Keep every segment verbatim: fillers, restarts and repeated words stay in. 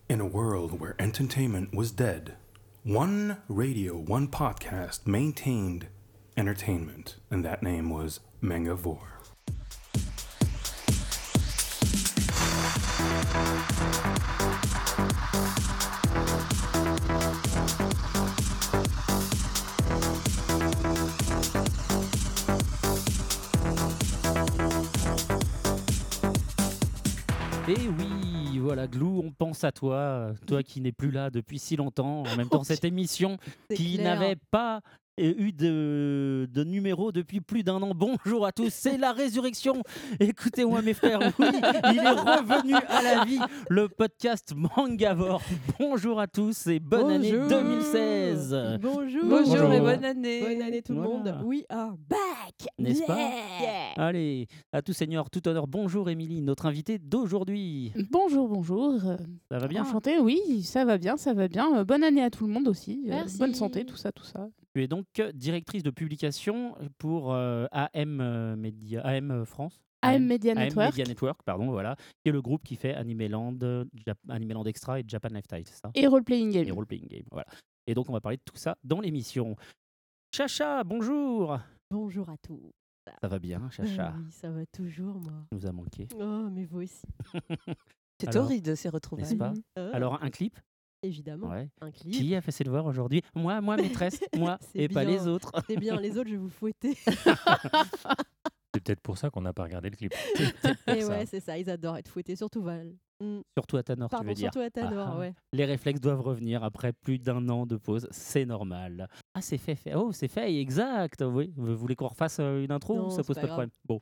In a world where entertainment was dead, one radio, one podcast maintained entertainment, and that name was Mangavore. Et oui, voilà, Glou, on pense à toi, toi qui n'es plus là depuis si longtemps. En même temps, cette émission C'est qui clair. n'avait pas euh, eu de, de numéro depuis plus d'un an. Bonjour à tous, c'est la résurrection. Écoutez-moi mes frères, oui, il est revenu à la vie, le podcast Mangavore. Bonjour à tous et bonne année Bonjour. deux mille seize. Bonjour. Bonjour, Bonjour. et bonne année. Bonne année tout le Voilà. monde. We are back. N'est-ce pas Yeah. Allez, à tout seigneur, tout honneur. Bonjour Émilie, notre invitée d'aujourd'hui. Bonjour, bonjour. Euh, Ça va bien? Enchantée, oui, ça va bien, ça va bien. Euh, bonne année à tout le monde aussi. Euh, Merci. bonne santé, tout ça, tout ça. Tu es donc directrice de publication pour euh, A M euh, Media, A M France. A M Media A M Network. Media Network, pardon, voilà, qui est le groupe qui fait Animeland, euh, Jap- Animeland Extra et Japan Lifestyle, c'est ça? Et Role Playing Game. Et Role Playing Game, voilà. Et donc on va parler de tout ça dans l'émission. Chacha, bonjour. Bonjour à tous. Ça va bien, Chacha? Euh, oui, ça va toujours, moi. Ça nous a manqué, Oh, mais vous aussi. C'est Alors, horrible de ces retrouvailles. n'est-ce pas? Mhm. Euh, Alors un clip? évidemment, Ouais. un clip. Qui a fait ses devoirs aujourd'hui? Moi, moi maîtresse, moi C'est et pas bien. les autres. C'est bien, les autres, je vais vous fouetter. C'est peut-être pour ça qu'on n'a pas regardé le clip. Et ça. ouais, c'est ça, ils adorent être fouettés, surtout Val. Mm. Surtout à Tanor, tu Pardon, veux dire. surtout à Tanor, Ah, ah. ouais. Les réflexes doivent revenir après plus d'un an de pause, c'est normal. Ah, c'est fait, fait. Oh, c'est fait, exact. Oui. Vous voulez qu'on refasse euh, une intro Non, ou ça c'est pose pas pas de grave. problème? Bon.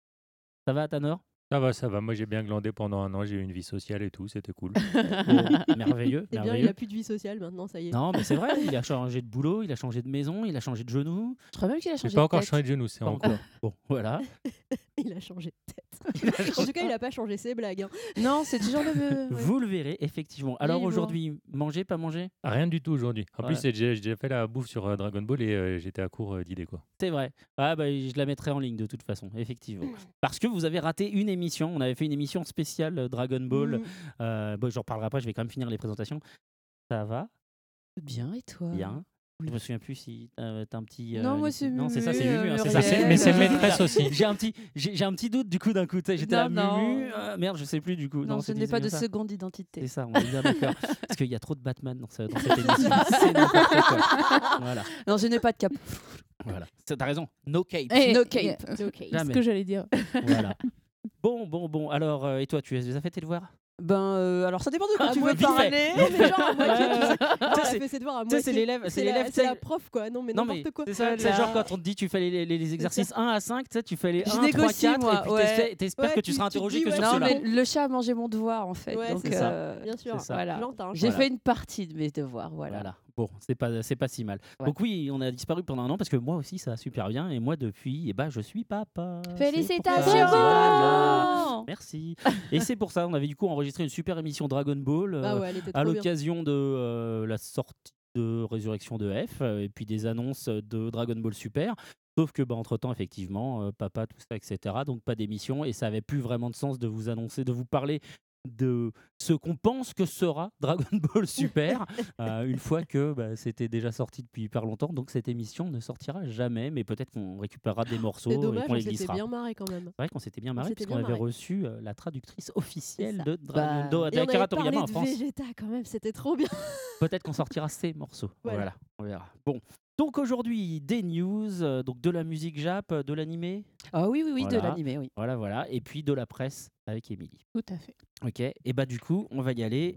Ça va, Tanor? Ça va, ça va. Moi, j'ai bien glandé pendant un an. J'ai eu une vie sociale et tout. C'était cool. Bon, merveilleux, C'est bien, il merveilleux. a plus de vie sociale maintenant, ça y est. Non, mais c'est vrai, il a changé de boulot, il a changé de maison, il a changé de genou. Je crois même qu'il a J'ai changé pas de encore tête. changé de genou. C'est Pas en encore. cours. Bon, voilà. Il a changé de tête. En tout cas, il a pas changé ses blagues. hein. Non, c'est toujours le même. Vous le verrez, effectivement. Alors Vivement. aujourd'hui, manger, pas manger? Rien du tout aujourd'hui. En Ouais. plus, c'est- j'ai j'ai déjà fait la bouffe sur euh, Dragon Ball et euh, j'étais à court euh, d'idées, quoi. C'est vrai. Ah bah, je la mettrai en ligne de toute façon, effectivement. Parce que vous avez raté une émission. On avait fait une émission spéciale euh, Dragon Ball. Mm. Euh, bon, j'en reparlerai après, je vais quand même finir les présentations. Ça va? Bien, et toi? Bien. Je me souviens plus si t'as t'as un petit. Non, une- moi, c'est Non, c'est ça, c'est Mumu, Mumu. hein, c'est Muriel. ça, Mais c'est- mais c'est maîtresse aussi. J'ai un petit, j'ai j'ai un petit doute du coup d'un coup. tu sais, J'étais là, Non, non. Mumu. euh, merde, je sais plus du coup. Non, c'est ce n'est bien pas de ça. seconde C'est identité. ça, on est bien d'accord. Parce qu'il y a trop de Batman dans, ce- dans cette émission. C'est n'importe quoi. Voilà, Non, je n'ai pas de cap. voilà. C'est- T'as raison. No cape. Eh, No eh, cape. C'est ok. C'est ce Jamais. que j'allais dire. Voilà. Bon, bon, bon. Alors, euh, et toi, tu as fait tes devoirs? Ben, euh, alors ça dépend de quoi Ah, tu moi, veux vite fait. parler. Non, mais genre à moitié, tu sais. Tu sais, Elle c'est- fait ses devoirs à tu sais, moitié. c'est l'élève, c'est C'est l'élève, la, tu sais, c'est la prof, quoi. Non, mais Non, mais n'importe quoi. c'est ça, c'est Voilà. genre quand on te dit tu fais les, les- les exercices un à cinq, tu sais, tu fais les Je un, trois, négocie, quatre, moi, et puis ouais. t'essaies- t'espères Ouais, que tu tu- seras tu te interrogé dis, que ouais, sur Non, cela. mais le chat a mangé mon devoir, en fait. Ouais, donc, c'est ça. euh, Bien sûr. c'est ça. Voilà. Plantin, J'ai quoi. fait une partie de mes devoirs, voilà. Voilà. Bon, c'est pas, c'est pas si mal. Ouais. Donc oui, on a disparu pendant un an parce que moi aussi ça va super bien et moi depuis, eh ben, je suis papa. C'est Félicitations. pour ça. Bravo. Merci. Et c'est pour ça, on avait du coup enregistré une super émission Dragon Ball euh, Ah ouais, elle était à trop bien. l'occasion de euh, la sortie de Résurrection de F euh, et puis des annonces de Dragon Ball Super. Sauf que bah, entre-temps, effectivement, euh, papa, tout ça, et cetera. Donc pas d'émission et ça avait plus vraiment de sens de vous annoncer, de vous parler de ce qu'on pense que sera Dragon Ball Super euh, une fois que bah, c'était déjà sorti depuis hyper longtemps. Donc cette émission ne sortira jamais, mais peut-être qu'on récupérera des morceaux C'est et dommage, qu'on on les s'était glissera. bien marré quand même. C'est vrai qu'on s'était bien marré s'était parce qu'on bien avait marré. reçu euh, la traductrice officielle ça. de Dragon Bah, Ball Et on avait d'Akira parlé Toriyama en de France. Vegeta quand même, c'était trop bien. Peut-être qu'on sortira ces morceaux. Voilà. Voilà. On verra. Bon. Donc aujourd'hui, des news, euh, donc de la musique jap, euh, de l'animé, Ah oui, oui, oui, de Voilà. l'animé, oui. voilà, voilà, et puis de la presse avec Émilie. Tout à fait. Ok, et bah du coup, on va y aller.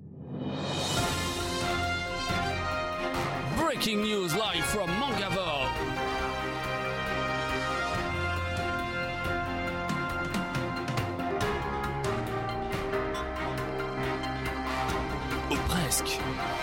Breaking news live from Mangavore. Ou presque.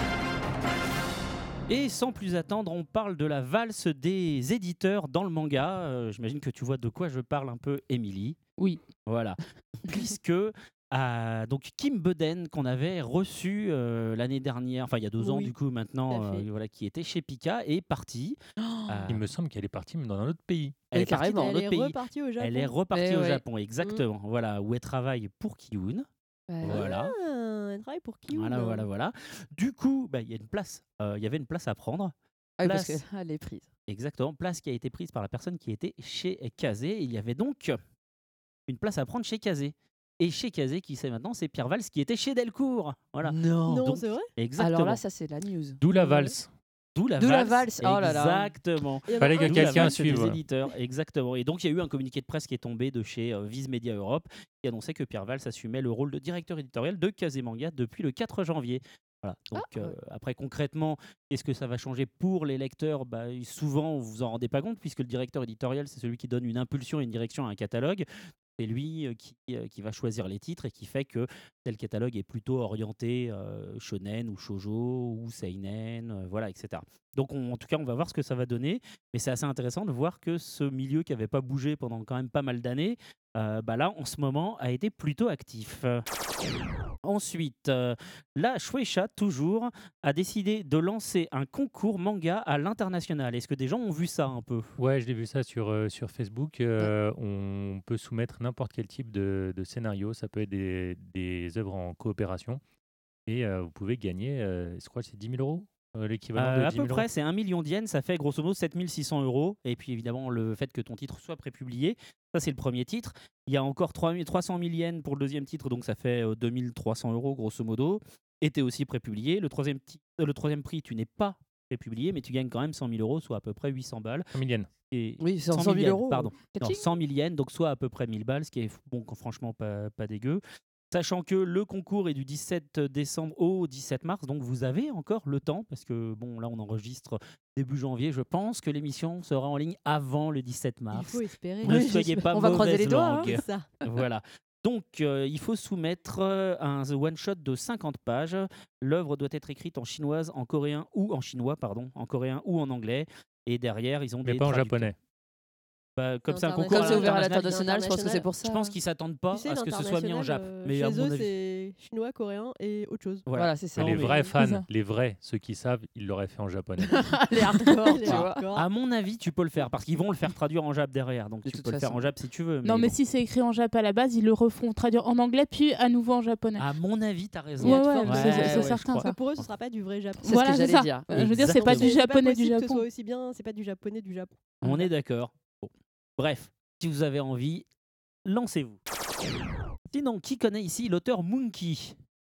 Et sans plus attendre, on parle de la valse des éditeurs dans le manga. Euh, J'imagine que tu vois de quoi je parle un peu, Émilie. Oui. Voilà. Puisque euh, donc Kim Beden, qu'on avait reçu euh, l'année dernière, enfin il y a deux ans Oui, du coup maintenant, tout à fait. euh, voilà, qui était chez Pika, est partie. Euh, Il me semble qu'elle est partie même dans un autre pays. elle Mais est partie dans Elle notre est pays. repartie au Japon. Elle est repartie Eh au ouais. Japon, exactement. Voilà, où elle travaille pour Kiyun. Ouais. Voilà. Ah, elle travaille pour qui Voilà, voilà, voilà. Du coup, bah, il y a une place. euh, Il y avait une place à prendre. Ah oui, parce Place. qu'elle est prise. Exactement. Place qui a été prise par la personne qui était chez Kazé. Il y avait donc une place à prendre chez Kazé. Et chez Kazé, qui sait maintenant, c'est Pierre Valls qui était chez Delcourt. Voilà. Non. Non, Donc, c'est vrai. Exactement. Alors là, ça c'est la news. D'où la Ouais. valse. D'où la D'où la valse. valse. Oh là là. Exactement. Il y en a Fallait un que D'où qui- la quelqu'un valse des suive. éditeurs, exactement. Et donc il y a eu un communiqué de presse qui est tombé de chez euh, Viz Media Europe qui annonçait que Pierre Valls assumait le rôle de directeur éditorial de Kazé Manga depuis le quatre janvier. Voilà. Donc Ah, euh, ouais. après concrètement, qu'est-ce que ça va changer pour les lecteurs? Bah, souvent vous vous en rendez pas compte puisque le directeur éditorial c'est celui qui donne une impulsion et une direction à un catalogue. C'est lui euh, qui, euh, qui va choisir les titres et qui fait que tel catalogue est plutôt orienté euh, shonen ou shoujo ou seinen, euh, voilà, et cetera. Donc on- en tout cas, on va voir ce que ça va donner. Mais c'est assez intéressant de voir que ce milieu qui n'avait pas bougé pendant quand même pas mal d'années, euh, bah là, en ce moment, a été plutôt actif. Ensuite, euh, la Shueisha, toujours, a décidé de lancer un concours manga à l'international. Est-ce que des gens ont vu ça un peu? Ouais, je l'ai vu ça sur, euh, sur Facebook. Euh, on peut soumettre n'importe quel type de, de scénario. Ça peut être des, des œuvres en coopération. Et euh, vous pouvez gagner, euh, je crois que c'est dix mille euros, euh, l'équivalent Euh, de à dix peu mille près, euros. c'est un million d'yens, ça fait grosso modo sept mille six cents euros. Et puis évidemment, le fait que ton titre soit prépublié, ça c'est le premier titre. Il y a encore trois mille trois cent mille yens pour le deuxième titre, donc ça fait euh, deux mille trois cents euros grosso modo. Et tu es aussi prépublié. Le troisième, ti- euh, le troisième prix, tu n'es pas prépublié, mais tu gagnes quand même cent mille euros, soit à peu près huit cents balles. cent mille yens. Et Oui, c'est cent cent mille mille yens, euros. pardon. Non, Catching. cent mille yens, donc soit à peu près mille balles, ce qui est bon, franchement pas, pas dégueu. Sachant que le concours est du dix-sept décembre au dix-sept mars, donc vous avez encore le temps, parce que bon, là on enregistre début janvier. Je pense que l'émission sera en ligne avant le dix-sept Il mars. faut espérer. Ne Oui, soyez pas on va croiser mauvaise les doigts, hein. langue. C'est ça. Voilà. Donc, euh, il faut soumettre euh, un one-shot de cinquante pages. L'œuvre doit être écrite en chinoise, en coréen ou en chinois, pardon, en coréen ou en anglais. Et derrière, ils ont Mais des pas en traducteurs. japonais. Bah, comme c'est un International. concours Comme c'est ouvert à l'international, l'international, je pense que c'est pour ça. je pense qu'ils s'attendent pas Tu sais, à ce que ce soit mis en Jap. l'international, euh, Mais chez à mon eux, avis, c'est chinois, coréen et autre chose. voilà. Voilà, c'est ça. Mais Non, les mais- vrais c'est fans, ça. les vrais, ceux qui savent, ils l'auraient fait en japonais. Les hardcore, Les tu vois. hardcore. À mon avis, tu peux le faire parce qu'ils vont le faire traduire en Jap derrière. Donc De tu toute peux le faire façon. en Jap si tu veux. Non, mais bon. si c'est écrit en jap à la base, ils le refont traduire en anglais, puis à nouveau en japonais. À mon avis, t'as raison. Ouais, Il y a de ouais, fortes c'est- chances. c'est ouais, je certain, crois. ça. Que pour eux, ce sera pas du vrai Japon. C'est Voilà, ce que c'est j'allais ça. dire. Euh, je veux dire, c'est pas Exactement. du C'est pas japonais du possible que ce Japon. soit aussi bien, c'est pas du japonais du Japon. On est d'accord. Bon. Bref, si vous avez envie, lancez-vous. Sinon, qui connaît ici l'auteur Monkey?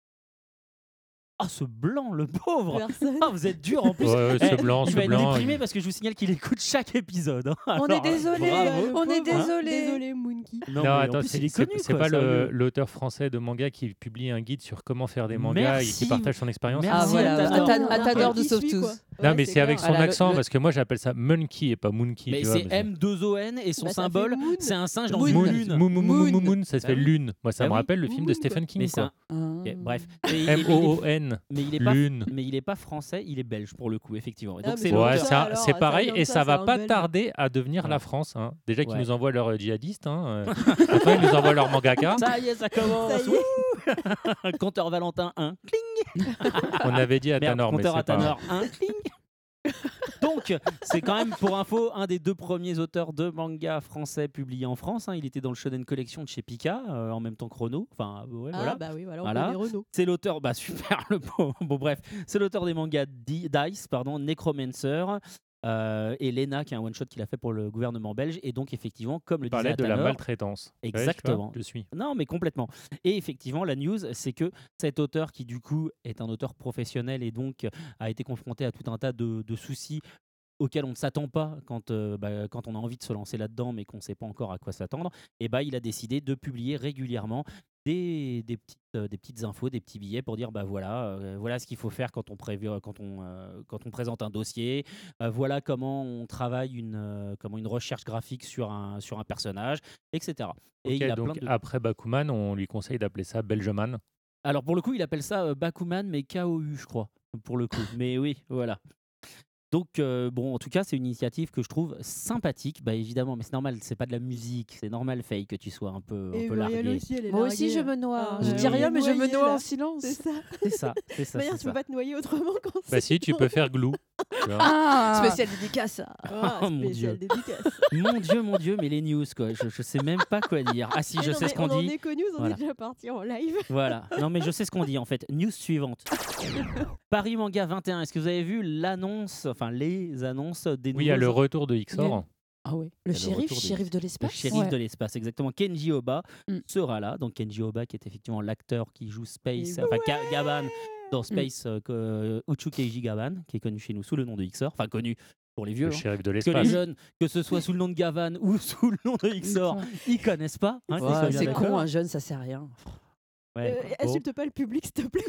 Ah, ce blanc, le pauvre. Personne. Ah, vous êtes dur en plus. Ouais, ouais, ce Eh, blanc, je ce vais être blanc. déprimé parce que je vous signale qu'il écoute chaque épisode. hein. On Alors, est désolé, bravo. on est Le pauvre. désolé. Désolé, Moonky. Non, Non, mais en attends, plus, c'est il est c'est- connu. c'est quoi, pas le- sérieux. l'auteur français de manga qui publie un guide sur comment faire des mangas et Merci. qui partage son expérience. Merci. Ah voilà, Atador. Ata- Atador de Qui suit, quoi. Sauve-Tous. Non, Ouais, mais c'est avec clair. son Voilà, le- accent, le- parce que moi j'appelle ça Monkey et pas Monkey. Mais tu vois, c'est parce que- M deux O N et son Bah, ça fait symbole, moon. c'est un singe dans Moon. une Moon, lune. Moon, Moon, Moon, Moon, Moon, ça se Bah fait oui. lune. Moi, ça Bah me oui. rappelle le film de Moon, Stephen King. Mais c'est quoi. un- Ah. Ok, bref. Mais il- il- il- M-O-O-N, Mais il est pas, lune. mais il est pas français, il est belge pour le coup, effectivement. Et Ah, donc mais c'est c'est Ouais, l'auteur- ça, c'est un- alors, c'est ça pareil vient de et ça, ça c'est va un pas Belge. tarder à devenir Ouais. la France. hein. Déjà qu'ils Ouais. nous envoient leurs djihadistes, hein, euh, maintenant ils nous envoient leurs mangaka. Ça y est, ça commence. Ça y est. Compteur Valentin un, cling. On avait dit à Merde, Tanor, mais compteur c'est pas. Atanor un, cling. Donc, c'est quand même, pour info, un des deux premiers auteurs de manga français publiés en France. hein. Il était dans le Shonen Collection de chez Pika, euh, en même temps que Renault. Enfin, ouais, Ah voilà. bah oui, voilà, on Voilà. connaît Renault. C'est l'auteur, bah super, le pauvre. Bon bref, c'est l'auteur des mangas Di- Dice, pardon, Necromancer, euh, et Lena, qui est un one shot qu'il a fait pour le gouvernement belge. Et donc effectivement, comme le On disait parlait de la Atanor, maltraitance. Ouais, tu vois, Exactement. Je suis. non, mais complètement. Et effectivement, la news, c'est que cet auteur, qui du coup est un auteur professionnel et donc a été confronté à tout un tas de, de soucis auxquels on ne s'attend pas quand, euh, bah, quand on a envie de se lancer là-dedans, mais qu'on ne sait pas encore à quoi s'attendre, et bah, il a décidé de publier régulièrement des, des, petites, euh, des petites infos, des petits billets pour dire bah, voilà, euh, voilà ce qu'il faut faire quand on, prévu, quand on, euh, quand on présente un dossier, euh, voilà comment on travaille une, euh, comment une recherche graphique sur un, sur un personnage, et cetera. Et Ok, il a donc plein de... après Bakuman, on lui conseille d'appeler ça Belgeman. Alors pour le coup, il appelle ça euh, Bakuman, mais K O U, je crois, pour le coup. Mais oui, voilà. Donc, euh, bon, en tout cas, c'est une initiative que je trouve sympathique. Bah évidemment, mais c'est normal, c'est pas de la musique, c'est normal, Faye, que tu sois un peu, un Et peu Muriel largué. aussi, elle est Moi aussi, je larguée. me noie. Ah, Je ouais. dis rien, mais je me Noyée, noie là. en silence. C'est ça. C'est ça, c'est De ça. manière, c'est tu peux ça. pas te noyer autrement quand Bah c'est si, tu dans- peux faire glou. tu vois. Ah. Spécial dédicace. à- Ah, Oh, mon spécial Dieu. dédicace. Mon Dieu, mon Dieu, mais les news, quoi. Je, je sais même pas quoi dire. Ah si, Mais je non, sais mais ce qu'on on en dit. est connus, on Voilà. est déjà parti en live. Voilà. Non, mais je sais ce qu'on dit en fait. News suivante. Paris Manga vingt et un. Est-ce que vous avez vu l'annonce, enfin les annonces des Oui, il y a le nouveaux retour de Xor. Ah ouais. Le Il y a le shérif, retour de- shérif de le l'espace. shérif Ouais. de l'espace, exactement. Kenji Oba Mm. sera là. Donc Kenji Oba, qui est effectivement l'acteur qui joue Space, Et enfin Ga- Gaban dans Space, euh, que- euh, Uchu Keiji Gaban, qui est connu chez nous sous le nom de Xor, enfin connu pour les vieux. Le hein. shérif de Parce que les l'espace. jeunes, que ce soit sous le nom de Gavan ou sous le nom de Xor, ils connaissent pas. hein, qu'ils Ouais, soient bien c'est d'accord. con, un jeune, ça sert à rien. Ouais. Euh, Oh, Insulte pas le public, s'il te plaît.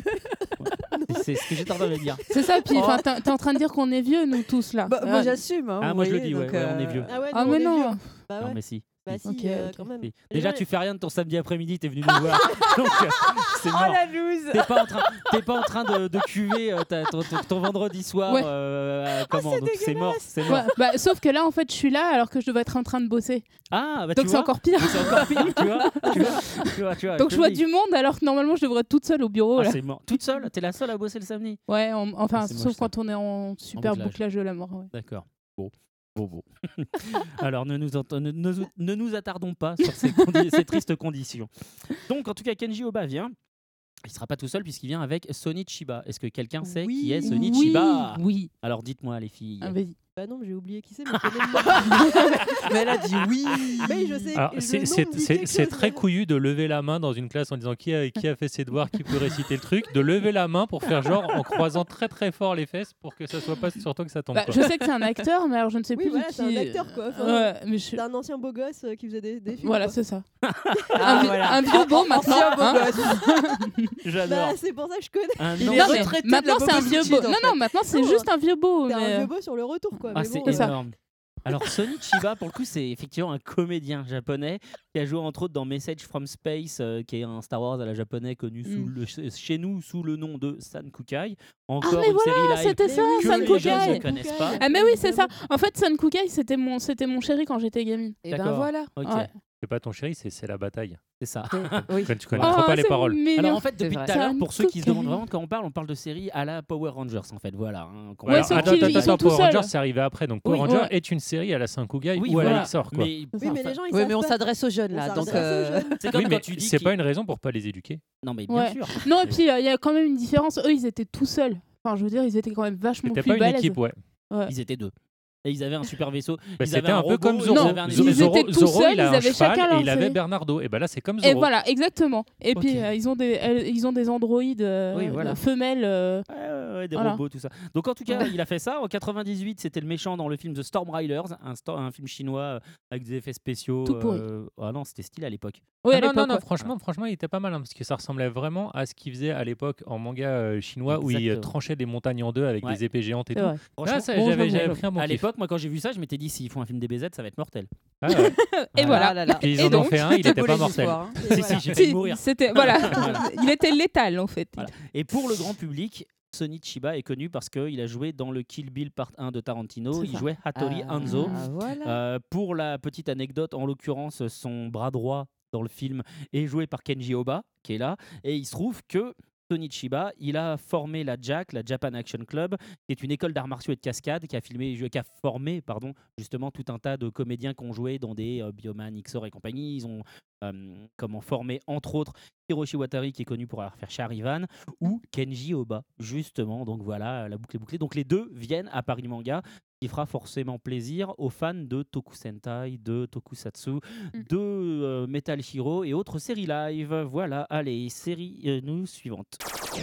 c'est ce que j'étais en train de dire. C'est ça, puis Oh. enfin, t'es t'es en train de dire qu'on est vieux, nous tous là. Bah, Ah, moi, j'assume. hein, Ah, vous moi, je le voyez, dis, ouais, donc, ouais, on est euh, vieux. Ah ouais, Ah, nous, mais on est non. vieux. Bah Non, ouais. mais si. Bah si, Ok, euh, ok. quand même. si. Les Déjà, gens- tu fais rien de ton samedi après-midi, t'es venu nous voir. Donc, euh, c'est Oh mort. la loose. T'es pas en train, t'es pas en train de, de cuver euh, ta- ton, ton- ton vendredi soir. Ouais. euh, euh, comment c'est Donc c'est mort, c'est mort. Ouais, bah, sauf que là, en fait, je suis là alors que je devais être en train de bosser. Ah, bah Donc tu c'est vois. encore pire. Donc, c'est encore pire, tu vois. Tu vois, tu vois, tu vois, Donc te je vois le dis. du monde alors que normalement je devrais être toute seule au bureau. Ah, là. c'est mort. Toute seule. T'es la seule à bosser le samedi. Ouais, on- enfin, Ah, c'est moche, sauf ça. quand on est en super bouclage. bouclage de la mort. Ouais. D'accord. Bon. Bon, bon. Alors, ne nous, ent- ne, ne- ne nous attardons pas sur ces, condi- ces tristes conditions. Donc, en tout cas, Kenji Oba vient. Il sera pas tout seul puisqu'il vient avec Sonny Chiba. Est-ce que quelqu'un sait Oui. qui est Sonny oui, Chiba oui. Alors, dites-moi, les filles. Ah, vas-y. Bah non, mais j'ai oublié qui c'est, mais je connais le nom. Mais elle a dit oui. Mais je sais. Alors, le c'est nom c'est- me dit c'est- quelque c'est chose, très mais- couillu de lever la main dans une classe en disant qui a, qui a fait ses devoirs, qui peut réciter le truc, de lever la main pour faire genre en croisant très très fort les fesses pour que ça soit pas sur toi que ça tombe. Bah, quoi. je sais que c'est un acteur, mais alors je ne sais Oui, plus voilà, qui. c'est un acteur, quoi. Enfin, Ouais, mais je- C'est un ancien beau gosse euh, qui faisait des, des films. Voilà, quoi. c'est ça. Ah, un, vi- voilà. un vieux beau maintenant. Ancien beau hein. gosse. J'adore. Bah, c'est pour ça que je connais. Un Il an- est Non, mais retraité de maintenant la c'est un vieux beau. bobostitude, en Non, fait. non, maintenant c'est Non, juste un vieux beau. C'est un mais- vieux beau sur le retour, quoi. Ah, mais c'est bon, C'est ça. énorme. Alors, Sonny Chiba, pour le coup, c'est effectivement un comédien japonais qui a joué entre autres dans Message from Space, euh, qui est un Star Wars à la japonais connu sous Mm. le, chez nous sous le nom de San Kukai. Ah, Encore mais une voilà, série live c'était ça, que San les jeunes Kukai. ne connaissent pas. Ah, mais oui, c'est ça. En fait, Sun Kukai, c'était mon, c'était mon chéri quand j'étais gamine. Et ben D'accord. voilà. Ok, Ouais. C'est pas ton chéri, c'est c'est la bataille. c'est ça. Oui. Tu connais Ouais. trop Oh, pas les c'est paroles. mignon. Alors en fait, C'est depuis vrai. tout à l'heure, San pour ceux qui se Kukai. demandent vraiment quand on parle, on parle de série à la Power Rangers en fait. Voilà. hein, qu'on- Ouais, Alors, sauf attends, qu'ils- attends, ils attends, sont tout Power seuls. Rangers, c'est arrivé après. Donc Power Oui, Rangers ouais. est une série à la Saint-Kugai Oui, ou à voilà. la Xor, quoi. Mais, Oui, mais enfin, les gens, ils Oui, savent mais on pas. s'adresse aux jeunes On là. s'adresse Donc, aux euh, jeunes. c'est comme Oui, quand mais tu dis c'est qu'il- pas une raison pour pas les éduquer. Non mais bien Ouais. sûr. Non, et puis euh, il y a quand même une différence. Eux, ils étaient tout seuls. Enfin, je veux dire, ils étaient quand même vachement C'était plus pas une balèzes. équipe, ouais. Ils étaient deux. Et ils avaient un super vaisseau. Bah, Ils C'était avaient un, un peu robot, comme ils Zoro. avaient un Zoro, Ils Zoro, étaient tout Zoro, seuls, il a ils un avaient cheval chacun et leur il avait série. Bernardo. Et ben là, c'est comme Zoro. Et voilà, exactement. Et puis Ok. euh, ils ont des, elles- ils ont des androïdes euh, Oui, voilà. femelles. euh, Ouais, ouais, ouais, des Voilà. robots, tout ça. Donc en tout cas, il a fait ça. En quatre-vingt-dix-huit, c'était le méchant dans le film The Storm Riders, un, sto- un film chinois euh, avec des effets spéciaux. Tout pourri. euh, Ah non, c'était stylé à l'époque. Oui, à Ah non, non, l'époque, non, ouais. franchement, franchement, il était pas mal hein, parce que ça ressemblait vraiment à ce qu'il faisait à l'époque en manga euh, chinois où il euh, Exactement. tranchait des montagnes en deux avec Ouais. des épées géantes et C'est tout. vrai. Franchement, Ah, ça, bon, j'avais j'avoue, j'avais j'avoue. pris un bon à kiff. l'époque, moi, quand j'ai vu ça, je m'étais dit s'ils font un film D B Z, ça va être mortel. Ah ouais. Et voilà. Ah là là. Puis ils Et en ont donc, fait un, il était pas Beau les mortel. histoires, hein. Et Si, voilà. si, j'ai failli Si, mourir. c'était voilà. Voilà. Il était létal en fait. Voilà. Et pour le grand public, Sonny Chiba est connu parce qu'il a joué dans le Kill Bill Part un de Tarantino. C'est Il ça. jouait Hattori Ah, Hanzo. voilà. Euh, pour la petite anecdote, en l'occurrence, son bras droit dans le film est joué par Kenji Oba, qui est là. Et il se trouve que Sonny Chiba, il a formé la J A C, la Japan Action Club, qui est une école d'arts martiaux et de cascade, qui a, filmé, qui a formé pardon, justement tout un tas de comédiens qui ont joué dans des euh, Bioman, Xor et compagnie. Ils ont euh, comment, formé, entre autres, Hiroshi Watari, qui est connu pour avoir fait Charivan, ou Kenji Oba, justement. Donc voilà, la boucle est bouclée. Donc les deux viennent à Paris Manga, qui fera forcément plaisir aux fans de Toku Sentai, de Tokusatsu, Mm. de euh, Metal Hero et autres séries live. Voilà, allez, série euh, nous suivante.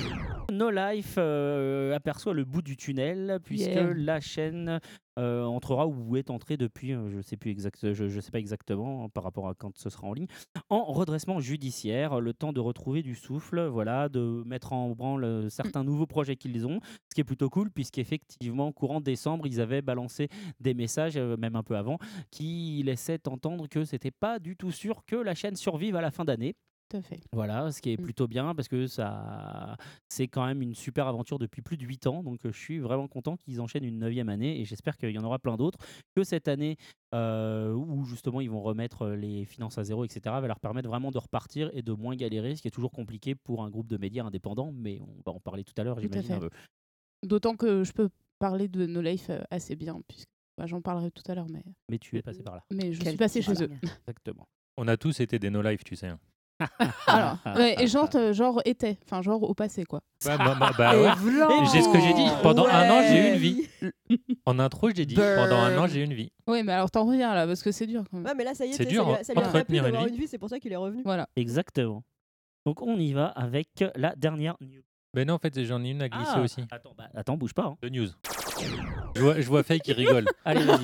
No Life euh, aperçoit le bout du tunnel puisque Yeah. la chaîne euh, entrera ou est entrée depuis, euh, je sais plus exact, je, je sais pas exactement hein, par rapport à quand ce sera en ligne, en redressement judiciaire, le temps de retrouver du souffle, voilà, de mettre en branle euh, certains nouveaux projets qu'ils ont, ce qui est plutôt cool puisqu'effectivement courant décembre ils avaient balancé des messages, euh, même un peu avant, qui laissaient entendre que c'était pas du tout sûr que la chaîne survive à la fin d'année. Tout à fait. Voilà, ce qui est Mm. plutôt bien parce que ça, c'est quand même une super aventure depuis plus de huit ans. Donc euh, je suis vraiment content qu'ils enchaînent une neuvième année et j'espère qu'il y en aura plein d'autres. Que cette année, euh, où justement ils vont remettre euh, les finances à zéro, et cetera, va leur permettre vraiment de repartir et de moins galérer, ce qui est toujours compliqué pour un groupe de médias indépendants. Mais on va en parler tout à l'heure, Tout à j'imagine. fait. un peu. D'autant que je peux parler de No Life euh, assez bien, puisque bah, j'en parlerai tout à l'heure, mais, Mais tu es passé par là. mais je Quel suis passée chez eux. teasing. Exactement. On a tous été des no-life, tu sais. hein. Alors, ouais, et genre, euh, genre était, enfin genre au passé quoi. Ouais, bah, bah, bah, ouais. J'ai ce que j'ai dit. Pendant un an, j'ai eu une vie. En intro, j'ai dit, pendant un an, j'ai eu une vie. Oui, mais alors t'en reviens là, parce que c'est dur quand même. Ouais, mais là, ça y est, C'est t'sais, dur, ça lui hein, a, ça lui a pas plu entretenir une d'avoir vie. une vie, c'est pour ça qu'il est revenu. Voilà. Exactement. Donc on y va avec la dernière news. Ben non, en fait, j'en ai une à glisser aussi. Attends, bah, attends, bouge pas. hein. De news. Je vois, je vois Faye qui rigole. Allez, vas-y.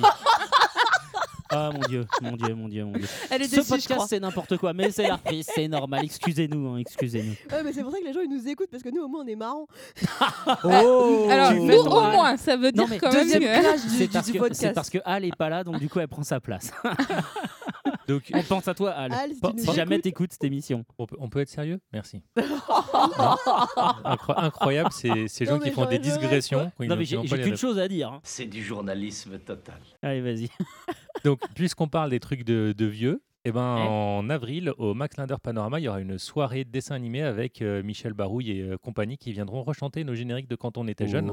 Ah mon dieu, mon dieu, mon dieu, mon dieu. Elle est Ce déçue, je podcast crois. c'est n'importe quoi, mais c'est la reprise, c'est normal. Excusez-nous, hein, excusez-nous. Ouais, mais c'est pour ça que les gens ils nous écoutent parce que nous au moins on est marrants. Oh, Alors, tu nous fais ton au mal. moins, ça veut dire Non, mais quand même deuxième que... clash du, C'est du, parce, du que, podcast. c'est parce que Al est pas là, donc du coup elle prend sa place. Donc, On pense à toi, Al. Al, si Pas- tu nous si jamais écoutes. t'écoutes cette émission. on peut, on peut être sérieux? Merci. Incro- incroyable, ces, ces Non, gens mais qui font j'en des rêverais, digressions. quand ils Non n'ont- mais qui j'ai n'ont j'ai pas les qu'une rêves. chose à dire. hein. C'est du journalisme total. Allez, vas-y. Donc, puisqu'on parle des trucs de, de vieux, eh ben, Eh. en avril, au Max Linder Panorama, il y aura une soirée de dessin animé avec euh, Michel Barouille et euh, compagnie qui viendront rechanter nos génériques de quand on était jeunes.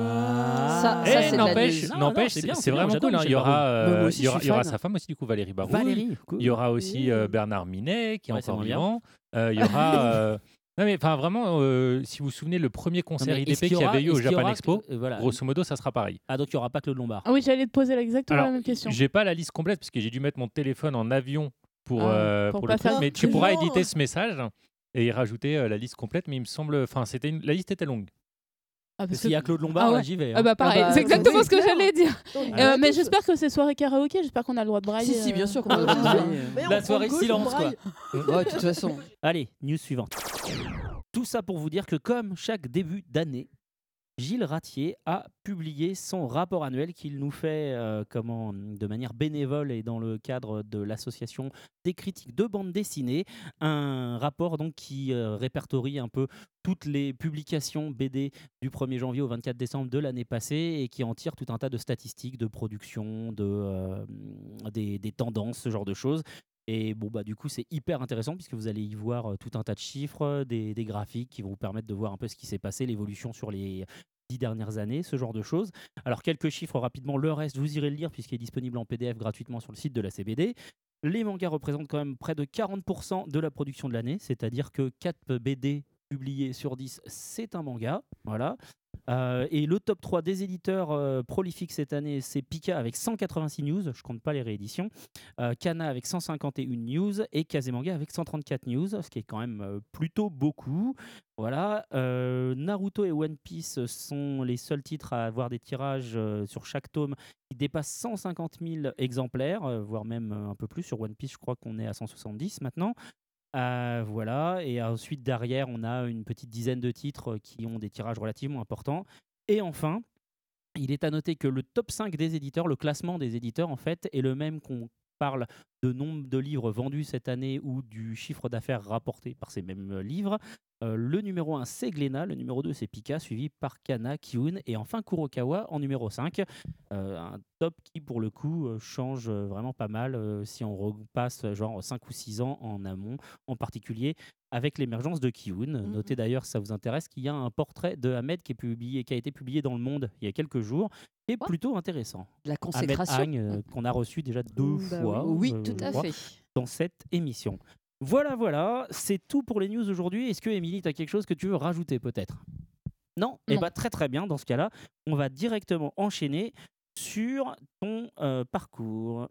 Ça- Eh, ça, c'est de la n'empêche, news. Non, n'empêche, non, c'est bien, c'est c'est bien, vraiment j'adore cool. hein. Il y Michel aura, Barouille. euh, Mais moi aussi, il y aura, je suis il y aura fan. sa femme aussi, du coup, Valérie Barouille. Valérie, cool. Il y aura aussi Oui. euh, Bernard Minet qui est Ouais, c'est encore moins bien. vivant. Euh, il y aura. euh, Non mais enfin vraiment, euh, si vous vous souvenez, le premier Non, concert mais I D est-ce P qu'il y qu'il y aura- avait eu au est-ce qu'il y Japan aura- Expo, euh, voilà. grosso modo, ça sera pareil. Ah donc il n'y aura pas Claude Lombard. Ah oui, j'allais te poser exactement Alors, la même question. J'ai pas la liste complète parce que j'ai dû mettre mon téléphone en avion pour, Ah, euh, pour pour pas le truc, faire mais de tu pourras genre. éditer ce message et y rajouter euh, la liste complète. Mais il me semble, enfin, c'était une- la liste était longue. Ah, parce S'il y que- a Claude Lombard, Ah ouais. là, j'y vais. hein. Ah bah pareil, Ah bah, c'est exactement oui, ce que clair. j'allais dire. On y Euh, va mais tous. j'espère que c'est soirée karaoké, j'espère qu'on a le droit de brailler. Si, si, bien euh. sûr qu'on a le droit de brailler. Mais on La prend soirée gauche, on silence, quoi. braille. Ouais, de toute façon. Allez, news suivante. Tout ça pour vous dire que comme chaque début d'année, Gilles Ratier a publié son rapport annuel qu'il nous fait euh, comment, de manière bénévole et dans le cadre de l'association des critiques de bande dessinée. Un rapport donc qui euh, répertorie un peu toutes les publications B D du premier janvier au vingt-quatre décembre de l'année passée et qui en tire tout un tas de statistiques de production, de, euh, des, des tendances, ce genre de choses. Et bon, bah, du coup, c'est hyper intéressant puisque vous allez y voir euh, tout un tas de chiffres, euh, des, des graphiques qui vont vous permettre de voir un peu ce qui s'est passé, l'évolution sur les dix dernières années, ce genre de choses. Alors, quelques chiffres rapidement. Le reste, vous irez le lire puisqu'il est disponible en P D F gratuitement sur le site de la C B D. Les mangas représentent quand même près de quarante pour cent de la production de l'année, c'est-à-dire que quatre B D publiés sur dix, c'est un manga. Voilà. Euh, et le top trois des éditeurs euh, prolifiques cette année, c'est Pika avec cent quatre-vingt-six news, je compte pas les rééditions, euh, Kana avec cent cinquante et une news et Kazemanga avec cent trente-quatre news, ce qui est quand même euh, plutôt beaucoup. Voilà. Euh, Naruto et One Piece sont les seuls titres à avoir des tirages euh, sur chaque tome qui dépassent cent cinquante mille exemplaires, euh, voire même euh, un peu plus. Sur One Piece, je crois qu'on est à cent soixante-dix maintenant. Euh, voilà, et ensuite derrière on a une petite dizaine de titres qui ont des tirages relativement importants. Et enfin, il est à noter que le top cinq des éditeurs, le classement des éditeurs en fait, est le même qu'on parle de nombre de livres vendus cette année ou du chiffre d'affaires rapporté par ces mêmes euh, livres. Euh, le numéro un, c'est Glénat, le numéro deux, c'est Pika, suivi par Kana, Kiun et enfin Kurokawa en numéro cinq. Euh, un top qui, pour le coup, euh, change euh, vraiment pas mal euh, si on repasse euh, genre cinq ou six ans en amont, en particulier avec l'émergence de Kiun. Mhm. Notez d'ailleurs, si ça vous intéresse, qu'il y a un portrait de Ahmed qui, est publié, qui a été publié dans Le Monde il y a quelques jours, qui est What plutôt intéressant. La Ahmed consécration. Agne, euh, qu'on a reçu déjà deux Mm, bah fois. Oui, euh, tout je à crois, fait. dans cette émission. Voilà, voilà, c'est tout pour les news aujourd'hui. Est-ce que, Émilie, tu as quelque chose que tu veux rajouter peut-être? Non. Eh Non. bien, très très bien. Dans ce cas-là, on va directement enchaîner sur ton euh, parcours.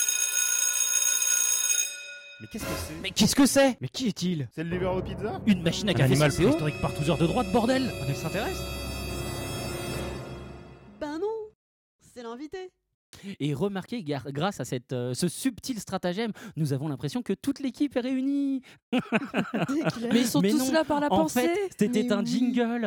Mais qu'est-ce que c'est Mais qu'est-ce que c'est? Mais qui est-il C'est le livreur aux pizzas Une machine à Un café animal C C O? préhistorique par tous heures de droite, bordel. Un extraterrestre Ben non, c'est l'invité. Et remarquez, gar- grâce à cette, euh, ce subtil stratagème, nous avons l'impression que toute l'équipe est réunie. Mais ils sont Mais tous non, là par la En pensée. fait, c'était Mais un oui. jingle.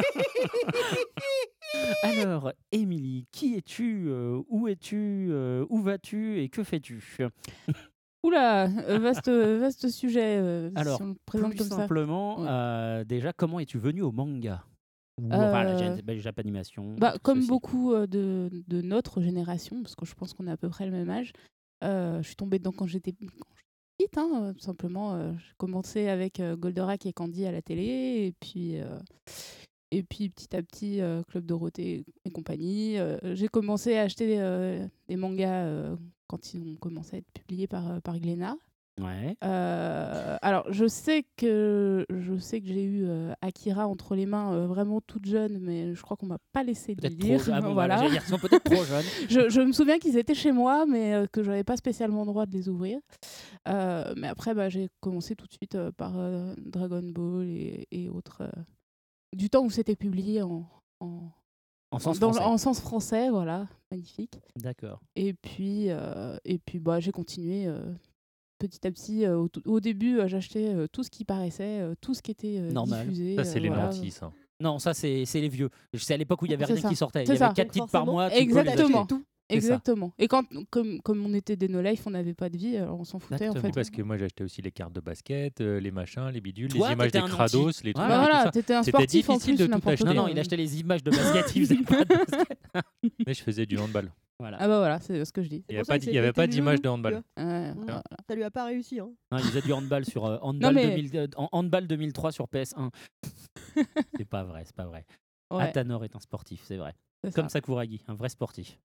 Alors, Émilie, qui es-tu euh, Où es-tu euh, Où vas-tu Et que fais-tu? Oula, euh, vaste, vaste sujet. euh, Alors, si on le présente Plus comme ça. simplement, Ouais. euh, déjà, comment es-tu venu au manga? Ou, Euh, enfin, la Jap- la Japanimation. Bah, tout comme ceci. beaucoup euh, de, de notre génération, parce que je pense qu'on a à peu près le même âge, euh, je suis tombée dedans quand j'étais quand j'étais petite, hein, euh, tout simplement. Euh, j'ai commencé avec euh, Goldorak et Candy à la télé, et puis, euh, et puis petit à petit, euh, Club Dorothée et compagnie. Euh, j'ai commencé à acheter euh, des mangas euh, quand ils ont commencé à être publiés par, euh, par Glénat. Ouais. Euh, alors, je sais que, je sais que j'ai eu euh, Akira entre les mains euh, vraiment toute jeune, mais je crois qu'on m'a pas laissé de le Peut-être lire. trop. Ah bon, voilà. voilà. J'allais dire, ils sont peut-être trop jeunes. je, je me souviens qu'ils étaient chez moi, mais euh, que je n'avais pas spécialement le droit de les ouvrir. Euh, mais après, bah, j'ai commencé tout de suite euh, par euh, Dragon Ball et, et autres. Euh, du temps où c'était publié en, en, En sens dans- français. en sens français, voilà, magnifique. D'accord. Et puis, euh, et puis bah, j'ai continué euh, petit à petit. Euh, au, tout- au début, euh, j'achetais euh, tout ce qui paraissait, euh, tout ce qui était euh, Normal. diffusé. Ça, c'est euh, les voilà. nantis, ça. Non, ça, c'est c'est les vieux. C'est à l'époque où il y avait C'est rien ça. qui sortait. Il y C'est avait ça. quatre titres par Forcément. mois. tu peux les Exactement. acheter. C'est ça. Exactement. Et quand, comme, comme on était des no-life, on n'avait pas de vie, alors on s'en foutait Exactement. en fait. Parce que moi, j'achetais aussi les cartes de basket, euh, les machins, les bidules, Toi, les images t'étais des un Krados, anti. les trucs. Ouais, Bah et tout voilà, ça. t'étais un C'était sportif en difficile plus, de tout n'importe acheter. Non, quoi. non, il achetait les images de basket, il faisait pas de basket. Mais je faisais du handball. Voilà. Ah bah voilà, c'est ce que je dis. Il n'y pour ça avait pas, que d- il y avait c'était pas le d'image jeu, de handball. tu vois. Ouais, Mmh. voilà. Ça lui a pas réussi. Hein. Non, il faisait du handball sur euh, handball, mais- deux mille, euh, en handball deux mille trois sur P S un. C'est pas vrai, c'est pas vrai. Ouais, Atanor est un sportif, c'est vrai. c'est Comme ça. Sakuragi, un vrai sportif.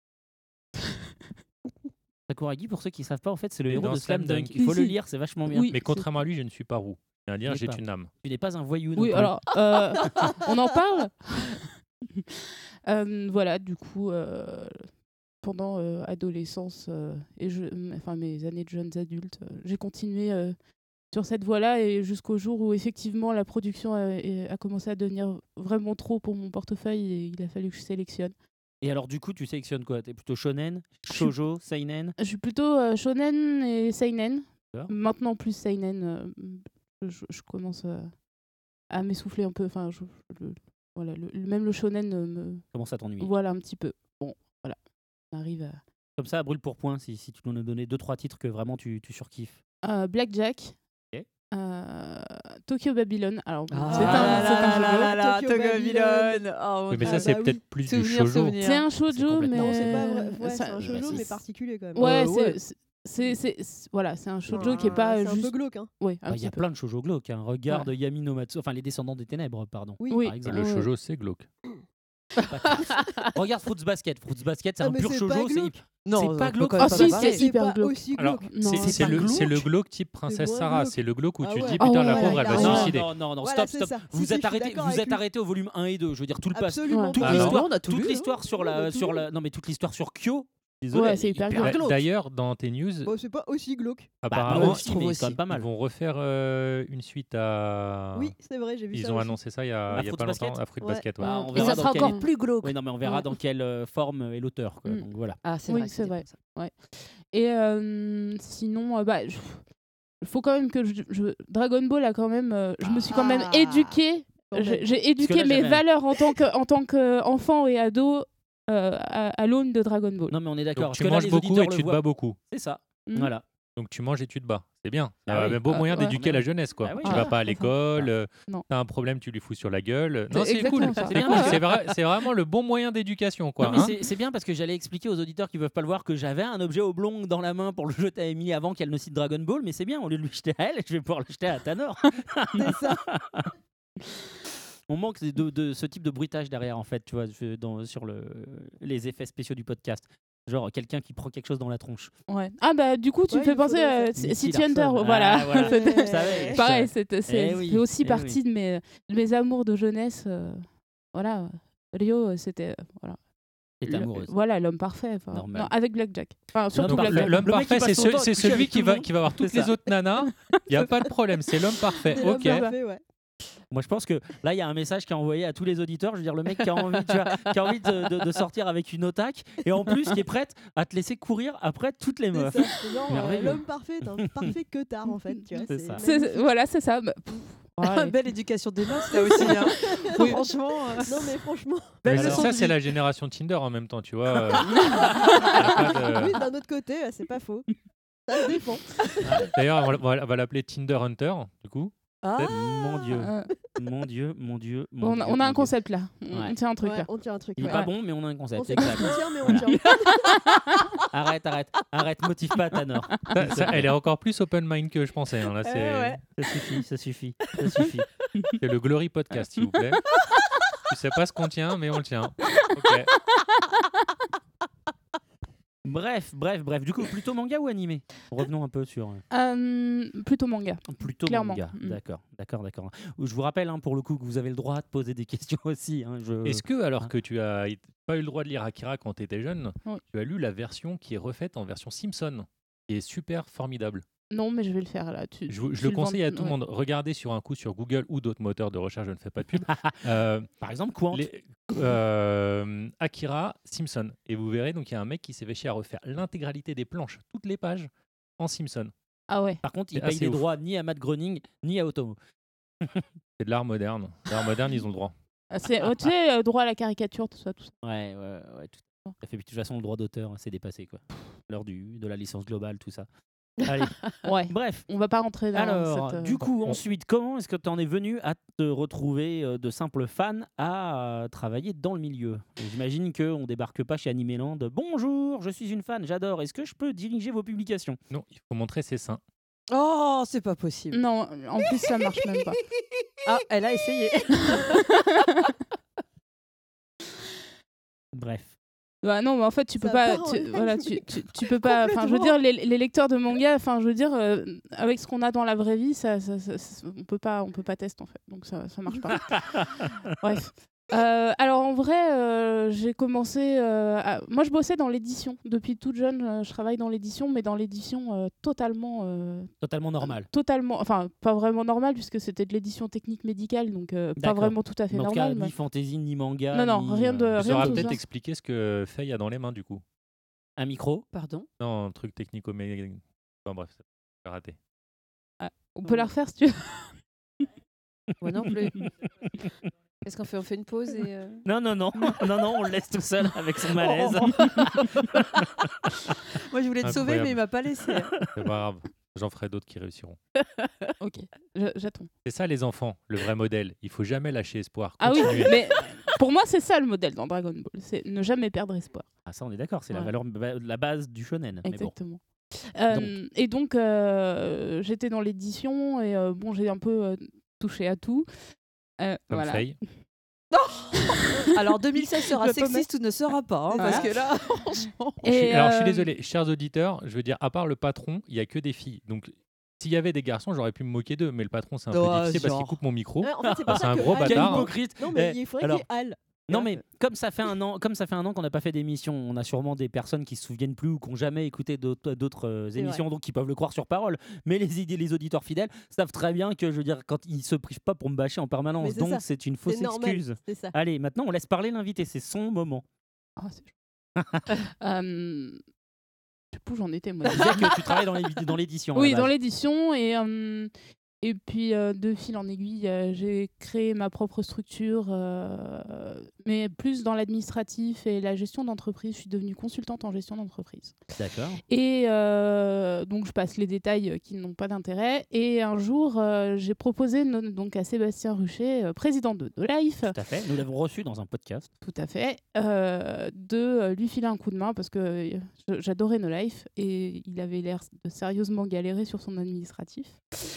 Sakuragi, pour ceux qui ne savent pas, en fait, c'est le Et héros dans de Slam Slam Dunk. Dunk. Il faut Si, le si. lire, c'est vachement bien. Oui. Mais contrairement à lui, je ne suis pas roux. C'est-à-dire, Il est j'ai pas. une âme. Tu n'es pas un voyou. non Oui, plus. alors, euh, on en parle. Euh, voilà, du coup, euh, pendant euh, adolescence euh, et je, m- enfin mes années de jeunes adultes, euh, j'ai continué euh, sur cette voie-là et jusqu'au jour où effectivement la production a, est- a commencé à devenir vraiment trop pour mon portefeuille et il a fallu que je sélectionne. Et alors, du coup, tu sélectionnes quoi? T'es plutôt shonen, suis- shoujo, seinen? Je suis plutôt euh, shonen et seinen. D'accord. Maintenant plus seinen, euh, je, je commence euh, à m'essouffler un peu. Enfin, je- le- voilà, le- le- même le shonen euh, me Comment ça t'ennuie? voilà un petit peu. Bon, voilà, on arrive à Comme ça, à brûle pour point, si, si tu dois nous donner deux, trois titres que vraiment tu, tu surkiffes. Euh, Blackjack, Ok. euh, Tokyo Babylon. Alors, bon, Ah c'est un, là c'est un là shoujo. là là là, Tokyo Tokyo Babylon. Babylon. Oh, mon Oui, mais Dieu. ça, c'est bah peut-être oui. plus du Souvenir, shoujo. souvenir. C'est un C'est shoujo, complètement- mais Non, c'est pas vrai. Ouais, ça- c'est un bah, shoujo, c'est- mais particulier quand même. Ouais, Euh, c'est- ouais. c'est c'est c'est- c'est- voilà, c'est un shoujo qui est Ah, pas c'est un juste. peu glauque. Hein. Ouais, un Bah, Il petit y a peu. plein de shoujo glauques. Hein. Regarde Yami no Matsu, enfin les descendants des ténèbres, pardon. Oui. Oui. Par exemple. Le Ouais. shoujo, c'est glauque. Regarde Fruits Basket. Fruits Basket, c'est Ah, un mais pur c'est shoujo. pas C'est glauque. hyp- Non, C'est on pas peut glauque. quand même Ah, pas si, comparer. c'est hyper pas glauque. aussi Alors, glauque. Non, c'est c'est c'est pas le, glauque. c'est le glauque type Princesse moins Sarah. glauque. C'est le glauque où Ah tu te ouais. dis, Ah putain, la ouais, pauvre, ouais, elle va ouais, se ouais. suicider. Non, non, non, Voilà, stop, c'est stop. ça. Vous Si, si, êtes je suis arrêté, d'accord vous avec êtes lui. arrêté au volume un et deux. Je veux dire, tout le passe. Absolument. Ouais. Toute Ah, l'histoire, On a tout toute lu, l'histoire hein. sur On a la, tout sur lu. la, non mais toute l'histoire sur Kyo. Désolé, Ouais, c'est hyper glauque. glauque. D'ailleurs, dans tes news, Bon, c'est pas aussi glauque. Bah, apparemment, bah, aussi, je trouve mais c'est quand même aussi. pas ils mal. vont refaire euh, une suite à. Oui, c'est vrai, j'ai vu ça. Ils ont aussi. annoncé ça il y a, À il y a Fruits pas Basket. longtemps à Fruit Ouais. Basket. Ouais. Bah, on Et verra ça dans sera quel- encore plus glauque. Oui, non, mais on verra Ouais. dans quelle euh, forme est l'auteur. quoi. Mm. Donc voilà. Ah, c'est Oui, vrai. c'est dit vrai. comme ça. Et euh, sinon, euh, bah, il faut quand même que je, je- Dragon Ball a quand même. euh, je me suis quand même Ah. éduquée. Quand même. J'ai j'ai éduqué là, mes j'avais- valeurs en tant que en tant qu'enfant et ado euh, à, à l'aune de Dragon Ball. Non, mais on est d'accord. Donc Parce tu que là, manges les beaucoup auditeurs et le tu te voient. bats beaucoup. C'est ça. Mm. Voilà. Donc tu manges et tu te bats. C'est bien. C'est Ah un oui. beau Ah, moyen ouais. d'éduquer Ah la oui. jeunesse, quoi. Ah oui. Tu Ah. vas pas à l'école, euh, Non. t'as un problème, tu lui fous sur la gueule. Non, C'est c'est cool. exactement ça. C'est C'est cool. bien. C'est vrai- c'est vraiment le bon moyen d'éducation, quoi. Non, mais hein. c'est- c'est bien parce que j'allais expliquer aux auditeurs qui ne peuvent pas le voir que j'avais un objet oblong dans la main pour le jeter à Emily avant qu'elle ne cite Dragon Ball, mais c'est bien, au lieu de lui jeter à elle, je vais pouvoir le jeter à Tanor. C'est ça. On manque de, de- de ce type de bruitage derrière, en fait, tu vois, je- dans, sur le, les effets spéciaux du podcast. Genre quelqu'un qui prend quelque chose dans la tronche. Ouais. Ah bah du coup tu Ouais, me fais il penser faudrait à ça. C- Nicky City Hunter, Larson. voilà. Ah, voilà. C'était- Ouais. Vous savez, Pareil, ça- c'est c'est- Eh oui, c'est aussi eh partie de, mes, de mes amours de jeunesse. euh, voilà, Rio, c'était euh, voilà. T'es Le- amoureuse. Voilà, l'homme parfait. enfin, Normal. non, avec Blackjack. Enfin, surtout L'homme Donc, parfait. le- l'homme Le mec qui parfait, passe c'est son ce- temps à c'est coucher celui avec qui tout le va, monde. qui va avoir toutes C'est les ça. autres nanas. Il n'y a pas de problème, c'est l'homme parfait. C'est l'homme Ok. parfait, ouais. Moi, je pense que là, il y a un message qui est envoyé à tous les auditeurs. Je veux dire, le mec qui a envie, tu vois, qui a envie de, de- de sortir avec une otaque et en plus qui est prête à te laisser courir après toutes les C'est meufs. ça. C'est genre, euh, Merveilleux. l'homme parfait est un parfait que tard en fait. Tu vois, C'est ça. C'est- magnifique. voilà, c'est ça. Bah, pff, voilà. Belle éducation des noces, là aussi. Hein. Franchement. euh, Non mais franchement. belle Mais leçon ça, de c'est vie. la génération Tinder en même temps, tu vois. euh, y a pas de- Oui, d'un autre côté, euh, c'est pas faux. Ça se défend. D'ailleurs, on va- on va l'appeler Tinder Hunter, du coup. Ah, Mon Dieu, Euh, mon Dieu, mon Dieu. Mon on, a, Dieu, on a mon un Dieu. concept là. On Ouais. tient un truc Ouais, là. on tient un truc. Il est ouais. pas bon, mais on a un On concept. sait pas Exact. ce qu'on tient, mais on Voilà. tient. Arrête, arrête, arrête, motive pas Tanor. Ça, ça, elle est encore plus open mind que je pensais. hein. Là, c'est ouais. Ça suffit, ça suffit, ça suffit. c'est le Glory Podcast, s'il vous plaît. Tu sais pas ce qu'on tient, mais on le tient. Ok. Bref, bref, bref. Du coup, plutôt manga ou animé? Revenons un peu sur. Euh, plutôt manga. Plutôt Clairement. manga. Mm. D'accord, d'accord, d'accord. Je vous rappelle, hein, pour le coup, que vous avez le droit de poser des questions aussi. Hein, je... Est-ce que, alors hein. que tu as it- pas eu le droit de lire Akira quand tu étais jeune, Oui. tu as lu la version qui est refaite en version Simpson, qui est super formidable. Non, mais je vais le faire là. Tu, Je, vous- tu je le vends- conseille à tout le ouais. monde. Regardez sur un coup sur Google ou d'autres moteurs de recherche, je ne fais pas de pub. Euh, Par exemple, Quant. les- euh, Akira Simpson. Et vous verrez, donc il y a un mec qui s'est fait chier à refaire l'intégralité des planches, toutes les pages, en Simpson. Ah ouais. Par contre, il C'est paye assez les ouf. droits ni à Matt Groening ni à Otomo. C'est de l'art moderne. L'art moderne, ils ont le droit. Ah, c'est, oh, tu sais, euh, droit à la caricature, tout ça, tout ça. Ouais, ouais, ouais. Tout à fait. De toute façon, le droit d'auteur, hein, c'est dépassé, quoi. L'heure du, de la licence globale, tout ça. Allez, Ouais. bref. On va pas rentrer dans Alors, cette. euh, du coup, on- ensuite, comment est-ce que tu en es venu à te retrouver euh, de simple fan à euh, travailler dans le milieu? J'imagine qu'on débarque pas chez Animeland. Bonjour, je suis une fan, j'adore. Est-ce que je peux diriger vos publications? Non, il faut montrer ses seins. Oh, c'est pas possible. Non, en plus, ça marche même pas. Ah, elle a essayé. Bref. Bah non, mais en fait, tu peux Ça pas. part en Tu, live, voilà, tu, tu, tu peux pas. Enfin, je veux Complètement. dire, les, les lecteurs de manga, enfin, je veux dire, euh, avec ce qu'on a dans la vraie vie, ça, ça, ça- ça- on peut pas, on peut pas tester en fait. Donc ça, ça marche pas. Bref. Euh, alors en vrai, euh, j'ai commencé. euh, à- Moi, je bossais dans l'édition depuis toute jeune. euh, je travaille dans l'édition, mais dans l'édition euh, totalement, euh, Totalement normal. totalement. Enfin, pas vraiment normale puisque c'était de l'édition technique médicale, donc euh, pas D'accord. vraiment tout à fait Mais en tout cas, normal. mais- ni fantasy, ni manga. Non, non, ni, rien de- euh, Tu rien sauras de peut-être genre. expliquer ce que Faye a dans les mains, du coup. Un micro. Pardon. Non, un truc technico mais Enfin bref, c'est raté. On peut la refaire si tu veux. Moi non plus. Est-ce qu'on fait, on fait une pause et euh, Non, non, non, non, non, on le laisse tout seul avec son malaise. Moi, je voulais te sauver, Incroyable. mais il m'a pas laissé. C'est pas grave. J'en ferai d'autres qui réussiront. Ok, je- j'attends. C'est ça, les enfants, le vrai modèle. Il faut jamais lâcher espoir. Ah oui, Continuez. mais pour moi, c'est ça le modèle dans Dragon Ball, c'est ne jamais perdre espoir. Ah, ça, on est d'accord, c'est la Ouais. valeur, ba- la base du shonen. Mais bon. Exactement. Euh, et donc, euh, j'étais dans l'édition et euh, bon, j'ai un peu euh, touché à tout. Euh, Comme voilà. Faye. Alors, deux mille seize sera Je peux sexiste ou ne sera pas, hein, parce Voilà. que là, franchement. Je suis- Et, Alors, je suis euh, désolé, chers auditeurs, je veux dire, à part le patron, il y a que des filles. Donc, s'il y avait des garçons, j'aurais pu me moquer d'eux, mais le patron, c'est un Oh, peu difficile parce genre. qu'il coupe mon micro. Ouais, en fait, c'est Bah, pas c'est ça un que gros Al- Quel bâtard. hypocrite. Non, mais Eh, il faudrait alors, qu'il y ait Al. Non mais comme ça fait un an, comme ça fait un an qu'on n'a pas fait d'émission, on a sûrement des personnes qui se souviennent plus ou qui n'ont jamais écouté d'autres d'autres, euh, C'est émissions, donc qui peuvent le croire sur parole. Mais les idées, les auditeurs fidèles savent très bien que je veux dire quand ils se privent pas pour me bâcher en Mais permanence, c'est donc ça. c'est une fausse C'est normal. excuse. C'est ça. Allez, maintenant on laisse parler l'invité, c'est son moment. Ah, c'est chaud. Euh, Je sais plus où j'en étais, moi. Tu disais que tu travailles dans l'édi- dans l'édition. à Oui, la dans base. l'édition. Et, euh, et puis, euh, de fil en aiguille, euh, j'ai créé ma propre structure, euh, mais plus dans l'administratif et la gestion d'entreprise. Je suis devenue consultante en gestion d'entreprise. D'accord. Et euh, donc, je passe les détails euh, qui n'ont pas d'intérêt. Et un jour, euh, j'ai proposé no- donc à Sébastien Ruchet, euh, président de No Life, Tout à fait. Nous l'avons reçu dans un podcast. tout à fait, euh, de euh, lui filer un coup de main parce que euh, je- j'adorais No Life et il avait l'air de sérieusement galérer sur son administratif.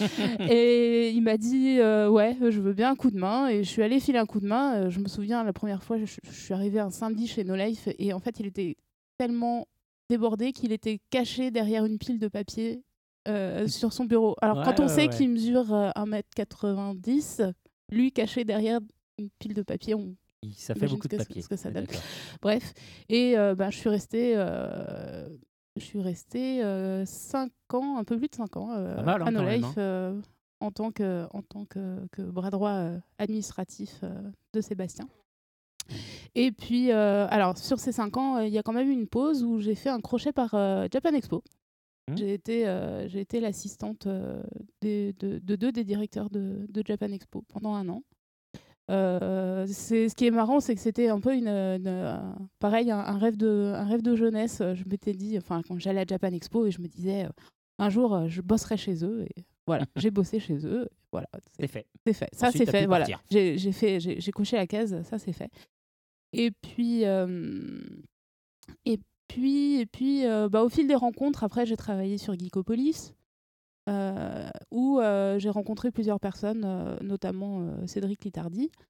Et il m'a dit euh, ouais, je veux bien un coup de main. Et je suis allée filer un coup de main. Euh, je me souviens, la première fois, je, je suis arrivée un samedi chez No Life et en fait, il était tellement débordé qu'il était caché derrière une pile de papier euh, sur son bureau. Alors, Ouais, quand on ouais, sait ouais. qu'il mesure euh, un mètre quatre-vingt-dix, lui caché derrière une pile de papier, on Il- Ça fait Imagine beaucoup de ce que- papier. ce que ça Ouais, donne. d'accord. Bref, et euh, ben, je suis restée, euh, je suis restée euh, cinq ans, un peu plus de cinq ans euh, Pas mal, hein, à No quand même, Life, hein. euh, en tant que, en tant que, que bras droit euh, administratif euh, de Sébastien. Et puis, euh, alors sur ces cinq ans, euh, il y a quand même eu une pause où j'ai fait un crochet par euh, Japan Expo. Mmh. J'ai été, euh, j'ai été l'assistante euh, des- de, de deux des directeurs de, de Japan Expo pendant un an. Euh, c'est, ce qui est marrant, c'est que c'était un peu une, une, euh, pareil, un, un rêve de, un rêve de jeunesse. Je m'étais dit, enfin, quand j'allais à Japan Expo, et je me disais, euh, un jour, euh, je bosserai chez eux. Et voilà, j'ai bossé chez eux. Et voilà, C'est fait. c'est fait. Ça, Ensuite, c'est t'as fait. pu Voilà, partir. j'ai, j'ai fait, j'ai, j'ai coché la case. Ça, c'est fait. Et puis, euh, et puis, et puis, euh, bah, au fil des rencontres, après, j'ai travaillé sur Geekopolis. Euh, où euh, j'ai rencontré plusieurs personnes, euh, notamment euh, Cédric Litardi,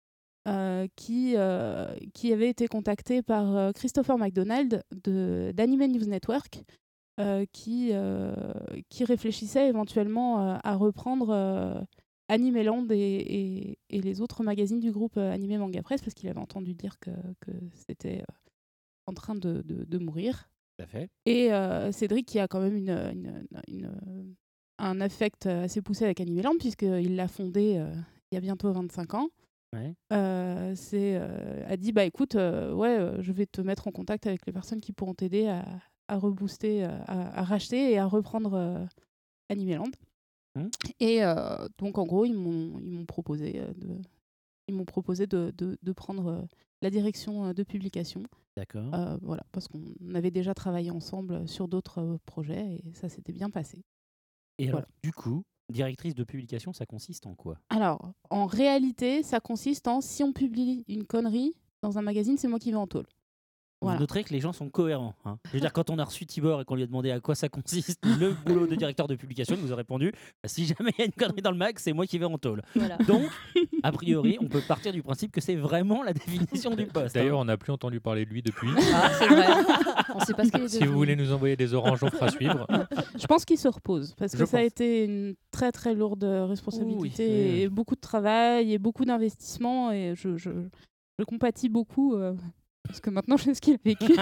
euh, qui, euh, qui avait été contacté par euh, Christopher McDonald de, d'Anime News Network, euh, qui, euh, qui réfléchissait éventuellement euh, à reprendre euh, Animeland et, et, et les autres magazines du groupe euh, Anime Manga Press, parce qu'il avait entendu dire que, que c'était euh, en train de, de, de mourir. Tout à fait. Et euh, Cédric, qui a quand même une, une, une, une, un affect assez poussé avec Animeland, puisqu'il l'a fondé euh, il y a bientôt vingt-cinq ans, Ouais. euh, c'est, euh, a dit bah écoute, euh, ouais, euh, je vais te mettre en contact avec les personnes qui pourront t'aider à, à rebooster, euh, à, à racheter et à reprendre euh, Animeland. Mmh. Et euh, donc en gros, ils m'ont, ils m'ont proposé euh, de, ils m'ont proposé de, de, de prendre euh, la direction euh, de publication. D'accord. Euh, voilà, parce qu'on avait déjà travaillé ensemble sur d'autres euh, projets et ça s'était bien passé. Et alors, voilà. du coup, directrice de publication, ça consiste en quoi? Alors, en réalité, ça consiste en si on publie une connerie dans un magazine, c'est moi qui vais en tôle. Voilà. Vous noterez que les gens sont cohérents. Hein. Je veux dire, quand on a reçu Tibor et qu'on lui a demandé à quoi ça consiste, le boulot de directeur de publication, il nous a répondu bah, si jamais il y a une connerie dans le mag, c'est moi qui vais en tôle. Voilà. Donc, a priori, on peut partir du principe que c'est vraiment la définition du poste. D'ailleurs, hein. on n'a plus entendu parler de lui depuis. Ah, c'est vrai. On sait pas ce qu'il est Si devenu. vous voulez nous envoyer des oranges, on fera suivre. Je pense qu'il se repose parce que Je ça a pense. été une très très lourde responsabilité Oui, oui. et beaucoup de travail et beaucoup d'investissement et je, je, je compatis beaucoup euh, parce que maintenant je sais ce qu'il a vécu.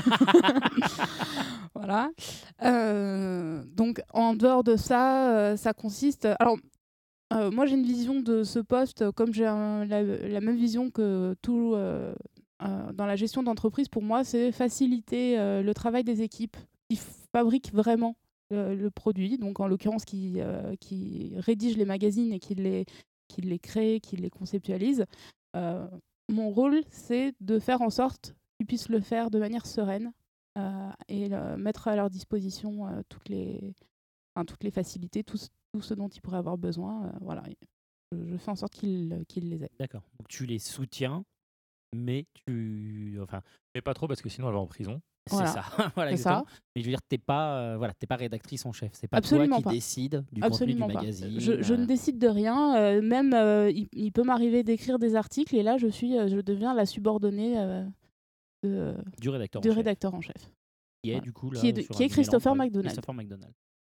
Voilà. Euh, donc en dehors de ça, euh, ça consiste. Alors euh, moi j'ai une vision de ce poste comme j'ai un- la, la même vision que tout euh, euh, dans la gestion d'entreprise. Pour moi, c'est faciliter euh, le travail des équipes qui fabriquent vraiment le, le produit, donc en l'occurrence qui, euh, qui rédige les magazines et qui les, qui les crée, qui les conceptualise. Euh, mon rôle, c'est de faire en sorte qu'ils puissent le faire de manière sereine euh, et le- mettre à leur disposition euh, toutes, les, enfin, toutes les facilités, tout, ce- tout ce dont ils pourraient avoir besoin. euh, voilà. Je, je fais en sorte qu'ils qu'ils les aient. D'accord. Donc, tu les soutiens, mais tu. Enfin, Mais pas trop, parce que sinon, elle va en prison. c'est Voilà. ça. voilà, C'est exactement. ça. Mais je veux dire, t'es pas, euh, voilà, t'es pas rédactrice en chef. C'est pas Absolument toi qui pas. décide du Absolument contenu du pas. magazine. Je, je ne euh, décide de rien. euh, même, euh, il, il peut m'arriver d'écrire des articles et là, je suis, euh, je deviens la subordonnée euh, de, du rédacteur du en chef. rédacteur en chef, Qui est Voilà. du coup là. Qui est de- sur qui est Animeland, Christopher ouais. McDonald. Christopher McDonald.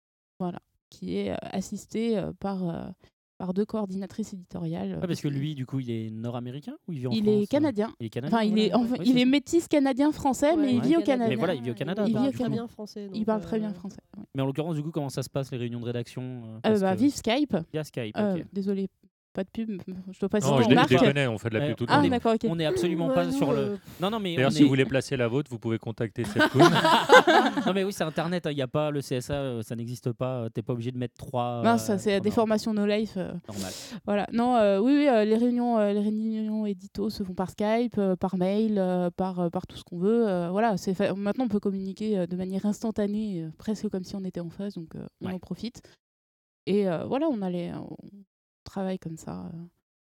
qui est euh, assisté euh, par, euh, par deux coordinatrices éditoriales. euh, Ouais, parce que lui, du coup, il est nord-américain ou il vit en il France est euh canadien. Il est canadien. Enfin, il voilà. est, enfin, Ouais, il c'est est ça. métis canadien-français, mais il Ouais. vit au Canada. Mais voilà, il vit au Canada, Il donc, vit au du très coup. bien français. Il donc, parle très euh, bien français. ouais. Mais en l'occurrence, du coup, comment ça se passe les réunions de rédaction euh, Euh, parce bah, que- vive Skype. Via Skype. Euh, ok. désolé, pas de pub. Je dois pas Non, citer je de dé- marque. déconne, on fait de la Ouais, pub tout le Ah, temps. d'accord, ok. On est absolument Ouais, pas nous, sur le. euh, Non, non, mais D'ailleurs, on si est- vous voulez placer la vôtre, vous pouvez contacter cette cool. non, mais oui, c'est Internet. Il n'y a pas le C S A, euh, ça n'existe pas. euh, T'es pas obligé de mettre trois. Non, euh, ça, c'est trois des normes. formations no life. euh, Normal. Voilà. Non, euh, oui, oui, euh, les réunions, euh, les réunions édito se font par Skype, euh, par mail, euh, par, euh, par tout ce qu'on veut. euh, voilà, c'est fa- maintenant on peut communiquer euh, de manière instantanée, euh, presque comme si on était en face, donc euh, on Ouais. en profite. Et euh, voilà, on allait, on travaille comme ça. euh,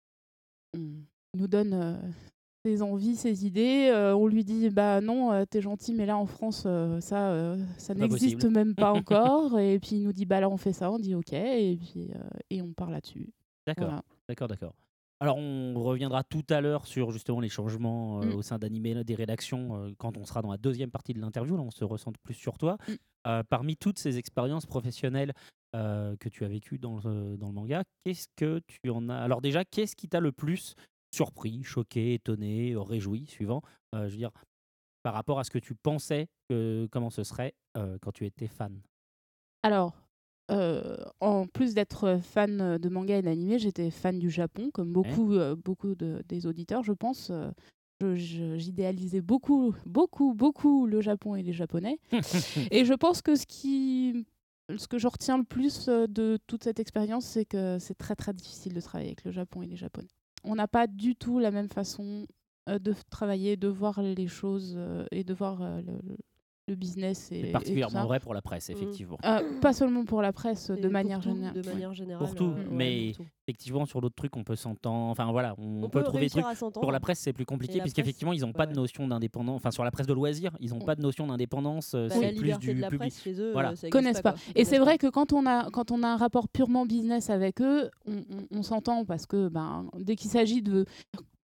on nous donne euh, ses envies, ses idées. euh, on lui dit, bah non, euh, t'es gentil, mais là en France, euh, ça, euh, ça Pas n'existe possible. même pas encore. Et puis il nous dit, bah là on fait ça, on dit ok, et puis euh, et on part là-dessus. D'accord. Voilà. D'accord, d'accord. Alors, on reviendra tout à l'heure sur justement les changements euh, Mm. au sein d'Animé des rédactions euh, quand on sera dans la deuxième partie de l'interview. Là, on se ressent plus sur toi. Mm. Euh, parmi toutes ces expériences professionnelles euh, que tu as vécues dans le, dans le manga, qu'est-ce que tu en as. Alors, déjà, qu'est-ce qui t'a le plus surpris, choqué, étonné, euh, réjoui, suivant euh, Je veux dire, par rapport à ce que tu pensais que, comment ce serait euh, quand tu étais fan. Alors, euh, en plus d'être fan de manga et d'anime, j'étais fan du Japon, comme beaucoup, euh, beaucoup de, des auditeurs, je pense. Euh, je- je- J'idéalisais beaucoup, beaucoup, beaucoup le Japon et les Japonais. Et je pense que ce, qui, ce que je retiens le plus euh, de toute cette expérience, c'est que c'est très, très difficile de travailler avec le Japon et les Japonais. On n'a pas du tout la même façon euh, de travailler, de voir les choses euh, et de voir euh, le, le- le business. Et, C'est et tout particulièrement ça. vrai pour la presse, Mm. effectivement. Euh, pas seulement pour la presse, et de pour manière tout, générale. De manière générale. Pour tout, euh, ouais, mais pour tout. effectivement, sur d'autres trucs, on peut s'entendre. Enfin, voilà, on, On peut, peut trouver des trucs. réussir à s'entendre. Pour la presse, c'est plus Et compliqué, la puisqu'effectivement, ils n'ont pas ouais. de notion d'indépendance. Enfin, sur la presse de loisirs, ils n'ont Oui. pas de notion d'indépendance. euh, Bah, c'est la plus liberté du de la public. presse chez eux, Voilà. euh, ça existe Connaissent pas. quoi. Ils Et c'est connaissent vrai pas. que quand on a quand on a un rapport purement business avec eux, on, on- on s'entend parce que ben dès qu'il s'agit de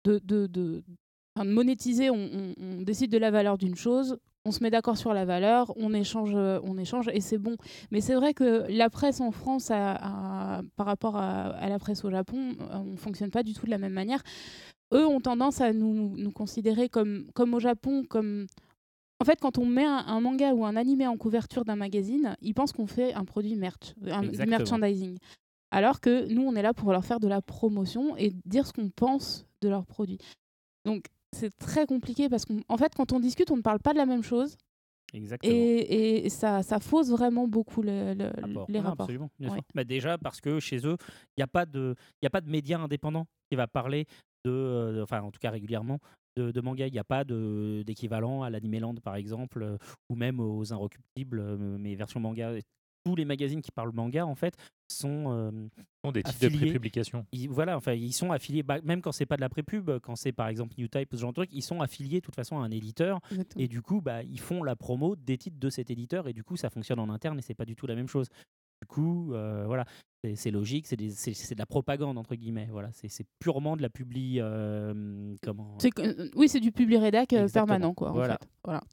de, de, de, enfin, de monétiser. On, on, on décide de la valeur d'une chose, on se met d'accord sur la valeur, on échange, on échange et c'est bon. Mais c'est vrai que la presse en France, a, a, par rapport à, à la presse au Japon, on ne fonctionne pas du tout de la même manière. Eux ont tendance à nous, nous considérer comme, comme au Japon, comme... En fait, quand on met un, un manga ou un animé en couverture d'un magazine, ils pensent qu'on fait un produit merch, un, du merchandising. Alors que nous, on est là pour leur faire de la promotion et dire ce qu'on pense de leurs produits. Donc, c'est très compliqué parce qu'en fait, quand on discute, on ne parle pas de la même chose. Exactement. Et, et ça, ça fausse vraiment beaucoup le, le, Rapport. les Non, rapports. Absolument. Bien Ouais. sûr. Bah déjà, parce que chez eux, il n'y a pas de, il y a pas de média indépendant qui va parler de, euh, enfin, en tout cas régulièrement, de, de manga. Il n'y a pas de, d'équivalent à l'Animeland, par exemple, euh, ou même aux Inrecuptibles, euh, mais version manga. Tous les magazines qui parlent manga, en fait, sont euh, Sont des titres affiliés. de prépublication. Ils, voilà, enfin, ils sont affiliés, bah, même quand c'est pas de la prépub, quand c'est par exemple New Type, ce genre de truc, ils sont affiliés de toute façon à un éditeur. Exactement. Et du coup, bah, ils font la promo des titres de cet éditeur et du coup, ça fonctionne en interne et c'est pas du tout la même chose. Du coup, euh, voilà, c'est, c'est logique, c'est, des, c'est, c'est de la propagande entre guillemets. Voilà, c'est, c'est purement de la publi. Euh, comment C'est que- euh, oui, c'est du public rédac euh, Exactement. permanent, quoi. En Voilà. fait. Voilà.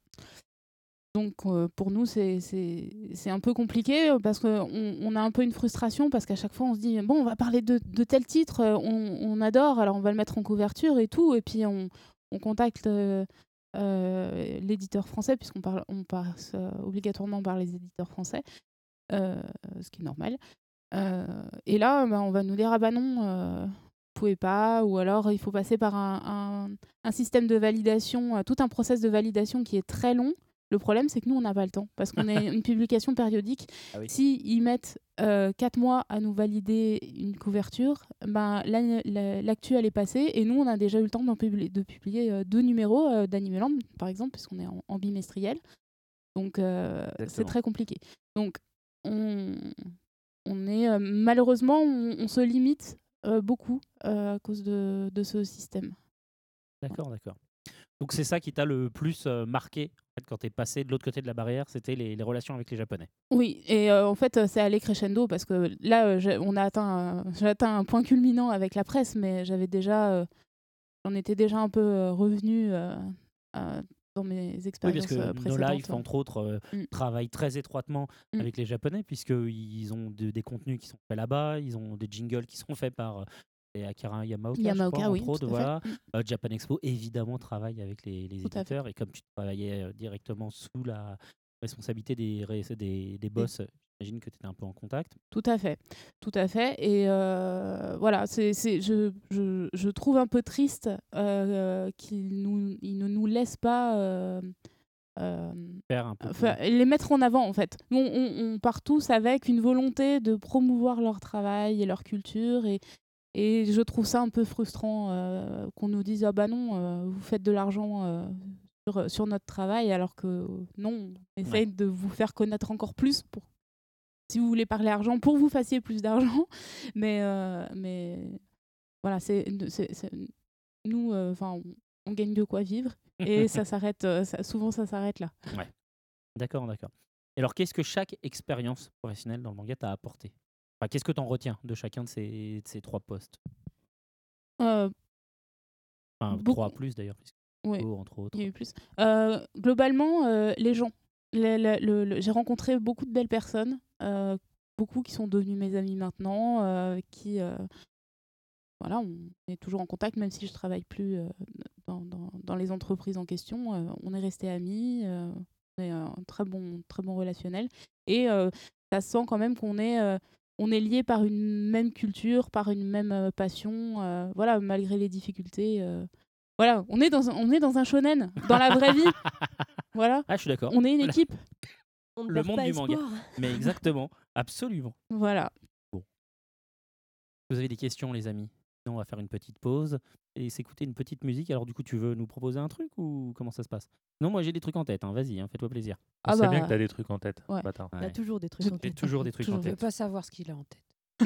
Donc euh, pour nous, c'est, c'est, c'est un peu compliqué euh, parce qu'on on a un peu une frustration parce qu'à chaque fois, on se dit, bon, on va parler de, de tel titre, euh, on, on adore, alors on va le mettre en couverture et tout, et puis on, on contacte euh, euh, l'éditeur français, puisqu'on parle, on passe euh, obligatoirement par les éditeurs français, euh, ce qui est normal. Euh, et là, bah, on va nous dire, ah bah non, euh, vous pouvez pas, ou alors il faut passer par un, un, un système de validation, euh, tout un process de validation qui est très long. Le problème, c'est que nous, on n'a pas le temps, parce qu'on est une publication périodique. Ah oui. Si ils mettent euh, quatre mois à nous valider une couverture, ben, la- la- l'actu, elle est passée, et nous, on a déjà eu le temps d'en publier, de publier euh, deux numéros euh, d'Animeland, par exemple, puisqu'on est en, en bimestriel. Donc, euh, c'est Exactement. très compliqué. Donc, on, on est, euh, malheureusement, on, on se limite euh, beaucoup euh, à cause de, de ce système. D'accord, d'accord. Donc c'est ça qui t'a le plus euh, marqué en fait, quand t'es passé de l'autre côté de la barrière, c'était les, les relations avec les Japonais. Oui, et euh, en fait, euh, c'est allé crescendo parce que là, euh, j'ai- on a atteint, euh, j'ai atteint un point culminant avec la presse, mais j'avais déjà, euh, j'en étais déjà un peu euh, revenu euh, euh, dans mes Oui, expériences parce que euh, No précédentes. Life, entre autres, euh, Mm. travaille très étroitement Mm. avec les Japonais, puisqu'ils ont de- des contenus qui sont faits là-bas, ils ont des jingles qui sont faits par euh, et Akira Yamaoka, Yamaoka, je crois, oui, entre autres. tout à fait. Voilà. Mm. Euh, Japan Expo, évidemment, travaille avec les, les Tout à fait. éditeurs, et comme tu travaillais euh, directement sous la responsabilité des, ré- des, des boss, j'imagine que tu étais un peu en contact. Tout à fait, tout à fait. Et euh, voilà, c'est, c'est, je, je, je trouve un peu triste euh, qu'ils nous, ils ne nous laissent pas euh, euh, Faire un peu enfin, les mettre en avant, en fait. Nous, on, on, on part tous avec une volonté de promouvoir leur travail et leur culture. Et, et je trouve ça un peu frustrant euh, qu'on nous dise « Ah bah non, euh, vous faites de l'argent euh, sur, sur notre travail », alors que non, on essaye Ouais. de vous faire connaître encore plus pour si vous voulez parler argent, pour que vous fassiez plus d'argent. Mais, euh, mais voilà, c'est, c'est, c'est- nous, enfin, on, on gagne de quoi vivre. Et ça s'arrête, euh, ça, souvent, ça s'arrête là. D'accord, d'accord. Et alors, qu'est-ce que chaque expérience professionnelle dans le manga t'a apporté? Enfin, qu'est-ce que tu en retiens de chacun de ces, de ces trois postes? Euh, Enfin, Beaucoup. trois plus d'ailleurs, puisque ouais, Go, entre autres. il y a eu plus. Euh, globalement, euh, les gens. Le- le- le- le- j'ai rencontré beaucoup de belles personnes, euh, beaucoup qui sont devenues mes amis maintenant, euh, qui, euh, voilà, on est toujours en contact, même si je travaille plus euh, dans, dans, dans les entreprises en question. Euh, on est restés amis, euh, on est un très bon, très bon relationnel, et euh, ça se sent quand même qu'on est, euh, on est liés par une même culture, par une même euh, passion. Euh, voilà, malgré les difficultés. Euh, voilà, on est dans, un- on est dans un shonen, dans la vraie vie. Voilà, Ah, je suis d'accord. on est une Voilà. équipe. On ne Le perd monde pas du manga. espoir. Mais exactement, absolument. Voilà. Vous avez des questions, les amis? Sinon, on va faire une petite pause et s'écouter une petite musique. Alors, du coup, tu veux nous proposer un truc ou comment ça se passe? Non, moi, j'ai des trucs en tête. Hein. Vas-y, hein, fais-toi plaisir. On Ah sait bah, bien que t'as des trucs en tête, ouais. bâtard. Il a Ouais. toujours des trucs J'ai en J'ai tête. toujours des trucs Toujours. en Je veux tête. pas savoir ce qu'il a en tête.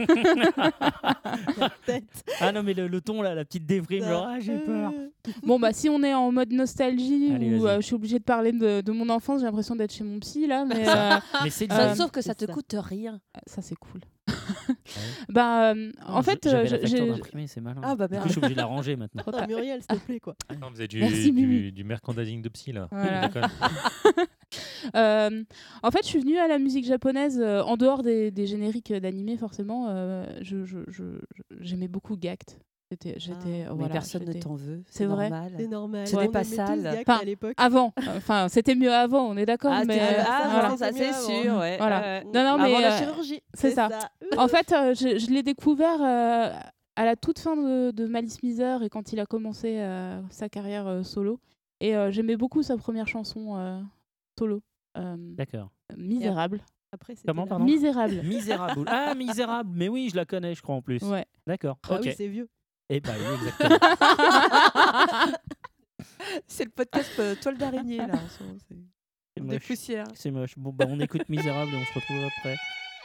Ah non, mais le, le ton, là, la petite déprime, genre, ah, j'ai peur. Bon, bah, si on est en mode nostalgie, Allez, ou vas-y. euh, je suis obligée de parler de, de mon enfance, j'ai l'impression d'être chez mon psy, là, mais euh, Mais c'est Euh, du- Sauf que ça c'est te ça. coûte rien. ça, c'est cool. Bah, euh, en Non, fait, je- j'avais euh, la facture j'ai- d'imprimé, c'est malin. Ah bah Du coup, merde. je suis obligé de la ranger maintenant. Oh, Muriel, s'il te plaît, quoi. Non, vous êtes du, Merci, Mimi. du, du merchandising de psy là. Voilà. D'accord. Euh, en fait, je suis venue à la musique japonaise euh, en dehors des, des génériques d'animé, forcément. euh, je, je, je- je- j'aimais beaucoup Gact. J'étais, j'étais, Ah, voilà, mais personne ne j'étais- t'en veut. C'est vrai. normal. C'est normal. Ce On n'est pas aimait tous sale. Gackt Enfin, à l'époque. Avant, enfin, c'était mieux avant, on est d'accord, Ah, mais t'es- euh, ah, voilà. non, ça C'était c'est mieux sûr. avant. Ouais. Voilà. Ouais. Non, non, mais Avant la euh, chirurgie. c'est ça. En fait, euh, je, je l'ai découvert euh, à la toute fin de, de Malice Mizer et quand il a commencé euh, sa carrière euh, solo. Et euh, j'aimais beaucoup sa première chanson euh, solo. Euh, D'accord. Misérable. Après, c'était Comment, la- pardon Misérable. Misérable. Ah, Misérable. Mais oui, je la connais, je crois en plus. Ouais. D'accord. Ah ok. oui, c'est vieux. Eh bah oui, exactement. C'est le podcast euh, toile d'araignée là. en ce moment, c'est C'est Des moche. poussières. C'est moche. Bon, bah on écoute Misérable et on se retrouve après.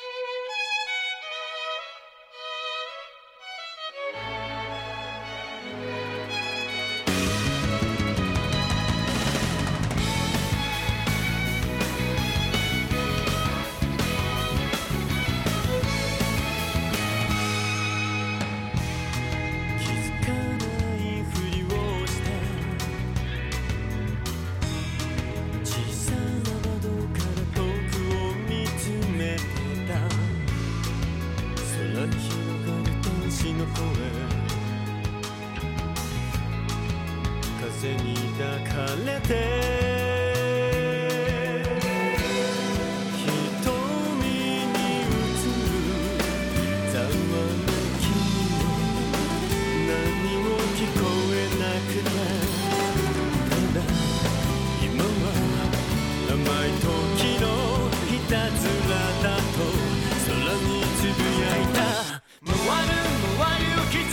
気づかないふりをして小さな窓から遠くを見つめてた空に広がる天使の声風に抱かれて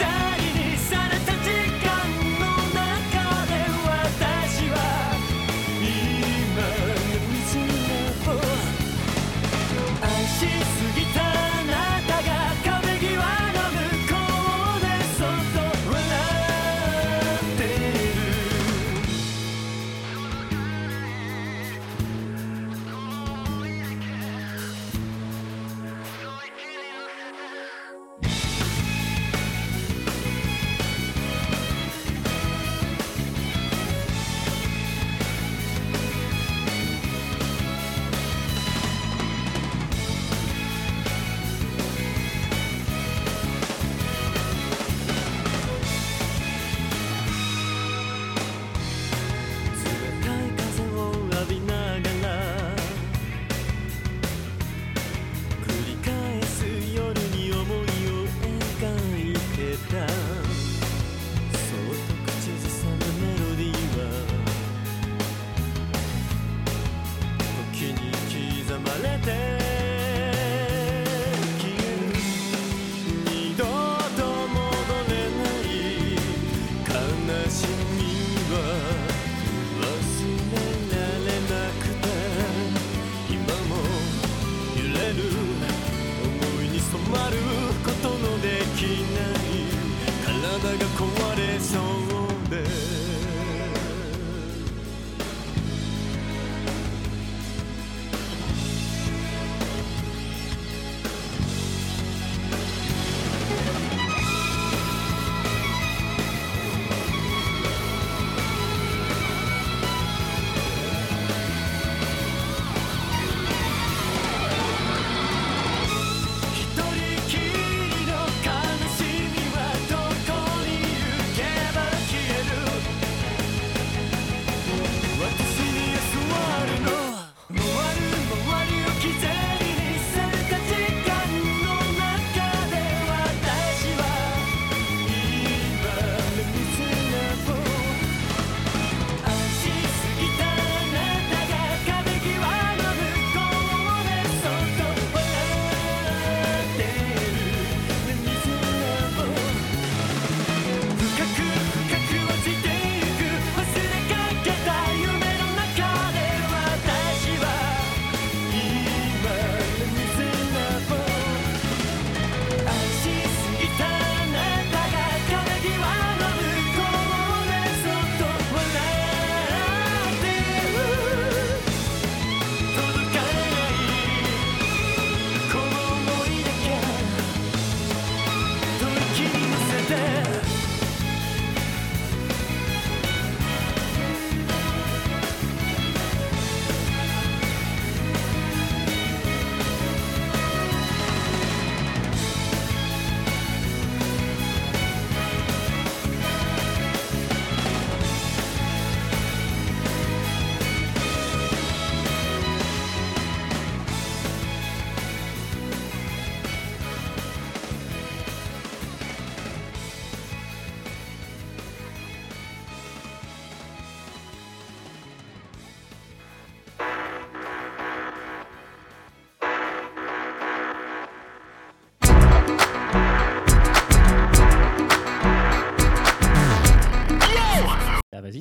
「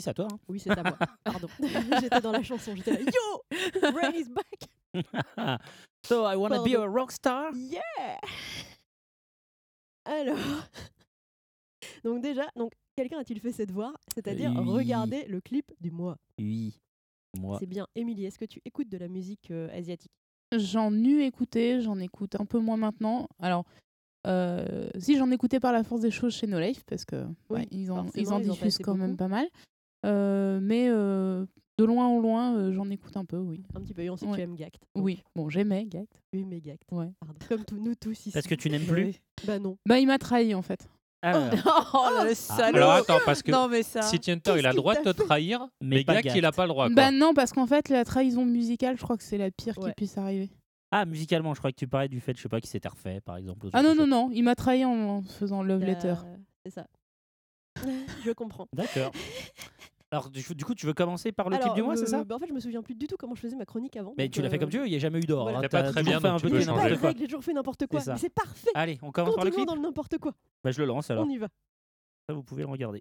c'est à toi. Hein. Oui, c'est à moi. Pardon. J'étais dans la chanson. J'étais là. Yo, Rain is back. So I wanna be Pardon. a rock star. Yeah. Alors, donc déjà, donc quelqu'un a-t-il fait ses devoirs, c'est-à-dire Oui. regarder le clip du mois. Oui, moi. C'est bien. Émilie, est-ce que tu écoutes de la musique euh, asiatique? J'en ai écouté, j'en écoute un peu moins maintenant. Alors, euh, si j'en écoutais par la force des choses chez No Life, parce que Oui, ouais, ils en, forcément, ils en ils en diffusent passaient quand même beaucoup. pas mal. Euh, mais euh, de loin en loin, euh, j'en écoute un peu, oui. Un petit peu. Et on sait que Ouais. tu aimes Gact. donc. Oui, bon, j'aimais Gact. Tu aimais Gact. Ouais. Pardon. Comme tous nous tous ici. Parce que tu n'aimes plus. Bah non. Bah, il m'a trahi en fait. Alors, Oh là, le salaud. Alors attends, parce que Non, mais ça. City Hunter, il a le droit de te trahir, Mais mais pas Gact, il a Gact. pas le droit. Quoi. Bah non, parce qu'en fait, la trahison musicale, je crois que c'est la pire qui Ouais. puisse arriver. ah, musicalement, je crois que tu parlais du fait, je sais pas, qu'il s'était refait, par exemple. Ah non, non, non, il m'a trahi en faisant Love Letter. Euh, c'est ça. Je comprends. D'accord. Alors, du du coup, tu veux commencer par le Alors, clip du mois, c'est euh, ça? bah, en fait, je me souviens plus du tout comment je faisais ma chronique avant. Mais donc, tu l'as fait euh, comme tu veux, il n'y a jamais eu d'or. voilà. hein. T'as pas T'as très toujours bien, fait donc un tu peu peux de Pas changer. de n'importe quoi. règles, j'ai toujours fait n'importe quoi. C'est ça. Mais c'est parfait. Allez, on commence par le Continuons clip. dans le n'importe quoi. Bah, je le lance alors. On y va. Ça, vous pouvez le regarder.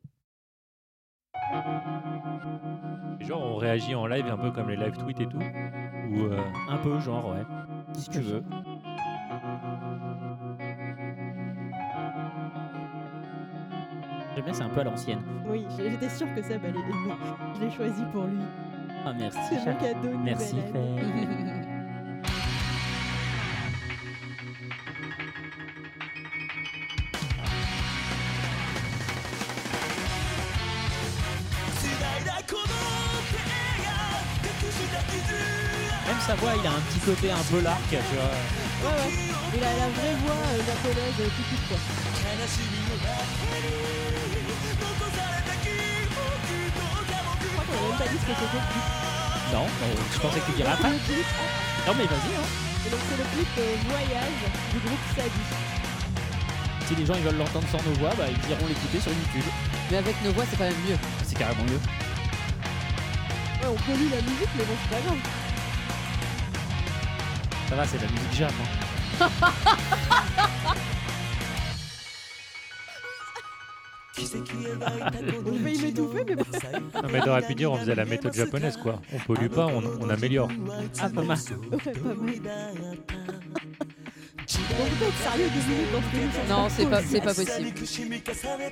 Genre, on réagit en live un peu comme les live tweets et tout. Ou euh, Un peu, genre, ouais. Si tu veux. J'aime bien, c'est un peu à l'ancienne. Oui, j'étais sûre que Seb allait aimer. Je l'ai choisi pour lui. Ah, merci. C'est mon chat. cadeau de Merci, nouvelle année. Fer. Même sa voix, il a un petit côté un peu larc, tu vois. Ouais, ouais. Il a la vraie voix euh, japonaise euh, tout toute quoi. Je crois qu'on a même pas dit ce que c'était le clip. Non, mais je pensais que tu dirais après. Le clip. Non, mais vas-y, hein. Et donc c'est le clip euh, Voyage du groupe Sadi. Si les gens ils veulent l'entendre sans nos voix, bah, ils iront l'écouter sur YouTube. Mais avec nos voix, c'est quand même mieux. C'est carrément mieux. Ouais, on pollue la musique, mais bon, c'est pas grave. Ça va, c'est de la musique jap. Hein. On va y m'étouffer, mais bon. non, mais t'aurais pu dire, on faisait la méthode japonaise, quoi. On pollue pas, on, on améliore. Ah, pas mal. Ouais, pas mal. On peut pas être sérieux deux minutes dans ce film. ça Non, serait c'est cool. pas, c'est pas possible.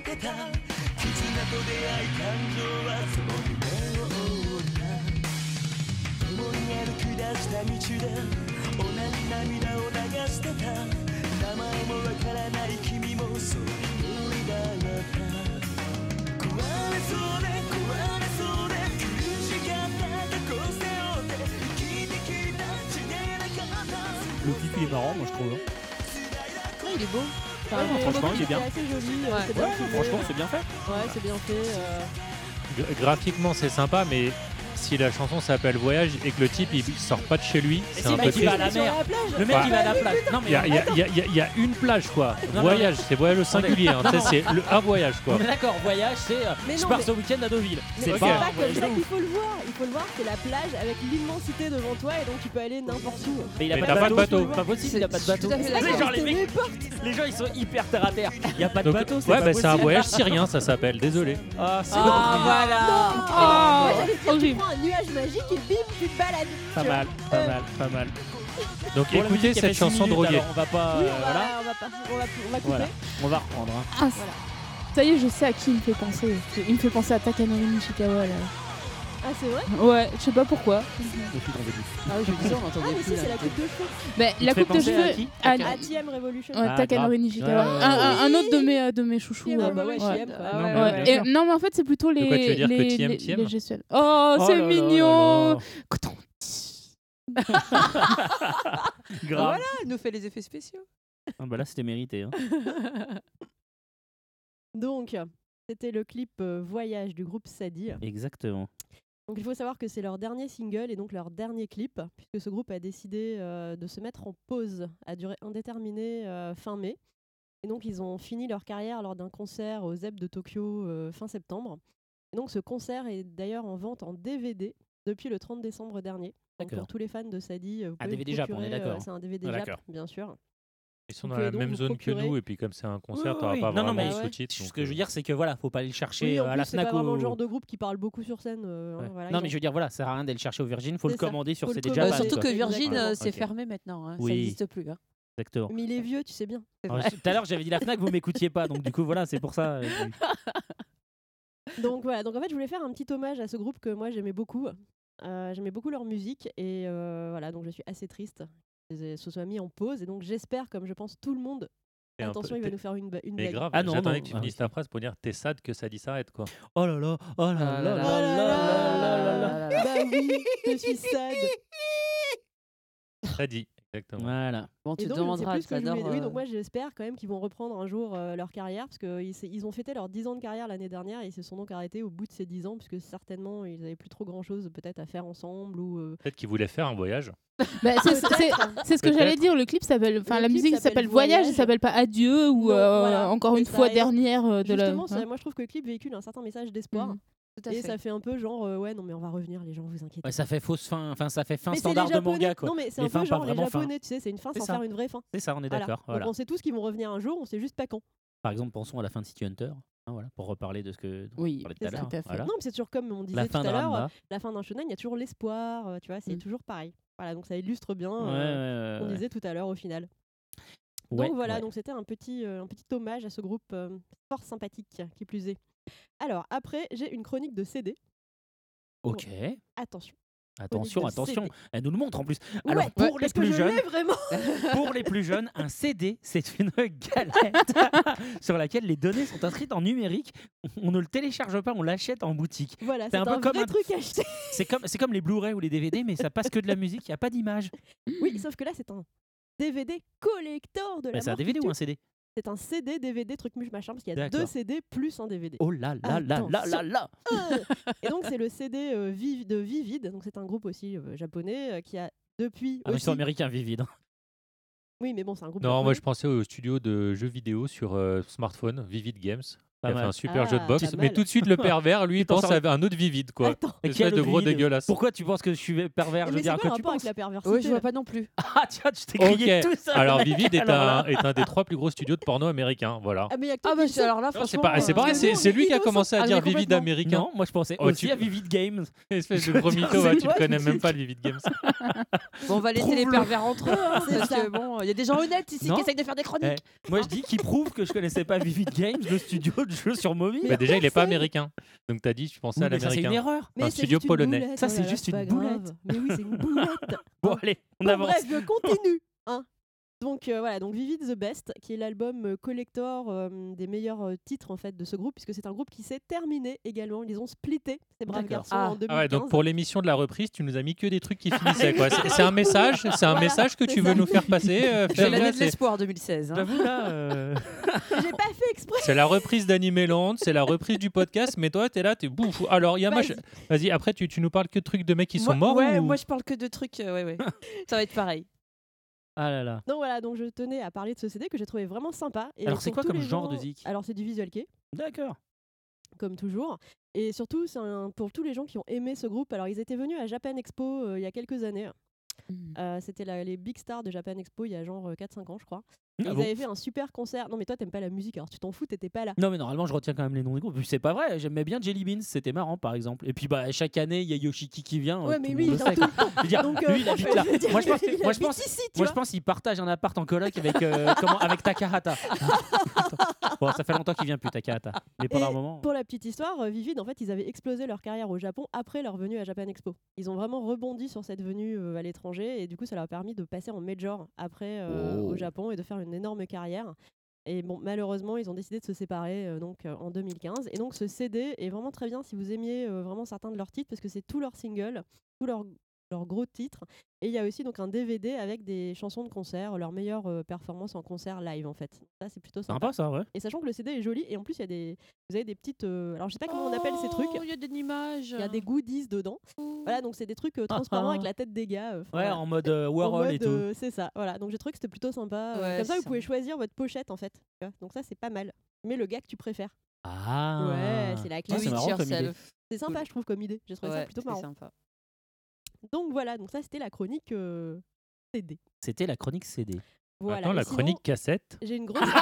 Le clip il est marrant, moi je trouve. Ouais, il est beau. Ouais, non, mais franchement, le il est clip bien. assez joli. euh, Ouais. c'est bien Ouais, filmé. franchement, c'est bien fait. Ouais, c'est bien fait. euh. Gra- graphiquement, c'est sympa, mais si la chanson s'appelle Voyage et que le type il sort pas de chez lui, c'est si, un bah, peu il triste. va à la Sur mer. la plage. Le mec Ouais. il va à la plage. Non, mais Il y a, il y a- il y a- il y a- il y a une plage, quoi. Non, Voyage, c'est voyage au singulier. Hein. Tu sais, c'est le- un voyage, quoi. on est d'accord, voyage c'est euh, Mais je non, pars mais- ce week-end à Deauville. Mais C'est c'est pas pas un comme voyage ça de qu'il ouf. faut le voir. Il faut le voir, c'est la plage avec l'immensité devant toi et donc tu peux aller n'importe où. Mais il a Mais pas, t'as de pas de bateau. bateau. C'est pas possible, il a pas de bateau. Tout à fait C'est pas Mais d'accord. genre les que mecs, n'importe. les gens ils sont hyper terre à terre. Il y a pas de Donc, bateau, c'est ouais, pas bah, c'est un possible. voyage syrien, ça s'appelle. Désolé. Ah, c'est Ah, voilà. Ah, moi, j'allais dire, tu horrible. prends un nuage magique et bim, tu te balades. pas Tu vois. mal, pas mal, pas mal. Donc Bon, la écoutez musique, elle fait cette six chanson minutes, droguée. alors on va pas. Oui, euh, on va, voilà. on va pas, on va, on va couper. Voilà. On va reprendre. Hein. Ah, ça y est, je sais à qui il me fait penser. Il me fait penser à Takanori Nishikawa là. Ah, c'est vrai. Ouais, je sais pas pourquoi. Depuis qu'on veut dire. Ah oui, je me disais, on Ah, entendait mais plus. si, c'est là. la coupe de cheveux. Mais Il la te fait coupe de penser à cheveux. qui à- À T M Revolution. ouais, Ah, Takanori grave. Nishikawa. Ouais, ouais, un, un- un ouais. autre de mes, euh, de mes chouchous. Ah euh, bah ouais, ouais. T M, quoi. Ah Non, ouais, mais Ouais, ouais. bien et- sûr. non mais en fait c'est plutôt les De quoi tu veux dire que les, T M, les- T M? les gestuels. Oh, Oh c'est là là mignon. là là. Grave. Voilà, il nous fait les effets spéciaux. Ah bah là c'était mérité. Hein. Donc, c'était le clip euh, Voyage du groupe Sadi. Exactement. Donc, il faut savoir que c'est leur dernier single et donc leur dernier clip, puisque ce groupe a décidé euh, de se mettre en pause à durée indéterminée euh, fin mai. Et donc, ils ont fini leur carrière lors d'un concert au ZEP de Tokyo euh, fin septembre. Et donc, ce concert est d'ailleurs en vente en D V D depuis le trente décembre dernier. Donc, D'accord. pour tous les fans de Sadi, euh, vous Un pouvez D V D le Jap, on est procurer, d'accord. euh, c'est un D V D Ah, Jap, d'accord. bien sûr. Ils sont Vous dans pouvez la donc même vous zone que procurer- nous, et puis comme c'est un concert, Oui, tu n'auras oui. pas Non, non, vraiment mais de ouais. sous-titres. Ce donc, que je veux euh, dire, c'est que voilà, faut pas aller le chercher Oui, en euh, à plus, la c'est Fnac pas vraiment ou- le genre de groupe qui parle beaucoup sur scène. euh, hein, Ouais. voilà, non, ils mais ont- je veux dire, voilà, ça sert à rien d'aller le chercher au Virgin, faut C'est le ça. commander sur Faut c'est le déjà commander. pas Bah, surtout mal, que quoi. Virgin, Exactement. euh, c'est Ok. fermé maintenant. hein. Ça Oui. n'existe plus. hein. Exactement. Mais il est vieux, tu sais bien. C'est Alors, vrai. Tout à l'heure, j'avais dit la Fnac, vous m'écoutiez pas, donc du coup, voilà, c'est pour ça. euh, Donc voilà, donc en fait, je voulais faire un petit hommage à ce groupe que moi j'aimais beaucoup. Euh, j'aimais beaucoup leur musique et euh, voilà, donc je suis assez triste que ce soit mis en pause. Et donc j'espère, comme je pense tout le monde, t'es un peu- attention, il va t'es- nous faire une, ba- une Mais blague. grave, Ah non, j'attendais non. que tu Ah, finisses oui. ta phrase pour dire t'es sad que ça dit s'arrête, quoi. Oh là là, oh là Ah là là là là là là là là là. Bah oui, je suis sad. Ça dit, exactement. Voilà. Bon, tu Et te donc, je ne sais demanderas, plus ce que je Alexander, voulais- Oui, euh, donc moi j'espère quand même qu'ils vont reprendre un jour euh, leur carrière parce qu'ils ils ont fêté leurs dix ans de carrière l'année dernière et ils se sont donc arrêtés au bout de ces dix ans puisque certainement ils n'avaient plus trop grand chose peut-être à faire ensemble ou. euh, Peut-être qu'ils voulaient faire un voyage. Bah, c'est c'est- Peut-être. c'est ce que Peut-être. j'allais dire. Le clip s'appelle, enfin Le la clip musique s'appelle s'appelle Voyage, Voyage. il s'appelle pas Adieu ou Non, euh, voilà, encore c'est une ça. fois Et donc, dernière euh, de la. Justement, ça- hein. moi je trouve que le clip véhicule un certain message d'espoir. Mhm. Tout à Et fait. ça fait un peu genre, euh, ouais, non, mais on va revenir, les gens, vous inquiétez Ouais, ça fait fausse fin, enfin, ça fait fin Mais c'est standard les de Japonais. manga, quoi. Non, mais c'est Les un fins peu pas genre les vraiment fin. japonais, tu sais, c'est une fin C'est sans ça. faire une vraie fin. C'est ça, on est Voilà. d'accord. Donc Voilà. on sait tous qu'ils vont revenir un jour, on sait juste pas quand. Par exemple, pensons à la fin de City Hunter, hein, voilà, pour reparler de ce que dont Oui, on parlait tout c'est à ça. l'heure. Tout à fait. Voilà. Non, mais c'est toujours comme on disait La tout fin à de l'heure, Ranma. la fin d'un shonen, il y a toujours l'espoir, euh, tu vois, c'est Mm. toujours pareil. Voilà, donc ça illustre bien Ouais, euh, ouais, ce qu'on ouais, disait tout à l'heure au final. ouais. Donc voilà, Ouais. donc c'était un petit, euh, un petit hommage à ce groupe euh, fort sympathique, qui plus est. Alors, après, j'ai une chronique de C D. Ok. Attention. Attention, de attention. C D. Elle nous le montre en plus. Ouais, Alors, pour les parce que plus je jeunes, l'ai vraiment. pour les plus jeunes, un C D, c'est une galette sur laquelle les données sont inscrites en numérique. On ne le télécharge pas, on l'achète en boutique. Voilà, C'est c'est un un, peu comme vrai un- truc acheté. C'est comme, c'est comme les Blu-ray ou les D V D, mais ça passe que de la musique, il n'y a pas d'image. Oui, sauf que là, c'est un D V D collector de la Mais c'est un mort D V D qui ou un tue. C D? C'est un C D, D V D, truc muche machin, parce qu'il y a D'accord. deux C D plus un D V D. Oh là là là là là là. Euh, Et donc c'est le C D euh, Viv- de Vivid, donc c'est un groupe aussi euh, japonais euh, qui a depuis Ah, mais aussi... c'est américain, Vivid. Oui, mais bon, c'est un groupe Non, moi japonais. je pensais au studio de jeux vidéo sur euh, smartphone, Vivid Games. Pas Il a fait mal. un super jeu de Ah, boxe, pas mais mal. tout de suite le pervers, lui, il penses pense à- à un autre Vivid, quoi. Attends. Et Espèce quel de gros Vivid dégueulasse. Pourquoi tu penses que je suis pervers? Je veux Mais dire, c'est que quoi le tu rapport penses? avec la perversité Oui, je vois là pas non plus. Ah, tiens, tu t'es grillé Ok. tout ça. Alors Vivid est Alors un, là. est un des trois plus gros studios de porno américains, voilà. Ah mais il y a que toi Ah bah qui le c'est sais. alors là, Non, c'est franchement. pas, c'est euh, pas vrai, parce que c'est nous, c'est on est lui qui a innocents. commencé à Ah, dire mais Vivid complètement. américain. Non, moi je pensais Oh, aussi tu- à Vivid Games. Espèce de gros mytho, C'est ouais, tu toi le connais qui même dis. pas le Vivid Games. Bon, on va laisser les Prouve-le. pervers entre eux, hein, C'est parce ça. que bon, il y a des gens honnêtes ici Non. qui essayent de faire des chroniques. Eh, moi je dis qu'il prouve que je connaissais pas Vivid Games, le studio de jeux sur mobile. Bah, déjà, il est pas personne. américain. Donc t'as dit, tu pensais Oui, à mais ça c'est une l'américain. erreur. Mais un c'est studio juste une polonais. boulette, Ça, oh c'est là là, juste c'est une pas grave. boulette. Mais oui, c'est une boulette. Bon allez, on Bon, avance. bref, je continue. Hein. Donc euh, voilà, donc Vivid the Best, qui est l'album euh, collector euh, des meilleurs euh, titres en fait de ce groupe, puisque c'est un groupe qui s'est terminé également. Ils ont splitté ces braves D'accord. garçons Ah. en deux mille quinze. Ah ouais, donc pour l'émission de la reprise, tu nous as mis que des trucs qui finissaient, quoi. C'est c'est un Oui. message, c'est un Voilà, message que c'est tu ça. veux nous faire passer. euh, C'est Fergal, l'année de c'est- l'espoir deux mille seize. hein. J'avoue là. euh, J'ai pas fait exprès. C'est la reprise d'Animeland, c'est la reprise du podcast, mais toi, t'es là, t'es bouffe. Alors, il y a moi, je- Vas-y. Vas-y, après, tu, tu nous parles que de trucs de mecs qui Moi- sont morts Ouais, ou... moi je parle que de trucs. euh, ouais, ouais. Ça va être pareil. Ah là là. Donc voilà, donc je tenais à parler de ce C D que j'ai trouvé vraiment sympa. Et Alors, c'est pour quoi tous comme les genre de gens- zik Alors c'est du visual kei, D'accord. comme toujours. Et surtout, c'est un- pour tous les gens qui ont aimé ce groupe. Alors ils étaient venus à Japan Expo euh, il y a quelques années. Mm. Euh, C'était la- les big stars de Japan Expo il y a genre euh, quatre cinq ans, je crois. Et Ah ils bon avaient fait un super concert. Non mais toi t'aimes pas la musique, alors tu t'en fous, t'étais pas là. Non mais normalement je retiens quand même les noms des groupes. Puis c'est pas vrai, j'aimais bien Jelly Beans, c'était marrant par exemple. Et puis bah chaque année il y a Yoshiki qui vient. Ouais, euh, mais tout le lui, monde il le vient sait, tout le quoi. Je veux dire, Donc, euh, lui il habite là. je veux dire, Moi je pense, il moi je habite pense, ici, tu moi je vois. pense qu'il partage un appart en coloc avec euh, comment, avec Takahata. Bon ça fait longtemps qu'il vient plus Takahata. Mais pendant Et un moment. Pour la petite histoire, euh, Vivid, en fait, ils avaient explosé leur carrière au Japon après leur venue à Japan Expo. Ils ont vraiment rebondi sur cette venue euh, à l'étranger et du coup, ça leur a permis de passer en major après euh, Oh. au Japon et de faire une énorme carrière. Et bon, malheureusement, ils ont décidé de se séparer euh, donc euh, en deux mille quinze. Et donc, ce C D est vraiment très bien si vous aimiez euh, vraiment certains de leurs titres parce que c'est tous leurs singles, tous leurs leurs gros titres. Et il y a aussi donc un D V D avec des chansons de concert, leurs meilleures euh, performances en concert live en fait. Ça, c'est plutôt sympa. Sympa ça, ouais. Et sachant que le C D est joli, et en plus, il y a des, vous avez des petites. euh, alors, je sais pas comment on appelle ces trucs. Oh, il y a des images. Il y a des goodies dedans. Voilà, donc c'est des trucs euh, transparents avec la tête des gars. euh, enfin, Ouais, voilà. en mode euh, En Warhol mode, et tout. euh, c'est ça, voilà. Donc j'ai trouvé que c'était plutôt sympa. euh, Ouais, comme ça, c'est vous pouvez sympa. choisir votre pochette en fait. tu vois. Donc ça, c'est pas mal. Mais le gars que tu préfères. Ah. Ouais, c'est la Ah, clé. c'est marrant comme idée. C'est sympa, je trouve, comme idée. J'ai trouvé ça Ouais, plutôt c'est marrant. sympa. Donc voilà, donc ça, c'était la chronique euh, C D. C'était la chronique C D. Voilà. Attends, Et la sinon, chronique cassette. J'ai une grosse.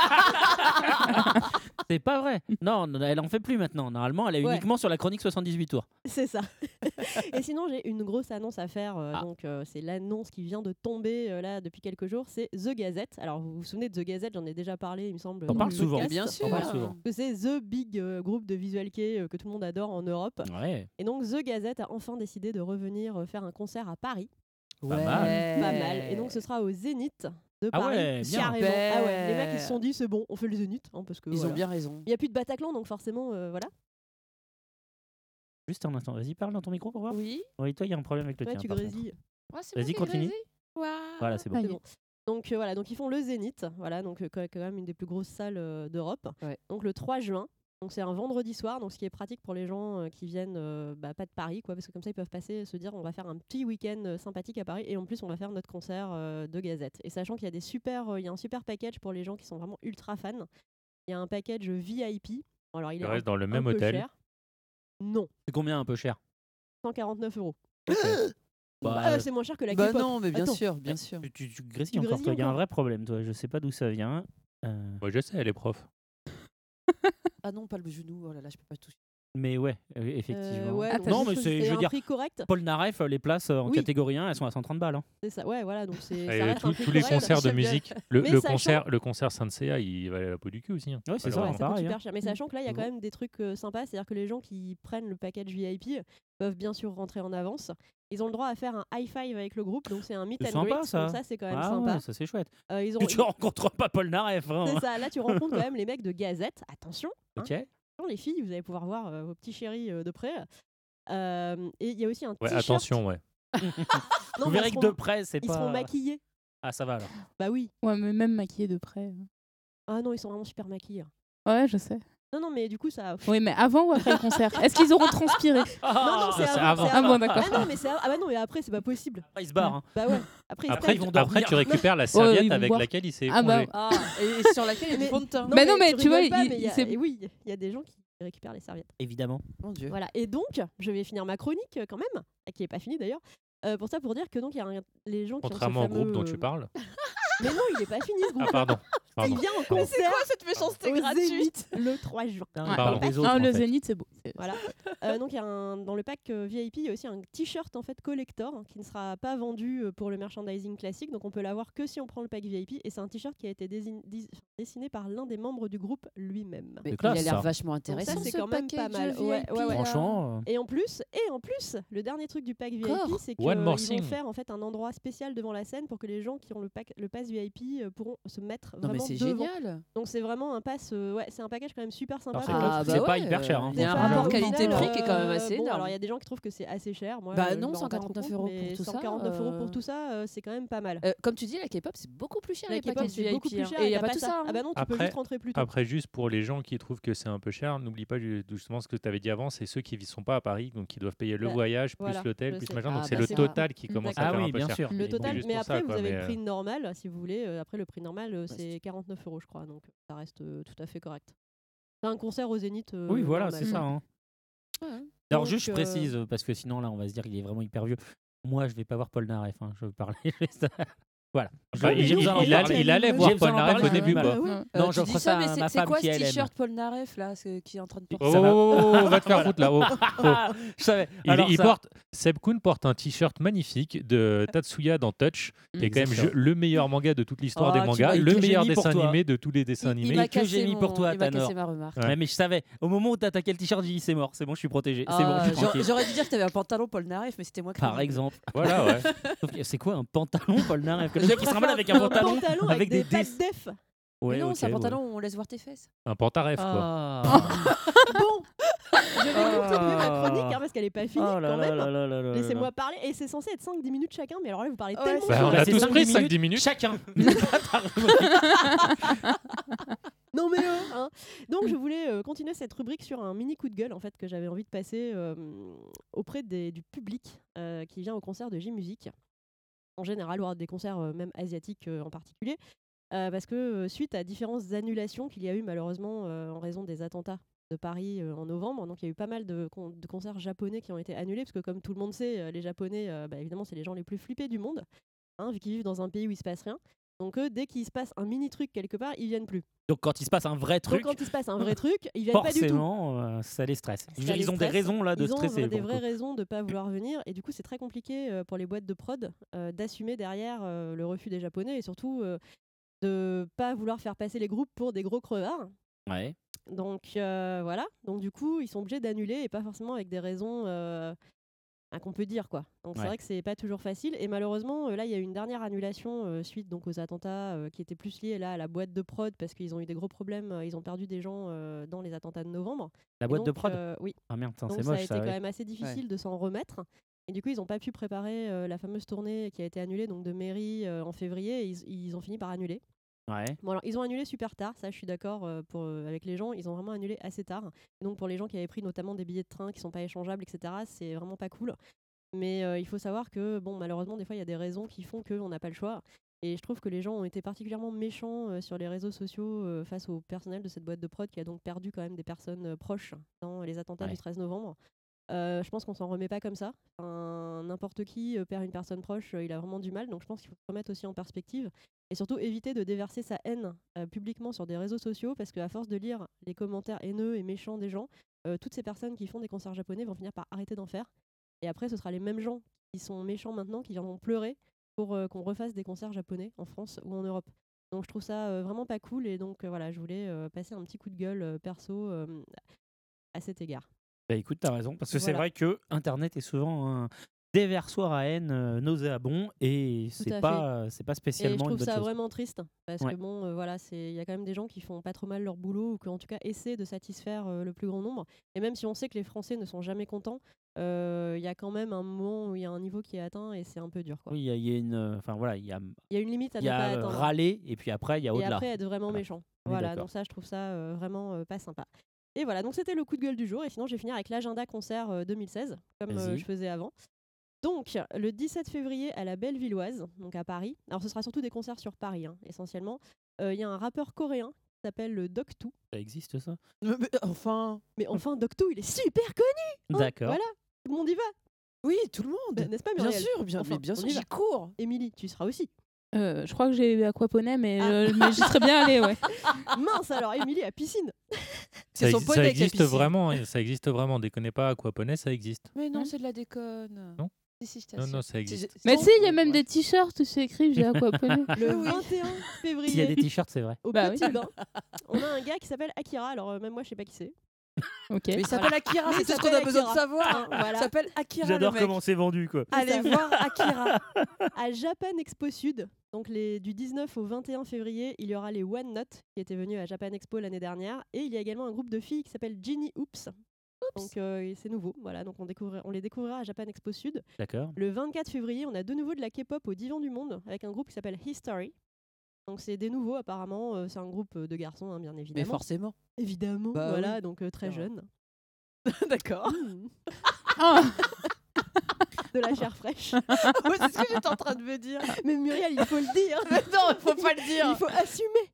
C'est pas vrai. Non, non, elle en fait plus maintenant. Normalement, elle est Ouais. uniquement sur la chronique soixante-dix-huit tours. C'est ça. Et sinon, j'ai une grosse annonce à faire. euh, Ah. Donc, euh, c'est l'annonce qui vient de tomber euh, là depuis quelques jours. C'est The Gazette. Alors, vous vous souvenez de The Gazette? J'en ai déjà parlé, il me semble. T'en dans parles le souvent. podcast. Bien T'en sûr. parles souvent. Que c'est The Big euh, groupe de visual kei euh, que tout le monde adore en Europe. Ouais. Et donc, The Gazette a enfin décidé de revenir euh, faire un concert à Paris. Pas mal. Pas mal. Et donc, ce sera au Zénith de Ah Paris. ouais, bien. Carrément. Ah ouais. Les mecs, ils Super. se sont dit, c'est bon, on fait le Zénith. hein, parce que, Ils voilà. ont bien raison. Il n'y a plus de Bataclan, donc forcément, euh, voilà. Juste un instant. Vas-y, parle dans ton micro pour voir. Oui. Oui, toi, il y a un problème avec le Ouais, tien. tu par contre. grésilles. Ouais, c'est Vas-y, moi qui continue. grésille. Waouh. Voilà, c'est bon. Ah, C'est y est. bon. Donc euh, voilà, donc ils font le Zénith, voilà, donc euh, quand quand même une des plus grosses salles euh, d'Europe. Ouais. Donc le trois juin, donc c'est un vendredi soir, donc ce qui est pratique pour les gens euh, qui viennent euh, bah, pas de Paris, quoi, parce que comme ça ils peuvent passer, se dire on va faire un petit week-end euh, sympathique à Paris et en plus on va faire notre concert euh, de Gazette. Et sachant qu'il y a des super, euh, il y a un super package pour les gens qui sont vraiment ultra fans. Il y a un package V I P. Alors il Il est reste un, dans le un même peu hôtel. cher. Non, C'est combien un peu cher? cent quarante-neuf euros. Bah, Bah, euh, c'est moins cher que la Bah K-pop. non, mais bien Attends. sûr, bien sûr. Tu, tu, tu grésilles Tu encore, grésilles toi. Il y a un encore. vrai problème, toi. Je sais pas d'où ça vient. Euh, Moi, je sais, elle est prof. Ah non, pas le genou. Oh là là, je peux pas toucher. Mais ouais, euh, Euh, effectivement. ouais, Ah, donc t'as non, c'est- mais c'est, c'est je veux un dire, prix correct. Paul Naref, les places euh, en Oui. catégorie un, elles sont à cent trente balles. Hein. C'est ça. Ouais, voilà, donc c'est Et, ça euh, reste tous- un prix tous les correct. concerts de J'aime bien. musique, le, Mais le sachant- concert, le concert Saint-Seiya, il va à la peau du cul aussi. hein. Ouais, c'est Pas ça, le Ouais, vraiment. ça coûte pareil, super hein. cher. Mais sachant que là, il y a Je quand vois. même des trucs euh, sympas. C'est-à-dire que les gens qui prennent le package V I P peuvent bien sûr rentrer en avance. Ils ont le droit à faire un high five avec le groupe. Donc, c'est un meet C'est and sympa, greet. ça. Donc, ça, c'est quand même Ah sympa. ouais, ça c'est chouette. Euh, ils ont, Tu rencontres pas Paul Naref. Hein. c'est ça. Là, tu rencontres quand même les mecs de Gazette. Attention. hein. Ok. Attention, les filles, vous allez pouvoir voir euh, vos petits chéris euh, de près. Euh, et il y a aussi un Ouais, t-shirt. attention, ouais. Non, Vous mais verrez ils que seront- de près, c'est Ils pas. seront maquillés. Ah, ça va alors. Bah oui. Ouais, mais même maquillé de près. euh. Ah non, ils sont vraiment super maquillés. Ouais, je sais. Non, non, mais du coup, ça. Oui, mais avant ou après le concert? Est-ce qu'ils auront transpiré? Non, non, c'est ça, c'est avant. avant. c'est Ah bon, d'accord. Ah non, mais c'est ah bah non, mais après, c'est pas possible. Après, ils se barrent. Hein. Bah ouais. Après, ils se Après, tapent. ils vont après, dormir. tu récupères la Ouais, serviette ils vont avec boire. laquelle il s'est Ah bah, épongé. Ah, et sur laquelle il y a du Mais- fond de teint. Bah non, mais tu vois, rigoles pas, il- mais il y a- c'est- et oui, il y a des gens qui récupèrent les serviettes. Évidemment. Mon Dieu. Voilà. Et donc, je vais finir ma chronique euh, quand même, qui est pas finie d'ailleurs. Euh, pour ça, pour dire que donc il y a un- les gens qui ont ce Contrairement au groupe fameux, dont euh, tu parles. Mais non, il est pas fini ce groupe. Ah, pardon. Pardon. Il vient en Pardon. concert cette méchanceté au Zénith le trois juin. Putain, Ouais. il parle des Non, autres, en le fait. Zénith, c'est beau. C'est- Voilà. Euh, donc il y a un, dans le pack euh, V I P, il y a aussi un t-shirt en fait collector hein, qui ne sera pas vendu euh, pour le merchandising classique, donc on peut l'avoir que si on prend le pack V I P. Et c'est un t-shirt qui a été désign- dis- dessiné par l'un des membres du groupe lui-même. Mais C'est il classe, a l'air ça. vachement Donc ça, intéressant. c'est ce quand même pas package mal. Ouais, V I P, ouais, ouais. là. Franchement. euh, Et en plus, et en plus, le dernier truc du pack V I P, Encore c'est One more qu'ils thing. vont faire en fait un endroit spécial devant la scène pour que les gens qui ont le pack, le pass V I P euh, pourront se mettre Non, mais vraiment c'est devant. génial. Donc c'est vraiment un pass, euh, ouais, c'est un package quand même super sympa. Alors, c'est pour- classe. Ah, c'est bah pas ouais, hyper cher. Hein. Il y a un C'est rapport pas- au qualité-prix final, qui est quand même euh, assez bon, énorme. alors il y a des gens qui trouvent que c'est assez cher. Moi, Bah euh, je non, me rends pas trop cent quarante-neuf compte, euros mais pour tout ça, cent quarante-neuf euros euh, pour tout ça, euh, c'est quand même pas mal. Euh, comme tu dis, la K-pop, c'est beaucoup plus cher. La les K-pop, packages c'est V I P, beaucoup plus hein. cher. Et il n'y a t'as pas tout ça. Ah bah non, tu peux Après- juste rentrer plus tôt. Après, juste pour les gens qui trouvent que c'est un peu cher, n'oublie pas ju- justement ce que tu avais dit avant, c'est ceux qui ne sont pas à Paris, donc qui doivent payer le Bah, voyage, plus voilà, l'hôtel, je plus sais. machin. Ah, Donc c'est bah, le c'est total qui commence à Ah faire oui, un peu bien cher. sûr. Le Mais total, juste mais pour après ça, vous quoi, avez mais, le euh, prix normal, si vous voulez. Euh, Après le prix normal, euh, Ouais, c'est c'est- quarante-neuf euros, je crois, donc ça reste euh, tout à fait correct. C'est un concert au Zénith. euh, Oui, voilà, normal. c'est ça. Hein. Ouais. Alors, Donc, juste, je euh, précise, parce que sinon, là, on va se dire qu'il est vraiment hyper vieux. Moi, je vais pas voir Paul Naref. Hein. Je veux parler juste. Voilà. Bah, Je- il- j'ai besoin d'en il a- parler. il allait J'ai voir besoin Paul d'en Naref parler, au début, j'ai mal. quoi. Ouais. Non, Euh, tu j'offre dis ça ça, mais à c'est- ma c'est femme quoi qui ce elle aime. t-shirt Paul Naref là, ce- qui est en train de porter Oh, Ça oh, va. oh, oh, on va te faire foutre là. Oh, oh. Je savais. Il, Alors, il ça- porte, Seb Kuhn porte un t-shirt magnifique de Tatsuya dans Touch, qui est quand même Exactement. je- le meilleur manga de toute l'histoire Oh, des tu mangas, m'as- le que j'ai meilleur mis pour dessin toi. animé de tous les dessins Il, animés. il m'a que j'ai cassé mis mon- pour toi, il m'a Tanor. cassé ma remarque. Ouais. Ouais, mais je savais. Au moment où t'as attaqué le t-shirt, j'ai dit c'est mort, c'est bon, je suis protégé. C'est bon, Ah, je suis j'aurais- tranquille. J'aurais dû dire que t'avais un pantalon Paul Naref, mais c'était moi qui. Par l'ai dit. exemple. Voilà, ouais. Sauf que c'est quoi un pantalon, Paul Naref? Le mec qui se ramène avec un pantalon, pantalon avec des des pattes dessins. def. Ouais, Mais non, ok, c'est un ouais. pantalon où on laisse voir tes fesses. Un pantaref, quoi. Ah. Bon, je vais continuer ma Ah. chronique hein, parce qu'elle est pas finie Oh là quand là même. là là là là Laissez-moi là. parler. Et c'est censé être cinq dix minutes chacun, mais alors là, vous parlez Ouais, tellement. c'est- Bah, on Bah, a c'est tous cinq, pris dix cinq dix minutes. chacun. Non mais euh, hein. Donc je voulais euh, continuer cette rubrique sur un mini coup de gueule en fait que j'avais envie de passer euh, auprès des- du public euh, qui vient au concert de J-Music en général, ou des concerts euh, même asiatiques euh, en particulier, euh, parce que euh, suite à différentes annulations qu'il y a eu malheureusement euh, en raison des attentats de Paris euh, en novembre, donc il y a eu pas mal de, con- de concerts japonais qui ont été annulés, parce que comme tout le monde sait, euh, les Japonais, euh, bah, évidemment c'est les gens les plus flippés du monde, hein, vu qu'ils vivent dans un pays où il se passe rien. Donc eux, dès qu'il se passe un mini truc quelque part, ils viennent plus. Donc quand il se passe un vrai truc, Donc quand il se passe un vrai truc, ils viennent pas du tout. forcément, euh, ça les stresse. Ça Ils, les ils ont des stresse. raisons là de Ils ont stresser. des pour le vraies coup. raisons de pas vouloir venir et du coup c'est très compliqué euh, pour les boîtes de prod euh, d'assumer derrière euh, le refus des Japonais et surtout euh, de pas vouloir faire passer les groupes pour des gros crevards. Ouais. Donc euh, voilà, donc du coup ils sont obligés d'annuler et pas forcément avec des raisons euh, ah, qu'on peut dire quoi. Donc c'est Ouais. vrai que c'est pas toujours facile et malheureusement euh, là il y a eu une dernière annulation euh, suite donc aux attentats euh, qui était plus liée là à la boîte de prod parce qu'ils ont eu des gros problèmes, euh, ils ont perdu des gens euh, dans les attentats de novembre. La Et boîte de donc, prod euh, Oui. Ah merde, putain, Donc c'est ça a moche été ça. quand ouais. même assez difficile de s'en remettre. Et du coup, ils n'ont pas pu préparer euh, la fameuse tournée qui a été annulée donc de Mairie euh, en février. Et ils, ils ont fini par annuler. Ouais. Bon, alors, ils ont annulé super tard, ça je suis d'accord euh, pour, euh, avec les gens. Ils ont vraiment annulé assez tard. Et donc pour les gens qui avaient pris notamment des billets de train qui sont pas échangeables, et cetera, c'est vraiment pas cool. Mais euh, il faut savoir que bon, malheureusement, des fois, il y a des raisons qui font qu'on n'a pas le choix. Et je trouve que les gens ont été particulièrement méchants euh, sur les réseaux sociaux euh, face au personnel de cette boîte de prod qui a donc perdu quand même des personnes euh, proches dans les attentats Ouais. du treize novembre. Euh, je pense qu'on s'en remet pas comme ça. Enfin, n'importe qui euh, perd une personne proche, euh, il a vraiment du mal. Donc je pense qu'il faut se remettre aussi en perspective et surtout éviter de déverser sa haine euh, publiquement sur des réseaux sociaux parce qu'à force de lire les commentaires haineux et méchants des gens, euh, toutes ces personnes qui font des concerts japonais vont finir par arrêter d'en faire. Et après, ce sera les mêmes gens qui sont méchants maintenant qui viendront pleurer pour euh, qu'on refasse des concerts japonais en France ou en Europe. Donc je trouve ça euh, vraiment pas cool et donc euh, voilà, je voulais euh, passer un petit coup de gueule euh, perso euh, à cet égard. Bah écoute, t'as raison, parce que c'est Voilà. vrai que Internet est souvent un déversoir à haine euh, nauséabond et Tout c'est à pas, euh, c'est pas Et spécialement je une trouve bonne ça chose. vraiment triste parce Ouais. que bon, euh, voilà, c'est il y a quand même des gens qui font pas trop mal leur boulot ou qui en tout cas essaient de satisfaire euh, le plus grand nombre. Et même si on sait que les Français ne sont jamais contents, euh, il y a quand même un moment où il y a un niveau qui est atteint et c'est un peu dur, quoi. Oui, il y, a- il y a une, euh, enfin voilà, il y a, Il y a une limite à il ne y pas a euh, atteindre. râler et puis après il y a Et au-delà. après être vraiment Voilà. méchant. On est Voilà, d'accord. donc ça, je trouve ça euh, vraiment euh, pas sympa. Et voilà, donc c'était le coup de gueule du jour. Et sinon, je vais finir avec l'agenda concert euh, deux mille seize, comme euh, Vas-y. je faisais avant. Donc, le dix-sept février à la Bellevilloise, donc à Paris. Alors, ce sera surtout des concerts sur Paris, hein, essentiellement. Euh, Il y a un rappeur coréen qui s'appelle le Doctu. Ça existe ça Mais- mais enfin. Mais enfin, Doctu, il est super connu. hein. D'accord. Voilà, tout le monde y va. Oui, tout le monde. Euh, N'est-ce pas, Bien Muriel? sûr, bien, Enfin, mais bien on sûr, y va. j'y cours. Émilie, tu y seras aussi. Euh, je crois que j'ai eu Aquaponet, mais, Ah. euh, mais j'y serais bien allée, ouais. Mince, alors Émilie à piscine. C'est Ça, son ex- poney ça qui a existe piscine. vraiment, hein, ça existe vraiment. Déconnez pas, Aquaponet, ça existe. Mais non, Hein c'est de la déconne. Non. Si, si, je Non, t'assure. non, ça existe. C'est- Mais c'est- tu sais, il y a ouais, même ouais. des t-shirts où c'est écrit j'ai Aquaponet. Le Oui. vingt et un S'il y a février, des t-shirts, c'est vrai. au Bah Petit oui. Bain, on a un gars qui s'appelle Akira. Alors, euh, même moi, je sais pas qui c'est. Ok. Mais il s'appelle Akira, Il c'est tout ce qu'on s'appelle a besoin de Akira. savoir. Hein, voilà. Il s'appelle Akira, le J'adore mec. comment c'est vendu quoi. Allez ça. voir Akira. À Japan Expo Sud, donc les, du dix-neuf au vingt et un février, il y aura les One Note qui étaient venus à Japan Expo l'année dernière. Et il y a également un groupe de filles qui s'appelle Ginny Oops. Donc euh, c'est nouveau, voilà, donc on, découvre- on les découvrira à Japan Expo Sud. D'accord. Le vingt-quatre février, on a de nouveau de la K-pop au Divan du Monde avec un groupe qui s'appelle History. Donc c'est des nouveaux apparemment, euh, c'est un groupe euh, de garçons hein, bien Mais évidemment. forcément. Évidemment, Bah voilà, oui. donc euh, très Clairement. jeunes. D'accord. Mmh. Ah, De la chair fraîche. Ouais, c'est ce que j'étais en train de me dire. Mais Muriel, il faut le dire. Mais non, il faut pas le dire. Il faut assumer.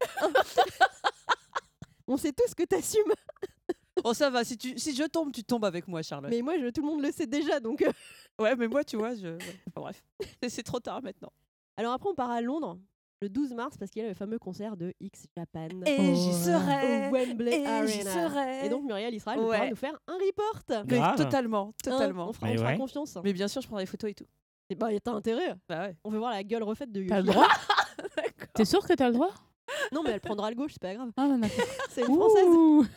On sait tous que t'assumes. Oh, ça va. Si, tu, si je tombe, tu tombes avec moi, Charlotte. Mais moi, je, tout le monde le sait déjà, donc... euh. Ouais, mais moi, tu vois, je. ouais. Enfin, bref. C'est- C'est trop tard maintenant. Alors après, on part à Londres, le douze mars, parce qu'il y a le fameux concert de X Japan. Et Oh, j'y serai. Au Wembley Et Arena. j'y serai. Et donc Muriel Israël pourra Ouais. nous faire un report. Mais Grave. totalement, Hein, totalement. on fera, Mais on fera ouais. confiance. Mais bien sûr, je prends des photos et tout. Et bah, t'as intérêt. Bah ouais. On veut voir la gueule refaite de t'as le Yoshi. droit D'accord. T'es sûr que t'as le droit Non, mais elle prendra le gauche, c'est pas grave. Ah, non, d'accord. C'est une française. Ouh.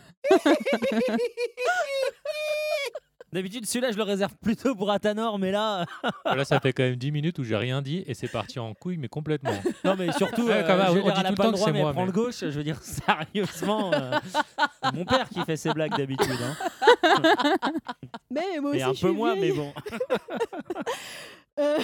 D'habitude, celui-là, je le réserve plutôt pour Atanor, mais là. Là, ça fait quand même dix minutes où j'ai rien dit et c'est parti en couille, mais complètement. Non, mais surtout, Ouais, euh, quand même, je veux on dire, dit elle a tout le pas temps le que droit, c'est mais moi, elle prend mais- le gauche. Je veux dire, sérieusement. euh, c'est mon père qui fait ces blagues d'habitude. Hein. Mais moi aussi, Et un je suis peu moins, mais vieille. bon. Euh,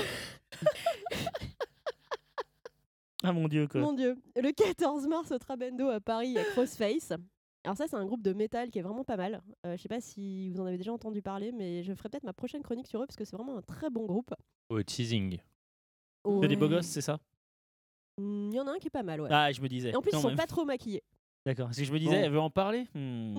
Ah mon dieu, quoi. Mon dieu. Le quatorze mars au Trabendo à Paris, il y a Crossface. Alors ça, c'est un groupe de métal qui est vraiment pas mal. Euh, je sais pas si vous en avez déjà entendu parler, mais je ferai peut-être ma prochaine chronique sur eux parce que c'est vraiment un très bon groupe. Oh, teasing. C'est des beaux Ouais. gosses, c'est ça Hmm, Il y en a un qui est pas mal, ouais. Ah, je me disais. Et en plus, ils quand sont même. pas trop maquillés. D'accord. Si je me disais, Bon. elle veut en parler Hmm.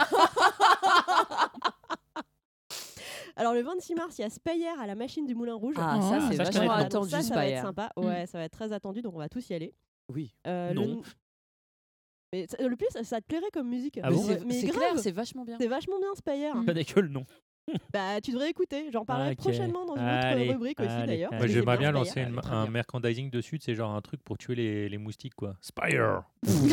Alors le vingt-six mars, il y a Speyer à la machine du Moulin Rouge. Ah, Ah, ça, c'est ça, je vachement connais. Donc attendu, ça, ça va être Speyer. sympa. Mm. Ouais, ça va être très attendu, donc on va tous y aller. Oui. Euh, Non. Le... Mais ça- le plus, ça, ça te plairait comme musique. Ah bon Mais C'est mais c'est grave, clair, c'est vachement bien. c'est vachement bien Spire. Mm. Pas des que le nom. Bah, tu devrais écouter. J'en parlerai Ok. prochainement dans une autre Allez, rubrique aussi allez, d'ailleurs. allez. parce Moi, que j'aimerais c'est bien Spire. lancer une- très un bien. merchandising dessus, c'est genre un truc pour tuer les, les moustiques, quoi. Spire.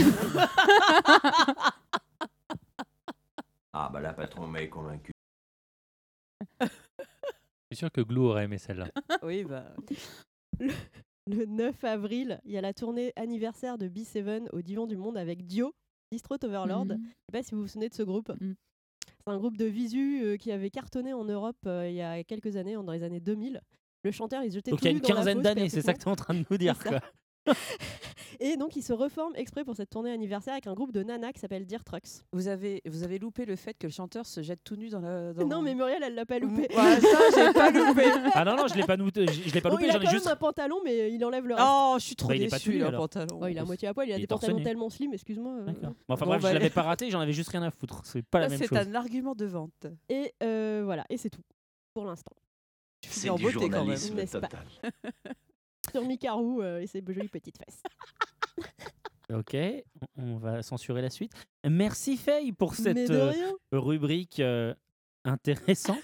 Ah bah là, patron m'avait convaincu. Je suis sûr que Glou aurait aimé celle-là. Oui, bah. Le neuf avril, il y a la tournée anniversaire de B sept au Divan du Monde avec Dio, Distraught Overlord. Mhm. Je sais pas si vous vous souvenez de ce groupe. Mm. C'est un groupe de visu euh, qui avait cartonné en Europe euh, il y a quelques années, dans les années deux mille. Le chanteur, il se jetait Donc tout il y a nu une dans la quinzaine fosse, d'années, c'est ça que pratiquement. tu es en train de nous dire. C'est Quoi. ça. Et donc, il se reforme exprès pour cette tournée anniversaire avec un groupe de nanas qui s'appelle Deer Trucks. Vous avez, vous avez loupé le fait que le chanteur se jette tout nu dans la. Dans... Non, mais Muriel, elle l'a pas loupé. Ouais, ça, j'ai pas loupé. Ah non, non, je l'ai pas, nou- je, je l'ai pas Bon, loupé, il a j'en ai quand juste. même un pantalon, mais il enlève le reste. Oh, je suis trop Bah, il est pas déçu, tout nu, il a un alors. pantalon. Oh, il est à moitié à poil, il a Il des est torse pantalons nu. tellement slim, excuse-moi. euh. D'accord. Bon, enfin Bon, bref, bah, je l'avais pas raté, j'en avais juste rien à foutre. C'est pas la Ça, même c'est chose. un argument de vente. Et euh, voilà, et c'est tout pour l'instant. Tu C'est finis en du beauté quand même. journalisme n'est-ce pas total. Sur Mikarou euh, et ses jolies petites fesses. Ok, on- on va censurer la suite. Merci Faye pour cette Mais de euh, rien. rubrique euh, intéressante.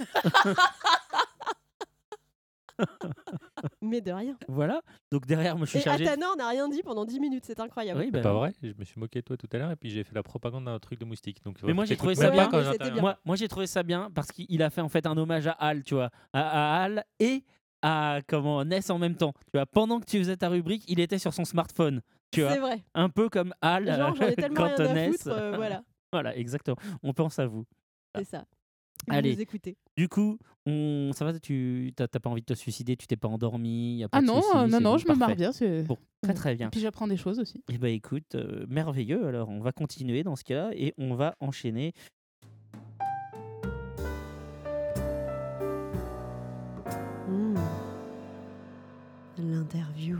Mais de rien. Voilà, donc derrière, moi je suis Et chargé. de- Atanor n'a rien dit pendant dix minutes, c'est incroyable. Oui, bah, C'est pas vrai, je me suis moqué de toi tout à l'heure et puis j'ai fait la propagande d'un truc de moustique. Donc, Mais moi, j'ai trouvé t'écoutes ça même bien. pas quand Ouais, mais j'interviens. c'était bien. Moi, moi j'ai trouvé ça bien parce qu'il a fait en fait un hommage à Hal, tu vois, à, à Hal et à comment Ness en même temps. Tu vois, pendant que tu faisais ta rubrique, il était sur son smartphone. Tu vois, C'est vrai. un peu comme Hal Genre, j'en ai euh, tellement quand rien à Ness. foutre. euh, voilà, Voilà, exactement. On pense à vous. c'est ça. Si Allez. Vous nous écoutez. Du coup, on... ça va, tu t'as t'as pas envie de te suicider, tu t'es pas endormi, y a pas Ah de non, soucis, euh, non, c'est non, bon, je me marre parfait. bien. c'est- Bon, très très bien. Et puis j'apprends des choses aussi. Eh ben écoute, euh, merveilleux. Alors, on va continuer dans ce cas-là et on va enchaîner. Hmm. L'interview.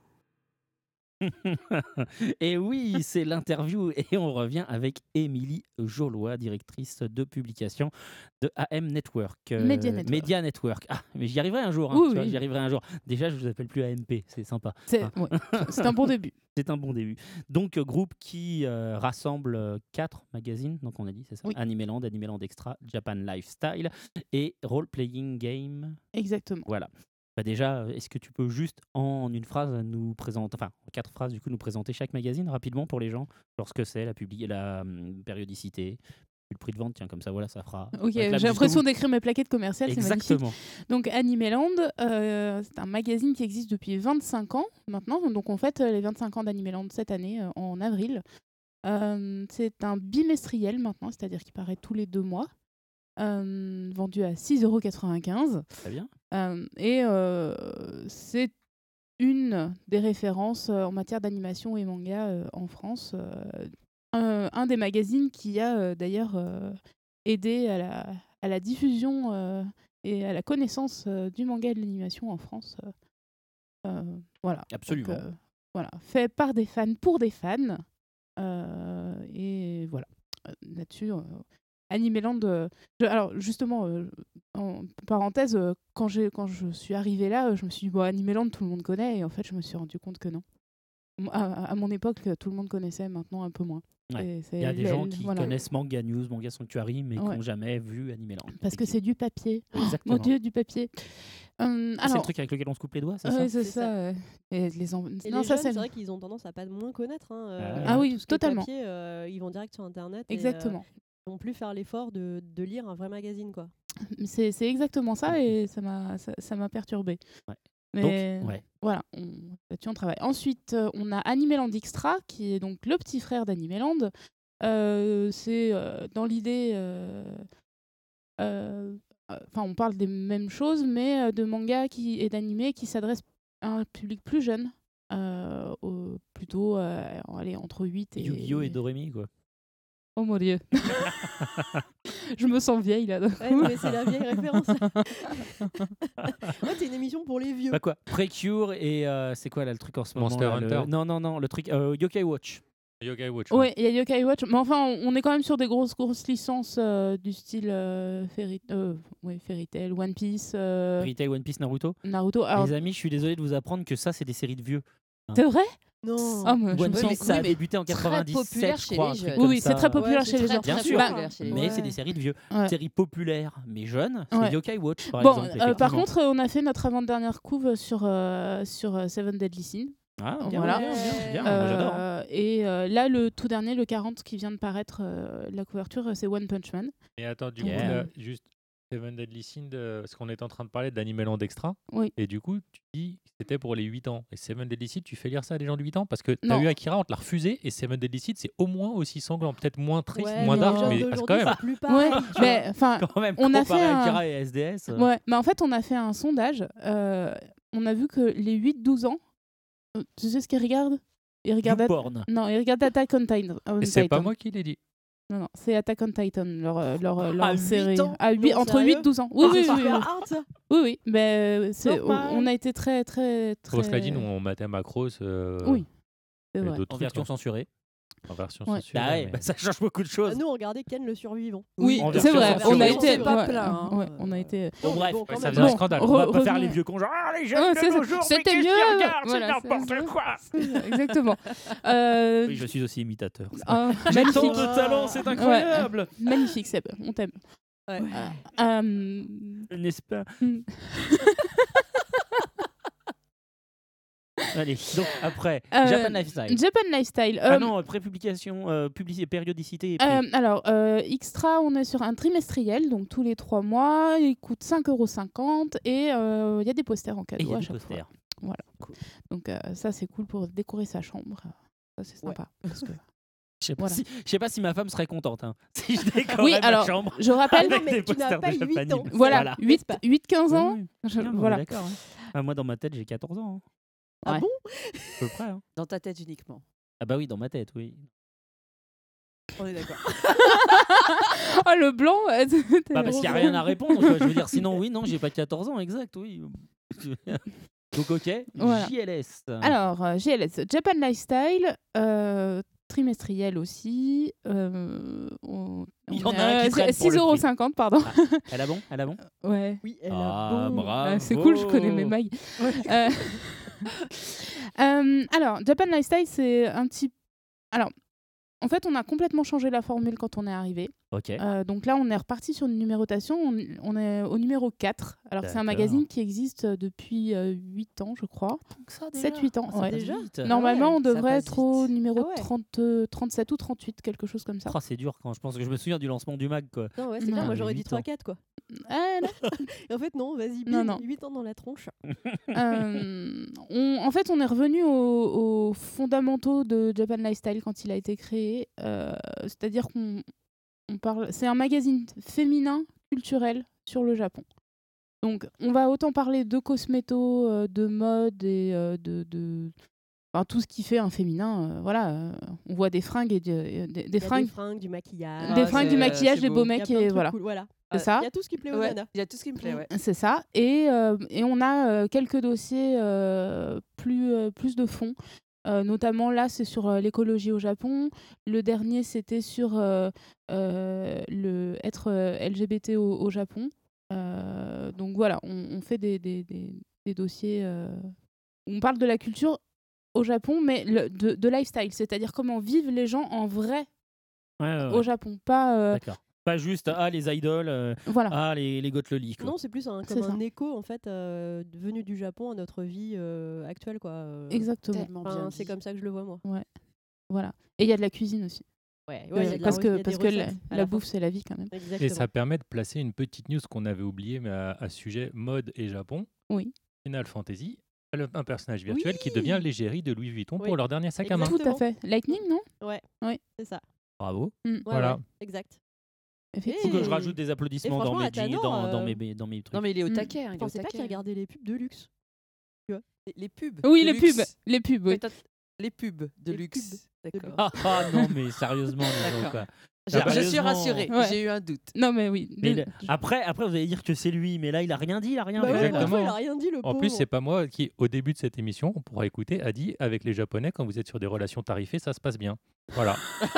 Et oui, c'est l'interview et on revient avec Émilie Jollois, directrice de publication de A M Network. euh, Media Network. Media Network. Ah, mais j'y arriverai un jour. hein, Oui, tu vois, oui. j'y arriverai un jour. Déjà, je vous appelle plus A M P, c'est sympa. C'est Ah. ouais, c'est un bon début. C'est un bon début. Donc, euh, groupe qui euh, rassemble euh, quatre magazines, donc on a dit, c'est ça Oui. Animeland, Animeland Extra, Japan Lifestyle et Role Playing Game. Exactement. Voilà. Bah déjà, euh, est-ce que tu peux juste en une phrase nous présenter, enfin en quatre phrases du coup, nous présenter chaque magazine rapidement pour les gens, genre ce que c'est, la, publi- la hum, périodicité, le prix de vente, tiens, comme ça, voilà, ça fera. Ok, réclame j'ai jusqu'au l'impression bout. d'écrire mes plaquettes commerciales, c'est magnifique. Exactement. Donc Animeland, euh, c'est un magazine qui existe depuis vingt-cinq ans maintenant. Donc on fête euh, les vingt-cinq ans d'Animeland cette année, euh, en avril. Euh, c'est un bimestriel maintenant, c'est-à-dire qu'il paraît tous les deux mois. Euh, vendu à six euros quatre-vingt-quinze. Très bien. Euh, et euh, c'est une des références euh, en matière d'animation et manga euh, en France. Euh, un, un des magazines qui a euh, d'ailleurs euh, aidé à la, à la diffusion euh, et à la connaissance euh, du manga et de l'animation en France. Euh, euh, voilà. Absolument. Donc, euh, voilà. Fait par des fans pour des fans. Euh, et voilà. Euh, Là-dessus. Euh, Animeland, euh, je- alors justement, euh, en parenthèse, euh, quand, j'ai, quand je suis arrivée là, euh, je me suis dit, bon, Animeland, tout le monde connaît, et en fait, je me suis rendu compte que non. M- À, à mon époque, euh, tout le monde connaissait, maintenant un peu moins. Ouais. Et c'est Il y a des le- gens le- qui voilà. connaissent Manga News, Manga Sanctuary, mais qui Ouais. n'ont jamais vu Animeland. Parce que c'est du papier. Oh, Exactement. mon Dieu, du papier. Hum, Ah, c'est le alors, truc avec lequel on se coupe les doigts, c'est ouais, ça c'est C'est ça. ça. ouais. Et les en- Et non, les ça, jeunes, c'est c'est vrai qu'ils ont tendance à pas moins connaître. hein, euh, Ah oui, tout ce qui est totalement. papier, euh, ils vont direct sur Internet. et, euh, exactement. ils vont plus faire l'effort de, de lire un vrai magazine, quoi. C'est, c'est exactement ça, et ça m'a, ça, ça m'a perturbée. Ouais. Mais Donc, ouais. voilà, on, là-dessus on travaille. Ensuite, euh, on a Animeland Extra, qui est donc le petit frère d'Animeland. Euh, c'est euh, dans l'idée, euh, euh, enfin, on parle des mêmes choses, mais euh, de manga qui, et d'animé qui s'adressent à un public plus jeune, euh, au- plutôt euh, allez, entre huit et... Yu-Gi-Oh et Doremi, quoi. Oh mon Dieu. Je me sens vieille là. d'un Ouais, coup. mais c'est la vieille référence. Ouais, c'est une émission pour les vieux. Bah quoi Precure et euh, c'est quoi là le truc en ce moment Monster là, le- Hunter. Non, non, non, le truc euh, Yokai Watch. Yogai Watch. Ouais, il y a Yokai Watch, mais enfin, on on est quand même sur des grosses grosses licences euh, du style euh, Fairy, euh, ouais, Fairy Tail, One Piece, euh, Fairy Tail, One Piece, Naruto. Naruto. Alors, Les amis, je suis désolé de vous apprendre que ça, c'est des séries de vieux. c'est vrai? Non. Ah, moi, je One me Piece, sens- ça a oui, mais débuté en très quatre-vingt-dix-sept, populaire je chez crois. les un truc jeunes. comme Oui, oui, ça. c'est très populaire Ouais, chez c'est les très, gens. Bien très sûr. populaire chez les Mais gens. c'est des séries de vieux. Ouais. Séries populaires, mais jeunes, Ouais. c'est Yokai Watch, par Bon, exemple. euh, par effectivement. contre, on a fait notre avant-dernière couve sur, euh, sur euh, Seven Deadly Sins. Ah, bien, voilà. bien, bien, bien. Euh, Moi, j'adore. hein. Et euh, là, le tout dernier, le quarante qui vient de paraître, euh, la couverture, euh, c'est One Punch Man. Et attends, du Yeah. coup, là, juste Seven Deadly Sins, euh, parce qu'on est en train de parler d'Anime Land Extra. Oui. Et du coup, tu dis que c'était pour les huit ans. Et Seven Deadly Sins, tu fais lire ça à des gens de huit ans parce que t'as Non. eu Akira, on te l'a refusé. Et Seven Deadly Sins, c'est au moins aussi sanglant. Peut-être moins triste, Ouais, moins mais dark, les jeunes mais d'aujourd'hui, parce que quand même. c'est plus Ouais, pareil, tu mais vois. enfin, Quand même, on a comparé fait à un- Akira et S D S. euh, ouais, mais en fait, on a fait un sondage. euh, on a vu que les huit douze ans, euh, tu sais ce qu'ils regardent Ils regardent. At- YouPorn. Non, ils regardent Attack on Titan. on Et c'est pas Titan. moi qui l'ai dit. Non, non, c'est Attack on Titan, leur, euh, leur, euh, leur À huit série. ans À huit- Non, entre sérieux huit et douze ans. Oui, Ah, oui, c'est oui. super Oui, hard, ça. oui, oui. Mais c'est, on, Normal. on a été très, très, très. Grosse Ladine, on matait Macross. Euh, Oui, c'est et vrai. d'autres En trucs, version hein. censurée. En version Ouais. censurée, Bah ouais, mais- bah ça change beaucoup de choses. Nous, on regardait Ken le survivant. Oui, en c'est version vrai. censurée. On a On été. s'est pas ouais, plaint, hein. ouais, on a été. Bon, bref, Bon, quand ça même. faisait un Bon, scandale. on va re- pas faire revenons- les vieux cons genre ah les jeunes Ouais, de c'est nos ça. jours, C'était mais qu'est-ce mieux. qu'ils regardent, Voilà, c'est c'est n'importe ça. quoi. C'est ça, Exactement. Euh, Oui, je suis aussi imitateur. un- J'ai tant magnifique. de talent, c'est incroyable. Magnifique, Seb. On t'aime. Ouais. Euh, N'est-ce pas Hmm. Allez, donc après, Euh, Japan Lifestyle. Japan Lifestyle. Ah euh, non, pré-publication, euh, publicité, périodicité et prix. Euh, alors, euh, Extra, on est sur un trimestriel, donc tous les trois mois. Il coûte cinq euros cinquante et euh, il y a des posters en Et il cadeau y a à des chaque posters. fois. Voilà. Donc euh, ça, c'est cool pour décorer sa chambre. Ça, c'est Ouais. sympa. Parce que... Je sais pas, Voilà. si, je sais pas si ma femme serait contente hein, si je décorais Oui, ma alors, chambre. je rappelle... Ah non, avec mais des tu n'as posters pas de huit Japanime. ans. Voilà, N'est-ce pas huit quinze ans. Oui, Je- oui. Non, mais voilà. D'accord. hein. Ah, moi, dans ma tête, j'ai quatorze ans. hein. Ah Ouais. bon À peu près. hein. Dans ta tête uniquement. Ah bah oui, dans ma tête, oui. On est d'accord. Oh, le blanc euh, c'était- Bah, parce qu'il n'y a rien à répondre. quoi. Je veux dire, sinon, oui, non, j'ai pas quatorze ans, exact, oui. Donc, ok. Voilà. J L S. Alors, euh, G L S, Japan Lifestyle, euh, trimestriel aussi. Euh, on, Il y on en est a un qui à traîne pour le six euros cinquante, pardon. Ah, elle a bon Elle a bon Ouais. Oui, elle Ah, a bon. bravo. Ah, c'est cool, je connais mes mailles. Euh, euh, alors, Japan Lifestyle, c'est un petit... Alors, en fait, on a complètement changé la formule quand on est arrivé. Ok. Euh, donc là, on est reparti sur une numérotation. On, on est au numéro quatre. Alors, c'est un D'accord. magazine qui existe depuis euh, huit ans, je crois. sept huit ans. Ah, ça ouais. passe Déjà vite. Normalement, on ça devrait passe être au vite. numéro Ah ouais. trente, euh, trente-sept ou trente-huit, quelque chose comme ça. Oh, c'est dur quand je pense que je me souviens du lancement du mag, quoi. Non, ouais, c'est Non. clair, moi Ah, j'aurais dit huit ans. trois quatre quoi. Ah, non. Et en fait, non, vas-y, Non, bim, non. huit ans dans la tronche. Euh, on- en fait, on est revenu aux, aux fondamentaux de Japan Lifestyle quand il a été créé. Euh, C'est-à-dire qu'on on parle. C'est un magazine féminin culturel sur le Japon. Donc, on va autant parler de cosméto, euh, de mode et euh, de, de enfin, tout ce qui fait un féminin. euh, voilà, euh, on voit des fringues et de- et des, des Il y a fringues, des fringues, du maquillage. des Ah, fringues, c'est- du maquillage, c'est des beau. beaux Il y a mecs plein de et trucs voilà. cool, voilà. C'est Euh, ça. Il y a tout ce qui plaît aux Ouais, nanas. il y a tout ce qui me plaît, ouais. C'est ça. Et, euh, et on a euh, quelques dossiers euh, plus, euh, plus de fond. Euh, notamment là, c'est sur euh, l'écologie au Japon. Le dernier, c'était sur euh, euh, le être euh, L G B T au, au Japon. Euh, donc voilà, on, on fait des, des, des, des dossiers euh, où on parle de la culture au Japon, mais le, de, de lifestyle, c'est-à-dire comment vivent les gens en vrai Ouais, ouais, ouais. au Japon. Pas, euh, D'accord. Pas juste, ah, les idoles, euh, voilà. ah, les, les Gotloli, quoi. Non, c'est plus un, C'est comme ça. un écho en fait euh, venu du Japon à notre vie euh, actuelle quoi. Euh, Exactement. Tellement enfin, bien c'est dit. comme ça que je le vois moi. Voilà. Et il y a de la cuisine aussi. Ouais, Euh, ouais, il y a de la parce re- il y que, a des parce que la, recettes à la fin. bouffe, c'est la vie quand même. Exactement. Et ça permet de placer une petite news qu'on avait oubliée, mais à, à ce sujet mode et Japon. Oui. Final Fantasy, le- un personnage virtuel qui Oui. devient l'égérie de Louis Vuitton Oui. pour leur dernier sac à main. Exactement. Tout à fait. Lightning, non Ouais. Oui. C'est ça. Bravo. Ouais, Voilà. ouais, exact. Faut que je Et- rajoute des applaudissements et dans franchement, mes, jingles- Athanor, dans, dans euh, mes, dans mes trucs. Non, mais il est au Mm. taquet. hein, Je il est au pensais pas taquet. qu'il regardait les pubs de luxe. Les- Les pubs. Oui, de les luxe. pubs. Les pubs, oui. Mais t'as- Les pubs de Les luxe. pubs D'accord. Ah, ah, non, mais sérieusement, les gens, D'accord. quoi. Je- Je suis Sérieusement. rassurée. Ouais. J'ai eu un doute. Non, mais oui. Mais Le- le- après, après, vous allez dire que c'est lui, mais là, il a rien dit, il a rien Bah fait. ouais, Exactement. franchement, il a rien dit le En pauvre. plus, c'est pas moi qui, au début de cette émission, on pourra écouter, a dit avec les Japonais, quand vous êtes sur des relations tarifées, ça se passe bien. Voilà.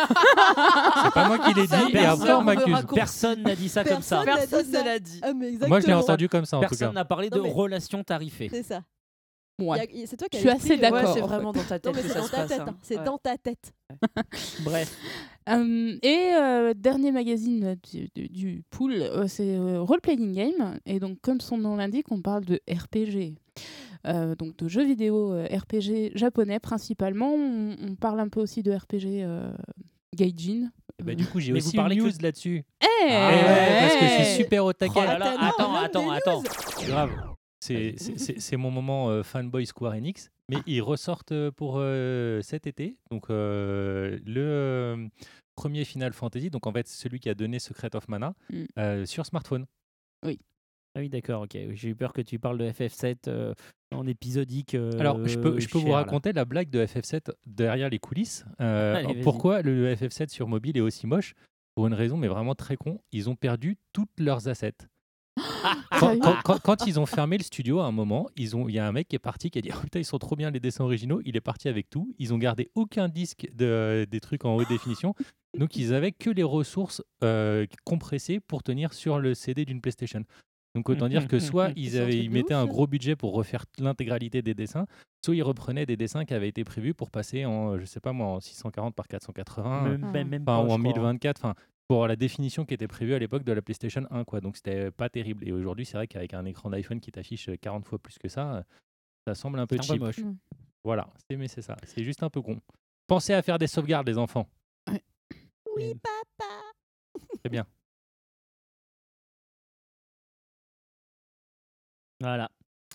C'est pas moi qui l'ai dit, et personne après on ne m'accuse. raconte. Personne n'a dit ça comme ça. Personne n'a dit Personne ça. ne l'a dit. Ah mais exactement. Moi, je l'ai entendu comme ça, en tout Personne cas. n'a parlé de Non, mais- relations tarifées. C'est ça. Ouais. Il y a- C'est toi qui Je as suis assez écrit, euh, d'accord. Ouais, c'est en fait. vraiment dans ta Non, tête mais que c'est ça dans se ta passe. tête. hein. hein. C'est Ouais. dans ta tête. Bref. Euh, et euh, dernier magazine du, du, du pool, euh, c'est euh, Role Playing Game. Et donc, comme son nom l'indique, on parle de R P G. Euh, donc de jeux vidéo euh, R P G japonais principalement. On, on parle un peu aussi de R P G euh, Gaijin. Et bah, du coup, j'ai Mais aussi vous parlez une que- news là-dessus. Eh Ah Eh ouais, parce que je eh suis super au taquet. Oh là là, Ah, attends, t'as attends, l'homme des attends. Grave. C'est, c'est, c'est- c'est mon moment euh, fanboy Square Enix. Mais ils ressortent euh, pour euh, cet été. Donc, euh, le euh, premier Final Fantasy, donc en fait, celui qui a donné Secret of Mana, Mm. euh, sur smartphone. Ah oui, d'accord, ok. J'ai eu peur que tu parles de F F sept euh, en épisodique. euh, Alors, je peux, je peux vous cher, là. raconter la blague de F F sept derrière les coulisses. Euh, Allez, vas-y. pourquoi le F F sept sur mobile est aussi moche? Pour une raison, mais vraiment très con. Ils ont perdu toutes leurs assets. Quand, quand- quand- quand ils ont fermé le studio à un moment, ils ont- il y a un mec qui est parti qui a dit oh, putain, ils sont trop bien les dessins originaux. Il est parti avec tout. Ils ont gardé aucun disque de, des trucs en haute définition. Donc ils avaient que les ressources euh, compressées pour tenir sur le C D d'une PlayStation. Donc autant dire que soit ils, C'est un avaient, truc ils de mettaient ouf, un ça. gros budget pour refaire l'intégralité des dessins, soit ils reprenaient des dessins qui avaient été prévus pour passer en, je sais pas moi, en six cent quarante par quatre cent quatre-vingts. Même, Ah. même, même Enfin, pas, ou je en crois. mille vingt-quatre, enfin, pour la définition qui était prévue à l'époque de la PlayStation un, quoi. Donc c'était pas terrible. Et aujourd'hui, c'est vrai qu'avec un écran d'iPhone qui t'affiche quarante fois plus que ça, euh, ça semble un peu C'est un peu cheap. moche. Mm. Voilà, c'est, mais c'est ça. C'est juste un peu con. Pensez à faire des sauvegardes, les enfants. Oui, papa. C'est bien. Voilà.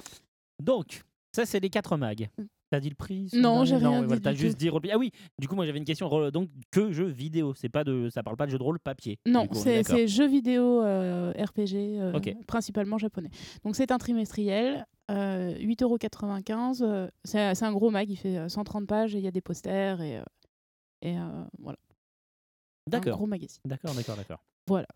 Donc, ça, c'est les quatre mags. Mm. T'as dit le prix sur Non, le j'ai dernier rien ouais, dit voilà, du T'as tout. juste dit roleplay. Ah oui, du coup, moi, j'avais une question. re- Donc, que jeux vidéo. C'est pas de, ça parle pas de jeux de rôle papier. Non, du coup, on est c'est d'accord. c'est jeux vidéo euh, R P G, euh, Ok. principalement japonais. Donc c'est un trimestriel, euh, huit euros quatre-vingt-quinze. euh, C'est c'est un gros mag, il fait euh, cent trente pages et il y a des posters et, euh, et euh, voilà. Un D'accord. gros magazine. D'accord, d'accord, d'accord. Voilà.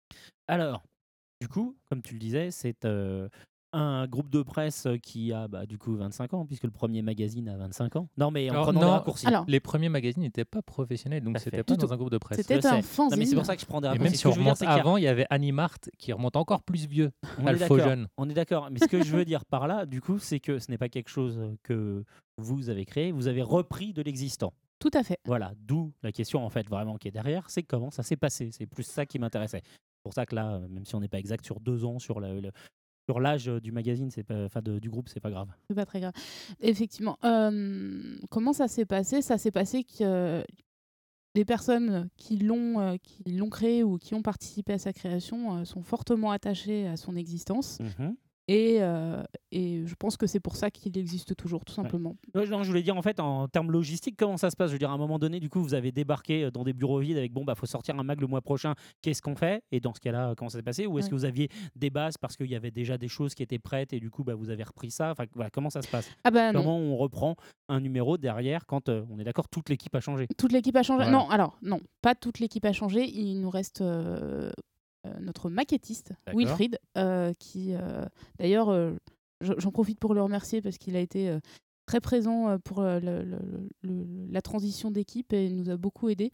Alors, du coup, comme tu le disais, c'est euh, un groupe de presse qui a bah, du coup vingt-cinq ans, puisque le premier magazine a vingt-cinq ans. Non, mais en Alors, prenant non, des raccourcis. Alors, Les premiers magazines n'étaient pas professionnels, donc Tout à fait. c'était pas Du dans tout. un groupe de presse. C'était Je un sais. fanzine. Non, mais c'est pour ça que je prends des Et raccourcis. même Ce si que on je veux dire, remonte c'est qu'il y a- avant, il y avait Animart qui remonte encore plus vieux. On Pas est le faux d'accord. jeune. On est d'accord. Mais ce que je veux dire par là, du coup, c'est que ce n'est pas quelque chose que vous avez créé, vous avez repris de l'existant. Tout à fait. Voilà, d'où la question en fait vraiment qui est derrière, c'est comment ça s'est passé. C'est plus ça qui m'intéressait. C'est pour ça que là, euh, même si on n'est pas exact sur deux ans, sur le, le- sur l'âge du magazine, c'est pas, enfin de- du groupe, c'est pas grave. C'est pas très grave. Effectivement. Euh, comment ça s'est passé? Ça s'est passé que euh, les personnes qui l'ont euh, qui l'ont créé ou qui ont participé à sa création euh, sont fortement attachées à son existence. Et, euh, et je pense que c'est pour ça qu'il existe toujours, tout simplement. Ouais, non, je voulais dire en fait en termes logistiques, comment ça se passe? Je veux dire, à un moment donné, du coup, vous avez débarqué dans des bureaux vides avec bon, bah, faut sortir un mag le mois prochain. Qu'est-ce qu'on fait? Et dans ce cas-là, comment ça s'est passé? Ou est-ce Ouais. que vous aviez des bases parce qu'il y avait déjà des choses qui étaient prêtes et du coup, bah, vous avez repris ça? Enfin, voilà, comment ça se passe? Ah bah non. Comment on reprend un numéro derrière quand euh, on est d'accord, toute l'équipe a changé? Toute l'équipe a changé. Voilà. Non, alors non, pas toute l'équipe a changé. Il nous reste euh, euh, notre maquettiste, D'accord. Wilfried, euh, qui euh, d'ailleurs, euh, je- j'en profite pour le remercier parce qu'il a été euh, très présent euh, pour euh, le- le- le- la transition d'équipe et il nous a beaucoup aidé.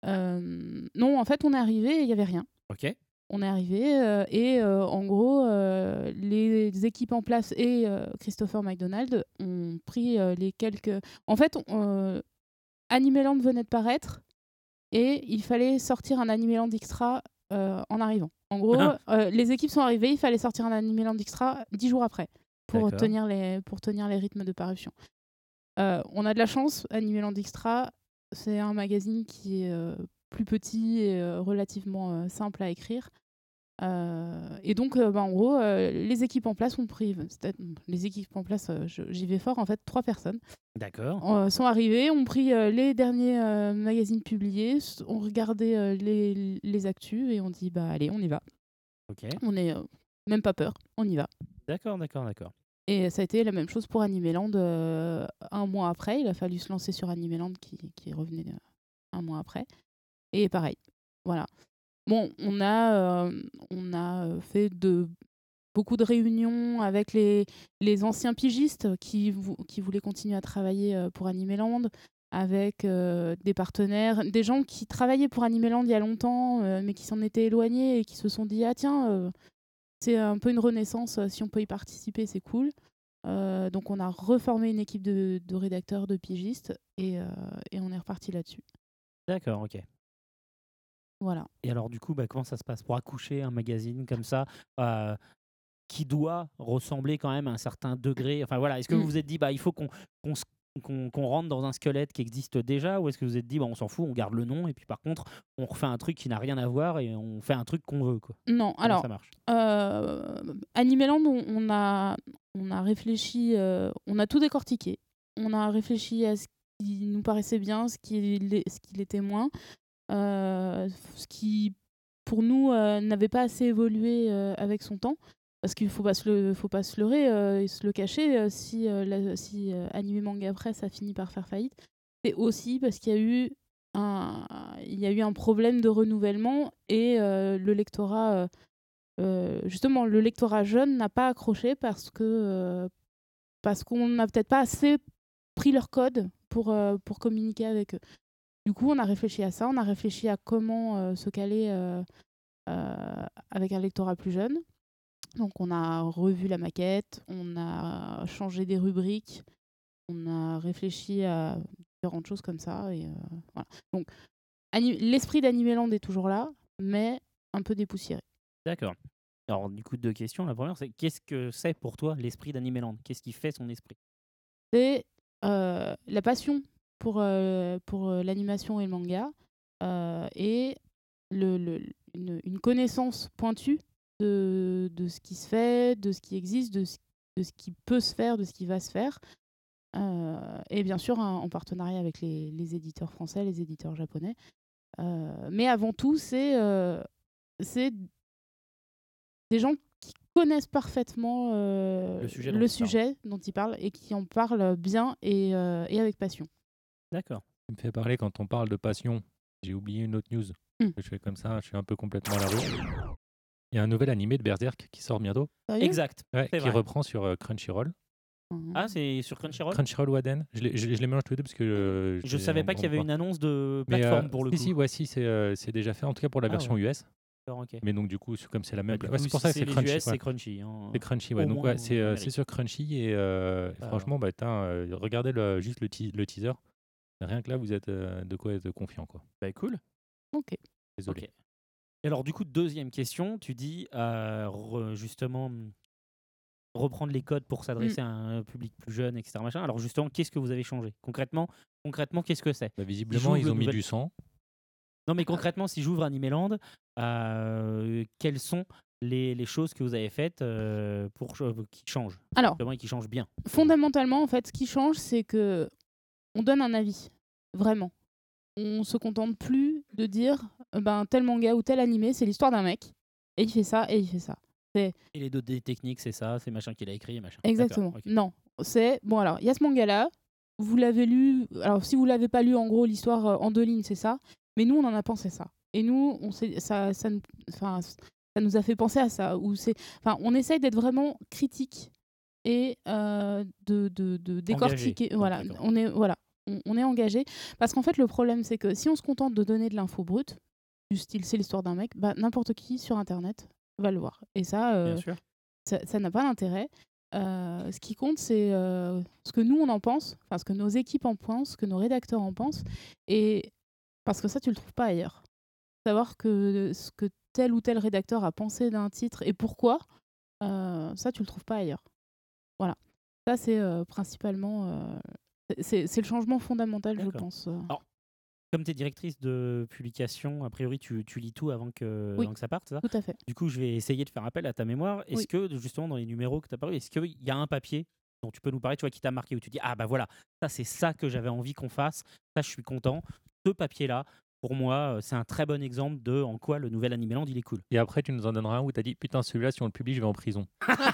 Euh, non, en fait, on est arrivé et il n'y avait rien. Ok. On est arrivé euh, et euh, en gros, euh, les équipes en place et euh, Christopher McDonald ont pris euh, les quelques. En fait, on, euh, Animeland venait de paraître et il fallait sortir un Animeland Extra euh, en arrivant. En gros, euh, les équipes sont arrivées, il fallait sortir un Animeland Extra dix jours après pour D'accord. tenir, les, pour tenir les rythmes de parution. Euh, on a de la chance, Animeland Extra, c'est un magazine qui est euh, plus petit et euh, relativement euh, simple à écrire. Euh, et donc, euh, bah, en gros, euh, les équipes en place ont pris, c'est-à- les équipes en place, euh, je- j'y vais fort, en fait, trois personnes D'accord. euh, sont arrivées, ont pris euh, les derniers euh, magazines publiés, s- ont regardé euh, les, les actus et on dit, bah allez, on y va. Ok. On est euh, même pas peur, on y va. D'accord, d'accord, d'accord. Et ça a été la même chose pour Animeland euh, un mois après. Il a fallu se lancer sur Animeland qui, qui revenait euh, un mois après. Et pareil, voilà. Bon, on a, euh, on a euh, fait de, beaucoup de réunions avec les, les anciens pigistes qui, vou- qui voulaient continuer à travailler euh, pour Animeland, avec euh, des partenaires, des gens qui travaillaient pour Animeland il y a longtemps, euh, mais qui s'en étaient éloignés et qui se sont dit « Ah tiens, euh, c'est un peu une renaissance, euh, si on peut y participer, c'est cool ». Euh, donc on a reformé une équipe de, de rédacteurs, de pigistes, et, euh, et on est reparti là-dessus. D'accord, ok. Voilà. Et alors, du coup, bah, comment ça se passe pour accoucher un magazine comme ça euh, qui doit ressembler quand même à un certain degré. Enfin voilà, est-ce que Mm. vous vous êtes dit bah il faut qu'on qu'on s- qu'on qu'on rentre dans un squelette qui existe déjà, ou est-ce que vous vous êtes dit bah on s'en fout, on garde le nom et puis par contre on refait un truc qui n'a rien à voir et on fait un truc qu'on veut quoi. Non, Comment alors ça marche? euh, Animeland, on, on a on a réfléchi, euh, on a tout décortiqué. On a réfléchi à ce qui nous paraissait bien, ce qui l'est- ce qui l'était moins, euh, ce qui pour nous euh, n'avait pas assez évolué euh, avec son temps. Parce qu'il faut pas se le, faut pas se leurrer euh, et se le cacher. euh, si euh, la- si euh, Anime Manga Press a fini par faire faillite, c'est aussi parce qu'il y a eu un, il y a eu un problème de renouvellement et euh, le lectorat, euh, euh, justement, le lectorat jeune n'a pas accroché parce que euh, parce qu'on n'a peut-être pas assez pris leur code pour euh, pour communiquer avec eux. Du coup, on a réfléchi à ça, on a réfléchi à comment euh, se caler euh, euh, avec un lectorat plus jeune. Donc on a revu la maquette, on a changé des rubriques, on a réfléchi à différentes choses comme ça. Et euh, voilà. Donc ani- l'esprit d'Animeland est toujours là, mais un peu dépoussiéré. D'accord. Alors du coup deux questions. La première c'est qu'est-ce que c'est pour toi l'esprit d'Animeland? Qu'est-ce qui fait son esprit? C'est euh, la passion pour, euh, pour euh, l'animation et le manga euh, et le, le- une, une connaissance pointue de, de ce qui se fait, de ce qui existe, de ce, de ce qui peut se faire, de ce qui va se faire. Euh, et bien sûr, hein, en partenariat avec les, les éditeurs français, les éditeurs japonais. Euh, mais avant tout, c'est euh, c'est des gens qui connaissent parfaitement euh, Le sujet dont le ils parlent. sujet dont ils parlent et qui en parlent bien et, euh, et avec passion. D'accord. Tu me fais parler quand on parle de passion. J'ai oublié une autre news. Mm. Je fais comme ça, je suis un peu complètement à la rue. Il y a un nouvel animé de Berserk qui sort bientôt, Sérieux Exact. ouais, C'est qui vrai. reprend sur euh, Crunchyroll. Mhm. Ah c'est sur Crunchyroll? Crunchyroll ou Aden, je les, je, les- je les mélange tous les deux parce que euh, Je j'ai savais un pas grand qu'il y avait pouvoir. une annonce de Mais, plateforme euh, pour le si, coup. Si, ouais, si, c'est euh, c'est déjà fait, en tout cas pour la Ah version ouais. U S. D'accord, ok. Mais donc du coup, c'est- comme c'est la Bah, même du pla- ouais, coup, c'est pour si ça que c'est c'est les Crunchy. U S, ouais. c'est Crunchy. hein. C'est Crunchy, ouais. Au Donc moins ouais, c'est en euh, Amérique. c'est sur Crunchy et euh, Ah. franchement, bah, tain, euh, regardez le, juste le, te- le teaser. Rien que là, vous êtes euh, de quoi être confiant, quoi. Bah cool. Ok. Désolé. Ok. Et alors, du coup, deuxième question, tu dis euh, re- justement hum, reprendre les codes pour s'adresser à un public plus jeune, et cetera machin. Alors, justement, qu'est-ce que vous avez changé concrètement? Concrètement, qu'est-ce que c'est? Bah, Si visiblement, j'ouvre ils le ont mis nouvel- du sang. Non, mais concrètement, si j'ouvre Animeland, euh, quelles sont les, les choses que vous avez faites euh, pour ch- qui changent Alors, justement, et qui changent bien? fondamentalement, en fait, ce qui change, c'est que on donne un avis, vraiment. On se contente plus de dire euh, ben tel manga ou tel animé, c'est l'histoire d'un mec et il fait ça et il fait ça. C'est Et les deux des techniques, c'est ça, c'est machin qu'il a écrit, machin. exactement. D'accord, ok. Non, c'est bon alors, il y a ce manga là, vous l'avez lu, alors si vous l'avez pas lu en gros l'histoire euh, en deux lignes, c'est ça, mais nous on en a pensé ça. Et nous on sait ça ça nous enfin ça nous a fait penser à ça ou c'est enfin on essaye d'être vraiment critique et euh, de, de, de décortiquer. Engagé, Voilà, concrètement. on est, voilà, on, on est engagé. Parce qu'en fait, le problème, c'est que si on se contente de donner de l'info brute, du style c'est l'histoire d'un mec, bah, n'importe qui sur Internet va le voir. Et ça, euh, Bien sûr. ça ça n'a pas d'intérêt. Euh, ce qui compte, c'est euh, ce que nous, on en pense, enfin, ce que nos équipes en pensent, ce que nos rédacteurs en pensent. Et parce que ça, tu le trouves pas ailleurs. Savoir que ce que tel ou tel rédacteur a pensé d'un titre et pourquoi, euh, ça, tu le trouves pas ailleurs. Voilà. Ça, c'est euh, principalement. euh, c'est c'est le changement fondamental, je D'accord. pense. euh. Alors, comme tu es directrice de publication, a priori, tu, tu lis tout avant que, Oui. avant que ça parte, c'est ça? Tout à fait. Du coup, je vais essayer de faire appel à ta mémoire. Est-ce Oui. que, justement, dans les numéros que tu as parlé, est-ce qu'il y a un papier dont tu peux nous parler, tu vois, qui t'a marqué, où tu dis, ah bah voilà, ça c'est ça que j'avais envie qu'on fasse, ça je suis content. Ce papier-là, pour moi, euh, c'est un très bon exemple de en quoi le nouvel Animeland, il est cool. Et après, tu nous en donneras un où tu as dit putain, celui-là, si on le publie, je vais en prison.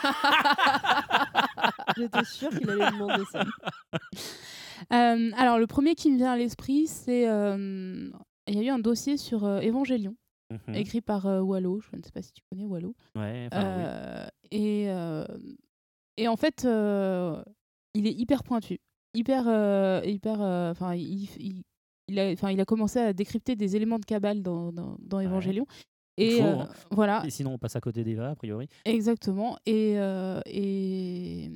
J'étais sûre qu'il allait demander ça. Euh, alors, le premier qui me vient à l'esprit, c'est. euh, Il y a eu un dossier sur euh, Évangélion, Mhm. écrit par euh, Wallo. Je ne sais pas si tu connais Wallo. Ouais, enfin, oui. Euh, et, euh, et en fait, euh, il est hyper pointu. Hyper. euh, hyper euh, enfin, il, il, il a, enfin, il a commencé à décrypter des éléments de cabale dans, dans, dans Ouais. Évangélion. Il Et faut, euh, hein. voilà. Et sinon, on passe à côté d'Eva, a priori. Exactement. Et, euh, et,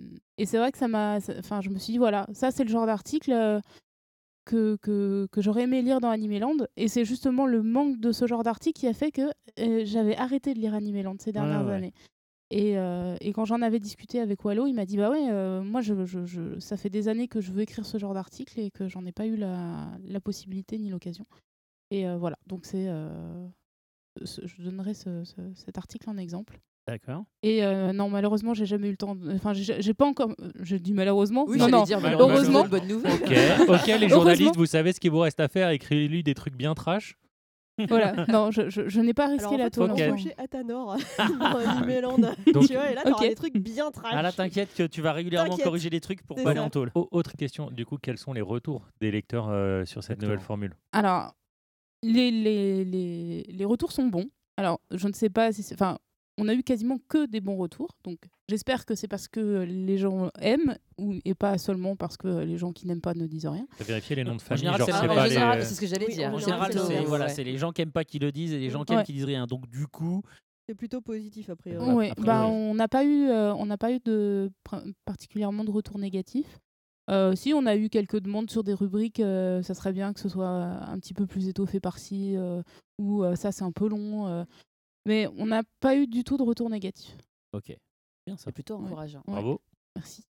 et c'est vrai que ça m'a. Enfin, je me suis dit, voilà, ça, c'est le genre d'article euh, que, que, que j'aurais aimé lire dans Animeland. Et c'est justement le manque de ce genre d'article qui a fait que euh, j'avais arrêté de lire Animeland ces dernières Ouais, ouais. années. Et, euh, et quand j'en avais discuté avec Wallo, il m'a dit bah ouais, euh, moi je, je, je, ça fait des années que je veux écrire ce genre d'article et que j'en ai pas eu la, la possibilité ni l'occasion. Et euh, voilà, donc c'est, euh, ce- je donnerai ce, ce- cet article en exemple. D'accord. Et euh, non, malheureusement, j'ai jamais eu le temps. de- Enfin, j'ai j'ai pas encore. J'ai dit malheureusement. Oui, non, j'allais non. dire, Mal- malheureusement, heureusement. bonne nouvelle. Ok, ok, les Heureusement. journalistes, vous savez ce qu'il vous reste à faire, écrivez-lui des trucs bien trash. Voilà. Non, je, je, je n'ai pas risqué Alors en la fait, faut tôle. Ok. encore. embaucher Athanor dans Animeland. Donc- Tu vois, et là, t'auras Ok. des trucs bien trash. Ah là, t'inquiète que tu vas régulièrement T'inquiète. corriger des trucs pour C'est pas aller ça. en tôle. Au- autre question, du coup, quels sont les retours des lecteurs euh, sur cette Exactement. nouvelle formule? Alors, les, les, les, les retours sont bons. Alors, je ne sais pas si c'est. Enfin, on a eu quasiment que des bons retours. Donc, j'espère que c'est parce que les gens aiment ou, et pas seulement parce que les gens qui n'aiment pas ne disent rien. T'as vérifié les noms de famille, général, genre c'est c'est la- Ah, en pas en général, les... c'est ce que j'allais Oui, dire. en En général, général, c'est c'est le- voilà, ouais. c'est les gens qui aiment pas qui le disent et les gens qui Ouais. aiment qui disent rien. Donc du coup, C'est plutôt positif a priori. Voilà, Oui, a priori. bah, on n'a pas eu, euh, on n'a pas eu de pr- particulièrement de retours négatifs. Euh, si on a eu quelques demandes sur des rubriques, euh, ça serait bien que ce soit un petit peu plus étoffé par-ci, euh, ou euh, ça c'est un peu long. euh. Mais on n'a pas eu du tout de retour négatif. ok, bien ça. C'est plutôt Ouais. encourageant. Ouais. Bravo. Merci.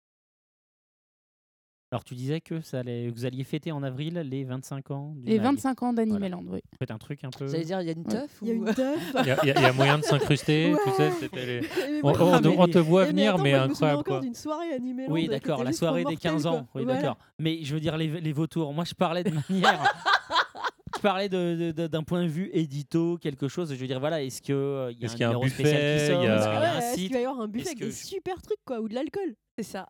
Alors tu disais que ça allait, vous alliez fêter en avril les vingt-cinq ans. Du Les mag. vingt-cinq ans d'Animeland, oui. Faites un truc un peu. J'allais dire, il y a une Ouais. teuf Il y a ou... une teuf. Il y, a- il y a- il y a moyen de s'incruster, tu sais, Ouais. c'était les... Mais On, moi- on- Ah, mais on les- te voit Eh, mais venir, attends, mais moi, je me souviens incroyable encore quoi. d'une soirée Animeland. Oui, qui était d'accord, la juste soirée des mortelle, quinze ans. quoi. Oui, Voilà. d'accord. Mais je veux dire, les, les vautours, moi je parlais de manière. Je parlais de- de- de- d'un point de vue édito, quelque chose. Je veux dire, voilà, est-ce qu'il euh, y a Est-ce un qu'il y a un numéro buffet, spécial qui il sort y a- Est-ce qu'il y a Ouais, un est-ce qu'il site va y avoir un buffet Est-ce avec que des je- super trucs quoi, ou de l'alcool? C'est ça.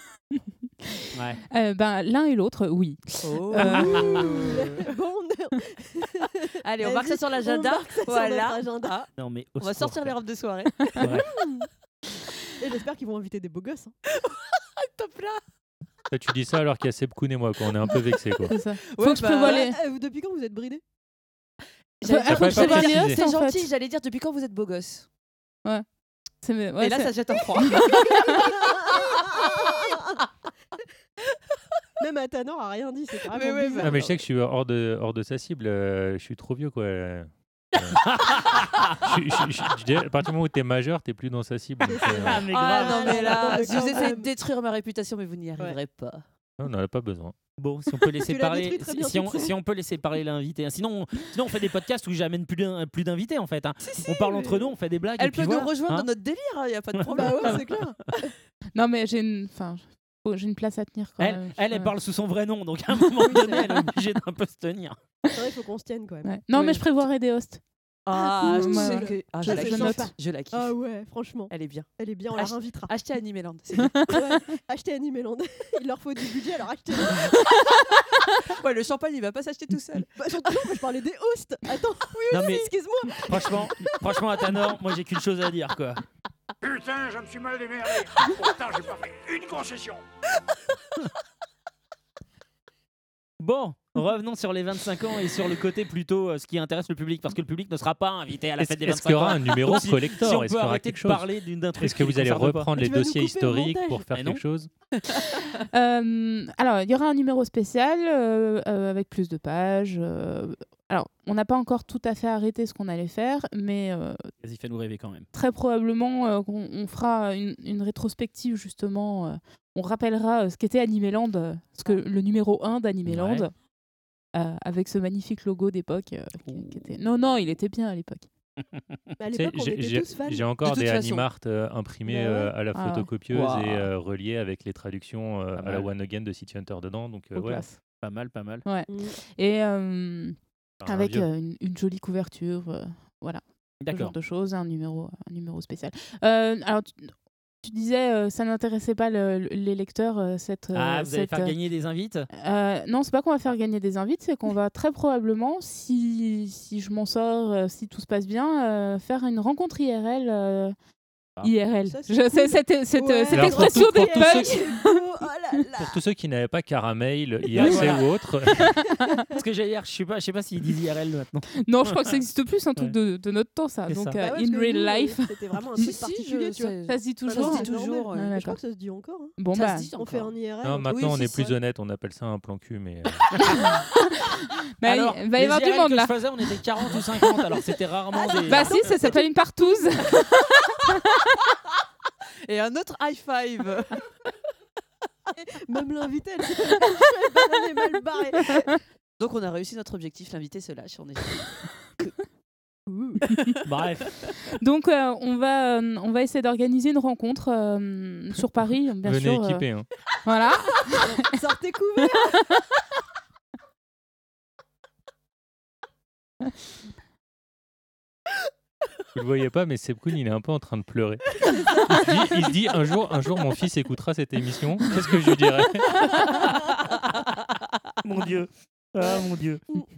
Ouais. Euh, ben, l'un et l'autre, oui. Oh. Euh, Bon, on- Allez, on Vas-y, marque ça sur on l'agenda. marque ça sur Voilà. notre agenda. Ah, Non, mais au on va secours, sortir les frère. robes de soirée. Ouais. Et j'espère qu'ils vont inviter des beaux gosses. hein. Top là. Toi, tu dis ça alors qu'il y a Seb Koun et moi, quoi. On est un peu vexés, quoi. C'est ça. Faut Ouais, que je bah, prévoie Ouais, les. euh, depuis quand vous êtes bridés? J'allais Ah, dire, faut que je prévoie les c'est hosts, en gentil, fait. j'allais dire depuis quand vous êtes beau gosse. C'est- ouais, Et là, c'est- ça jette un froid. Même Athanor a rien dit, c'est carrément Mais ouais, bizarre. Non, mais je sais que je suis hors de, hors de sa cible. euh, je suis trop vieux, quoi. Euh, je suis- je suis- je- je dirais, à partir du moment où t'es majeur, t'es plus dans sa cible. donc, euh, Ah, mais Ah grave. non, mais non, là, mais je vous quand essayez de même. détruire ma réputation, mais vous n'y arriverez pas. on n'en a pas besoin. Bon, si on peut laisser Tu l'as parler, détruit très bien si, on, toute seule. si on peut laisser parler l'invité. Sinon, on- sinon on fait des podcasts où j'amène plus d'un- plus d'invités en fait. hein. On parle entre nous, on fait des blagues. et Elle puis peut nous voilà, rejoindre hein. dans notre délire, il n'y a pas de Bah problème. ouais, c'est clair. Non, mais j'ai une. Enfin, faut- j'ai une place à tenir quand Elle, même. elle, elle Je- parle sous son vrai nom, donc à un moment donné, elle est obligée d'un peu se tenir. C'est vrai, il faut qu'on se tienne quand même. Ouais. Non, Oui. mais je prévoirai des hosts. Ah, cool. je sais Ouais. que... ah, je, Ça, la c'est kiffe. sympa. Je la kiffe. Ah ouais, franchement, Elle est bien. elle est bien, on Ach- la réinvitera. Achetez Animeland. c'est bien. Ouais, achetez Animeland. Il leur faut du budget, alors achetez. Ouais, le champagne, il va pas s'acheter tout seul. Bah, surtout, non, mais je parlais des hosts. Attends, oui, Non, aussi, mais- excuse-moi. Franchement, franchement, à Tanor, moi j'ai qu'une chose à dire quoi. Putain, je me suis mal démerdé. Pourtant, j'ai pas fait une concession. Bon, revenons sur les vingt-cinq ans et sur le côté plutôt euh, ce qui intéresse le public, parce que le public ne sera pas invité à la Est-ce fête des est-ce vingt-cinq qu'il y ans. aura un numéro Donc, si- collector? Si on Est-ce peut qu'il y aura arrêter quelque de chose? parler d'une- d'un truc Est-ce que qui vous allez concerne pas. reprendre les Tu vas nous dossiers couper au historiques montage. pour faire Mais non. quelque chose? Euh, alors, il y aura un numéro spécial euh, euh, avec plus de pages. euh, Alors, on n'a pas encore tout à fait arrêté ce qu'on allait faire, mais euh, Vas-y, fais-nous rêver quand même. très probablement euh, qu'on on fera une, une rétrospective, justement. euh, on rappellera euh, ce qu'était Animeland, euh, ce que, le numéro un d'Animeland, Ouais. euh, avec ce magnifique logo d'époque. euh, qui- qui était... Non, non, il était bien à l'époque. Bah, à Tu sais, l'époque, on j'ai- était j'ai tous fans. j'ai encore De toute des façon. Animart euh, imprimés Bah ouais. euh, à la Ah. photocopieuse Waouh. et euh, reliés avec les traductions euh, Pas à la mal. One Again de City Hunter dedans. Donc, euh, Trop ouais, classe. Pas mal, pas mal. Ouais. Mm. Et euh, un avec vieux. euh, une, une jolie couverture. euh, voilà. Ce genre D'accord. de choses, un numéro, un numéro spécial. Euh, alors, tu, tu disais, euh, ça n'intéressait pas le- le- les lecteurs, euh, cette... euh, Ah, vous allez cette, faire euh, gagner des invites euh, non, c'est pas qu'on va faire gagner des invites, c'est qu'on va très probablement, si, si je m'en sors, euh, si tout se passe bien, euh, faire une rencontre I R L. euh, Ah. I R L. Ça, c'est Je sais, cool. cette, cette, Ouais. cette Alors, pour expression tout- pour des tous bugs. ceux Oh là pour tous ceux qui n'avaient pas Caramel, I Ouais, R C voilà. ou autre, Parce que j'allais dire, je sais pas, je sais pas s'ils disent I R L maintenant. Non, je crois que ça n'existe plus, c'est un truc Ouais. de, de notre temps, ça. C'est Donc, ça. euh, Bah ouais, parce in que real nous, euh, life. C'était vraiment un Si, truc si, particulier, je- tu vois. c'est- Ça se dit Enfin, toujours. se ça dit se dit toujours, normal. ouais. Ouais, Je crois d'accord. que ça se dit encore. hein. Bon, Ça bah. se dit On fait encore. en I R L. non, donc- maintenant Oui, on est c'est plus ça. honnête, on appelle ça un plan cul, mais euh, Bah, Alors, il va y les avoir I R du L monde que là. je faisais, on était quarante ou cinquante, alors c'était rarement des. Bah si, ça s'appelle une partouze. Et un autre high five. Même l'invité, elle s'est banane mal barrée. Donc on a réussi notre objectif, l'invité se lâche. On est... Bref, Donc euh, on va euh, on va essayer d'organiser une rencontre euh, sur Paris, bien venez sûr. euh, équipés. hein. Voilà. Sortez couverts. Vous le voyez pas, mais Sebkoun, il est un peu en train de pleurer. Il se dit, il se dit, un jour, un jour, mon fils écoutera cette émission. Qu'est-ce que je lui dirai? mon Dieu. Ah mon Dieu.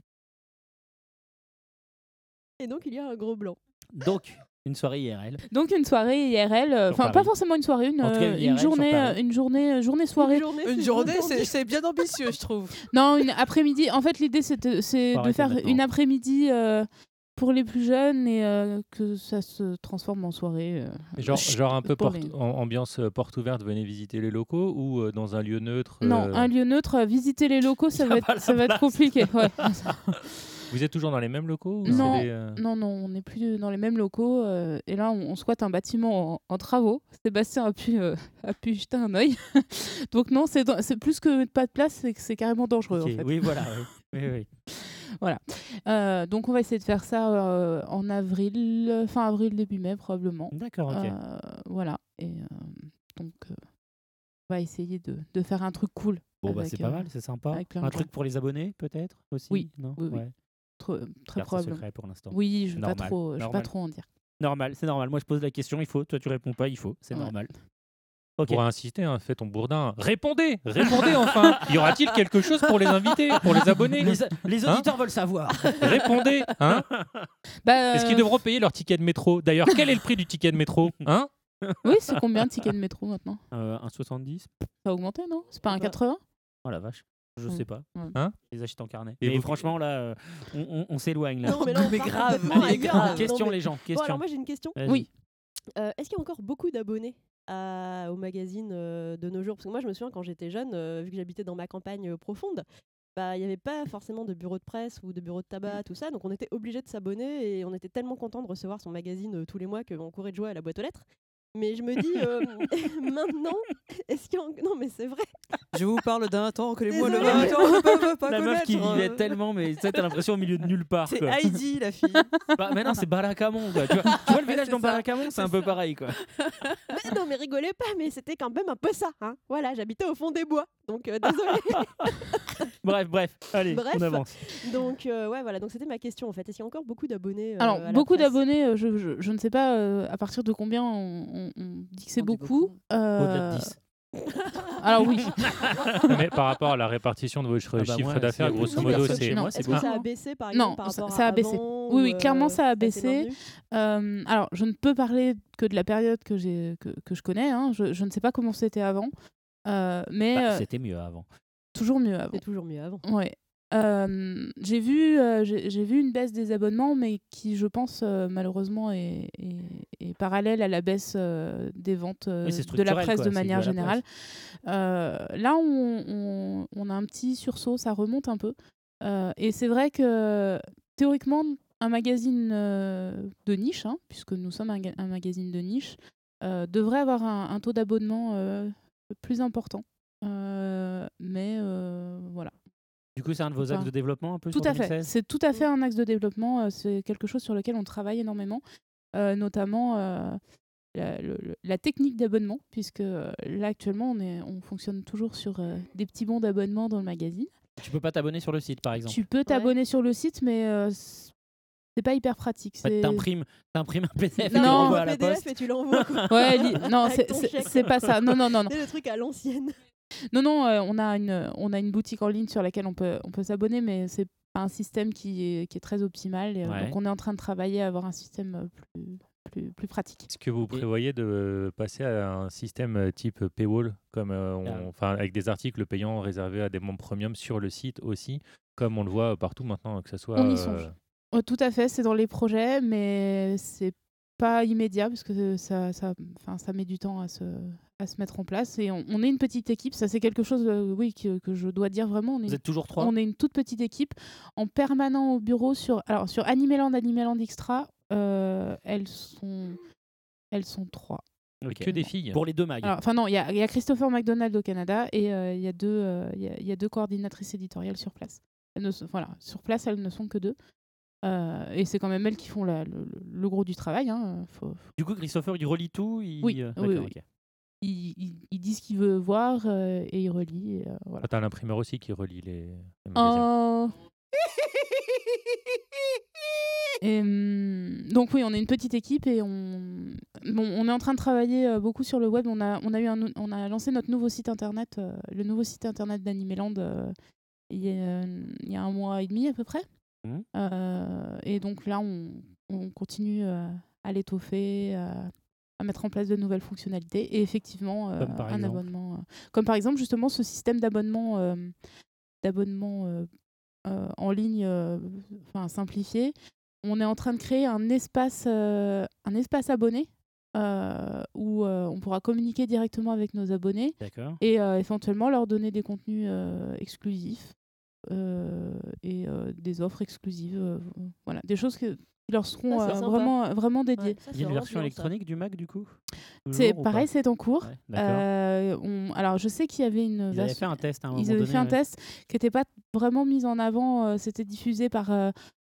Et donc, il y a un gros blanc. Donc, une soirée I R L. Donc une soirée I R L, euh, Sur enfin Paris. pas forcément une soirée, une, En tout cas, euh, une I R L une sur journée, Paris. euh, une journée, euh, journée soirée. Une journée, Une c'est journée, longtemps c'est dit. c'est bien ambitieux, je trouve. Non, une après-midi. En fait, l'idée c'est de, c'est Faut de arrêter faire maintenant. une après-midi euh, pour les plus jeunes et euh, que ça se transforme en soirée. euh, Genre, genre un peu pour porte- les- en- ambiance euh, porte ouverte, venez visiter les locaux ou euh, dans un lieu neutre. euh, Non, un lieu neutre, euh, visiter les locaux, ça Y a va pas être, ça la va être place. compliqué. Ouais. Vous êtes toujours dans les mêmes locaux ou Non, c'est des, euh, non, non, on n'est plus dans les mêmes locaux. euh, et là, on, on squatte un bâtiment en, en travaux. Sébastien a pu, euh, a pu jeter un œil. Donc non, c'est dans- c'est plus que pas de place, c'est que c'est carrément dangereux. Ok, En fait. Oui, voilà. Oui, oui, oui. Voilà. Euh, donc on va essayer de faire ça euh, en avril, euh, fin avril, début mai probablement. D'accord, ok. Euh, voilà. Et euh, donc euh, on va essayer de, de faire un truc cool. Bon, bah avec, c'est pas euh, mal, c'est sympa. avec plein Un de truc gens. pour les abonnés, peut-être aussi Oui, non oui, oui. Ouais. Très, très Garde ça probablement. secret pour l'instant. Oui, je ne vais pas Normal, trop, je vais pas normal. trop en dire. Normal, c'est normal. Moi, je pose la question, il faut. Toi, tu réponds pas, il faut. C'est Ouais. normal. Ok. Pour insister, hein, fais ton bourdin. Répondez, répondez enfin. Y aura-t-il quelque chose pour les invités, pour les abonnés? Les, les Hein auditeurs veulent savoir. Répondez, hein? Bah, Est-ce qu'ils euh, devront payer leur ticket de métro? D'ailleurs, quel est le prix du ticket de métro? Hein? Oui, c'est combien de tickets de métro maintenant? Euh, un soixante-dix. Ça a augmenté, non? C'est pas un Bah, quatre-vingts? Oh la vache. Je Mm. sais pas. Ouais. Hein? Je les achète en carnet. Et Mais vous- franchement, là, euh, on, on- on s'éloigne. Là. Non, mais là, on Mais part grave, complètement mais ailleurs. grave. Non, Question, mais- les gens. Bon, Question. alors moi, j'ai une question. Vas-y. Oui. Euh, Est-ce qu'il y a encore beaucoup d'abonnés à- au magazine euh, de nos jours? Parce que moi, je me souviens quand j'étais jeune, euh, vu que j'habitais dans ma campagne euh, profonde, bah, il n'y avait pas forcément de bureau de presse ou de bureau de tabac, tout ça. Donc on était obligé de s'abonner et on était tellement content de recevoir son magazine euh, tous les mois qu'on courait de joie à la boîte aux lettres. Mais je me dis, euh, maintenant, est-ce qu'il y a... en- Non, mais c'est vrai. Je vous parle d'un temps que les mois de Désolée. vingt ans ne peuvent pas La meuf qui connaître. vivait tellement, mais tu sais, t'as l'impression au milieu de nulle part. C'est quoi. Heidi, la fille. Bah, mais non, c'est Barakamon. Quoi. Tu, vois, tu vois le village C'est dans ça. Barakamon, c'est un peu pareil. Quoi. Mais non, mais rigolez pas, mais c'était quand même un peu ça. Hein. Voilà, j'habitais au fond des bois. Donc, euh, désolé. Bref, bref. Allez, Bref. on avance. Donc, euh, ouais, voilà. Donc, c'était ma question en fait. Est-ce qu'il y a encore beaucoup d'abonnés euh, Alors, à la beaucoup presse d'abonnés, euh, je, je, je ne sais pas euh, à partir de combien on, on- on dit que c'est On dit beaucoup. beaucoup. Euh, Au-delà de dix. Alors oui. Mais par rapport à la répartition de votre Ah bah, chiffre moi, d'affaires, c'est- grosso Non, modo, mais c'est non, moi, c'est Est-ce que beaucoup. ça a baissé par Non, exemple par ça- rapport ça à a baissé. avant, Oui, ou, oui, clairement, euh, ça a s'est baissé. maintenu Euh, alors, je ne peux parler que de la période que, j'ai, que, que je connais. Hein. Je, je ne sais pas comment c'était avant. Euh, mais Bah, euh, c'était mieux avant. toujours mieux avant. C'est toujours mieux avant. Ouais. Euh, j'ai vu, euh, j'ai, j'ai vu une baisse des abonnements, mais qui, je pense, euh, malheureusement, est, est, est parallèle à la baisse euh, des ventes euh, Oui, c'est de la structurel, presse quoi, de c'est manière dû à la générale. Euh, là, on, on, on a un petit sursaut, ça remonte un peu. Euh, et c'est vrai que, théoriquement, un magazine euh, de niche, hein, puisque nous sommes un, ga- un magazine de niche, euh, devrait avoir un, un taux d'abonnement euh, plus important. Euh, mais euh, voilà. Du coup, c'est un de vos Enfin, axes de développement un peu Tout sur à fait. deux mille seize. C'est tout à fait un axe de développement. euh, C'est quelque chose sur lequel on travaille énormément, euh, notamment euh, la, le- le- la technique d'abonnement, puisque euh, là actuellement on, est, on fonctionne toujours sur euh, des petits bons d'abonnement dans le magazine. Tu peux pas t'abonner sur le site, par exemple. Tu peux t'abonner sur le site, mais euh, c'est pas hyper pratique. En fait, C'est- t'imprimes, t'imprimes un P D F et tu Non. l'envoies à un la P D F poste. et tu l'envoies. quoi. Ouais, li- non, Avec c'est- ton c'est chèque. c'est pas ça. Non, non, non, non. C'est le truc à l'ancienne. Non, non, euh, on, a une, on a une boutique en ligne sur laquelle on peut, on peut s'abonner, mais c'est pas un système qui est, qui est très optimal. Et, euh, Ouais. Donc on est en train de travailler à avoir un système euh, plus, plus, plus pratique. Est-ce que vous prévoyez de passer à un système type paywall, comme euh, on- Ah. enfin, avec des articles payants réservés à des membres premium sur le site aussi, comme on le voit partout maintenant, que ce soit... On y euh, songe. Oh, tout à fait, c'est dans les projets, mais c'est pas immédiat parce que ça, ça, enfin, ça met du temps à se, à se mettre en place. Et on, on est une petite équipe, ça c'est quelque chose, euh, oui, que, que je dois dire vraiment. On est Vous une- êtes toujours trois On est une toute petite équipe en permanent au bureau sur, alors sur Animeland, Animeland Extra, euh, elles sont, elles sont trois. Ok. Que des filles. Pour les deux mags. Alors, enfin non, il y, a- il y a Christopher McDonald au Canada et euh, il y a deux, euh, il y a- il y a deux coordinatrices éditoriales sur place. Elles ne sont- voilà, sur place, elles ne sont que deux. Euh, et c'est quand même elles qui font la- le, le- le gros du travail. Hein. Faut- faut- Du coup, Christopher, il relie tout il... Oui, euh, oui, d'accord, oui. ok. Il, il- il dit ce qu'il veut voir euh, et il relie. Et, euh, voilà. Ah, t'as l'imprimeur aussi qui relie les, les magazines. Oh. Et, hum, donc oui, on est une petite équipe et on, bon, on est en train de travailler euh, beaucoup sur le web. On a, on a, eu un, nou- on a lancé notre nouveau site internet, euh, le nouveau site internet d'Animeland euh, il, y a, il y a un mois et demi à peu près. Mmh. Euh, et donc là, on, on continue euh, à l'étoffer, euh, à mettre en place de nouvelles fonctionnalités et effectivement euh, Comme par un exemple abonnement. euh, comme par exemple justement ce système d'abonnement, euh, d'abonnement euh, euh, en ligne, euh, enfin simplifié. On est en train de créer un espace, euh, un espace abonné euh, où euh, on pourra communiquer directement avec nos abonnés D'accord. et euh, éventuellement leur donner des contenus euh, exclusifs euh, et euh, des offres exclusives. euh, voilà, des choses que- qui leur seront Ah, c'est euh, sympa. vraiment, vraiment dédiées. Ouais, ça, Il y c'est a une vraiment version bien, ça. électronique du Mac, du coup C'est Toujours ou pareil, pas c'est en cours. Ouais, d'accord. Euh, on- alors, je sais qu'il y avait une Ils avaient version- fait un test à un moment Ils avaient donné, fait un ouais. test qui n'était pas vraiment mis en avant. euh, C'était diffusé par, euh,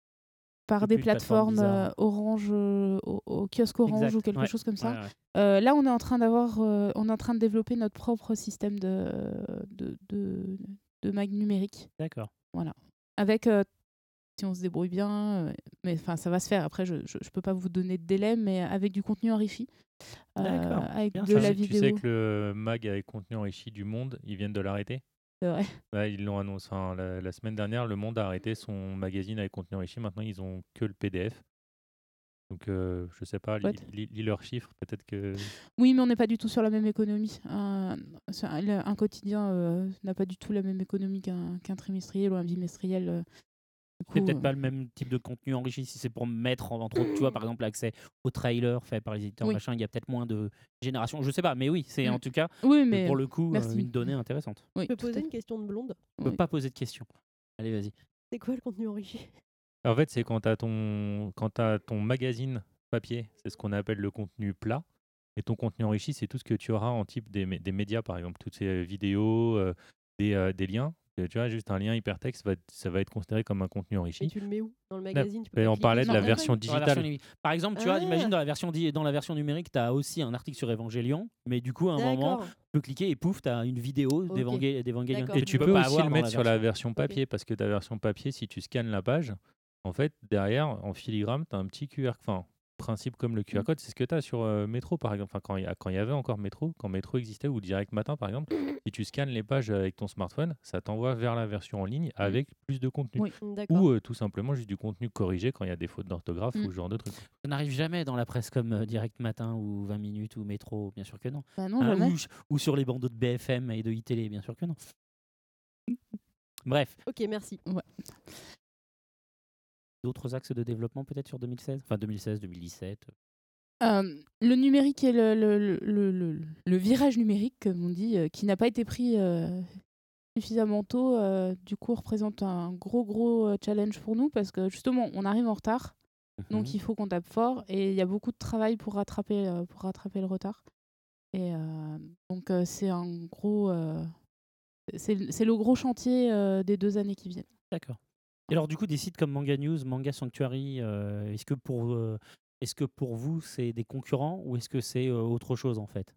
par Et des puis une plateforme plateformes euh, bizarre. Orange, euh, au, au kiosque Orange Exact, ou quelque ouais, chose comme ça. ouais, ouais. Euh, là, on est en train d'avoir, euh, on est en train de développer notre propre système de de, de, de mag numérique. D'accord. Voilà. Avec, euh, si on se débrouille bien, euh, mais enfin, ça va se faire. Après, je ne peux pas vous donner de délai, mais avec du contenu enrichi, euh, D'accord, avec bien de ça. la Tu vidéo. sais que le mag avec contenu enrichi du Monde, ils viennent de l'arrêter. C'est vrai. Ouais, ils l'ont annoncé enfin, la, la semaine dernière. Le Monde a arrêté son magazine avec contenu enrichi. Maintenant, ils ont que le P D F. Donc, euh, je sais pas, lis, Chouette. lis- lis leurs chiffres. Peut-être que. Oui, mais on n'est pas du tout sur la même économie. Un, c'est un, le- un quotidien euh, n'a pas du tout la même économie qu'un qu'un trimestriel ou un bimestriel. euh. Du C'est coup, peut-être euh, pas le même type de contenu enrichi si c'est pour mettre en- entre autres, tu vois, par exemple, l'accès au trailer fait par les éditeurs, Oui. machin, il y a peut-être moins de génération. Je sais pas, mais oui, c'est Mm. en tout cas, Oui, euh, mais pour le coup, euh, merci. une donnée intéressante. Oui, Je peux tout à poser fait. une question de blonde. Je peux Oui. pas poser de questions. Allez, vas-y. C'est quoi le contenu enrichi? En fait, c'est quand tu as ton, quand t'as ton magazine papier, c'est ce qu'on appelle le contenu plat. Et ton contenu enrichi, c'est tout ce que tu auras en type des, mé- des médias, par exemple, toutes ces euh, vidéos, euh, des, euh, des liens. Euh, Tu vois, juste un lien hypertexte, va, être- ça va être considéré comme un contenu Et enrichi. tu le mets où? Dans le magazine tu peux Mais pas on cliquer parlait de sur la un version icône Dans la digitale. version numérique. Par exemple, tu vois, Ah. imagine dans la version, di- dans la version numérique, tu as aussi un article sur Evangelion, mais du coup, à un moment, D'accord. tu peux cliquer et pouf, tu as une vidéo Ok. d'Evangel- d'Evangelion. D'accord. Et que tu peux peux pas aussi avoir le dans mettre sur la version- version papier, parce que ta version papier, si tu scannes la page, en fait, derrière, en filigrane, tu as un petit Q R code. Enfin, principe comme le Q R Mm. code, c'est ce que tu as sur euh, Métro, par exemple. Enfin, quand il y, a- quand il y avait encore Métro, quand Métro existait, ou Direct Matin, par exemple, si tu scannes les pages avec ton smartphone, ça t'envoie vers la version en ligne avec plus de contenu. Oui. D'accord. Ou euh, tout simplement juste du contenu corrigé quand il y a des fautes d'orthographe Mm. ou ce genre de trucs. Ça n'arrive jamais dans la presse comme euh, Direct Matin ou vingt minutes ou Métro, bien sûr que non. Bah non, Hein, jamais. ou, ou sur les bandeaux de B F M et de iTélé, bien sûr que non. Bref, Ok, merci. d'autres axes de développement peut-être sur deux mille seize Enfin deux mille seize, deux mille dix-sept. Euh, le numérique et le, le, le, le, le- le virage numérique, comme on dit, euh, qui n'a pas été pris euh, suffisamment tôt, euh, du coup, représente un gros, gros euh, challenge pour nous parce que justement, on arrive en retard, donc il faut qu'on tape fort et il y a beaucoup de travail pour rattraper, euh, pour rattraper le retard. Et euh, donc, euh, c'est un gros. euh, c'est c'est le gros chantier euh, des deux années qui viennent. D'accord. Et alors du coup, des sites comme Manga News, Manga Sanctuary, euh, est-ce que pour euh, est-ce que pour vous c'est des concurrents ou est-ce que c'est euh, autre chose en fait?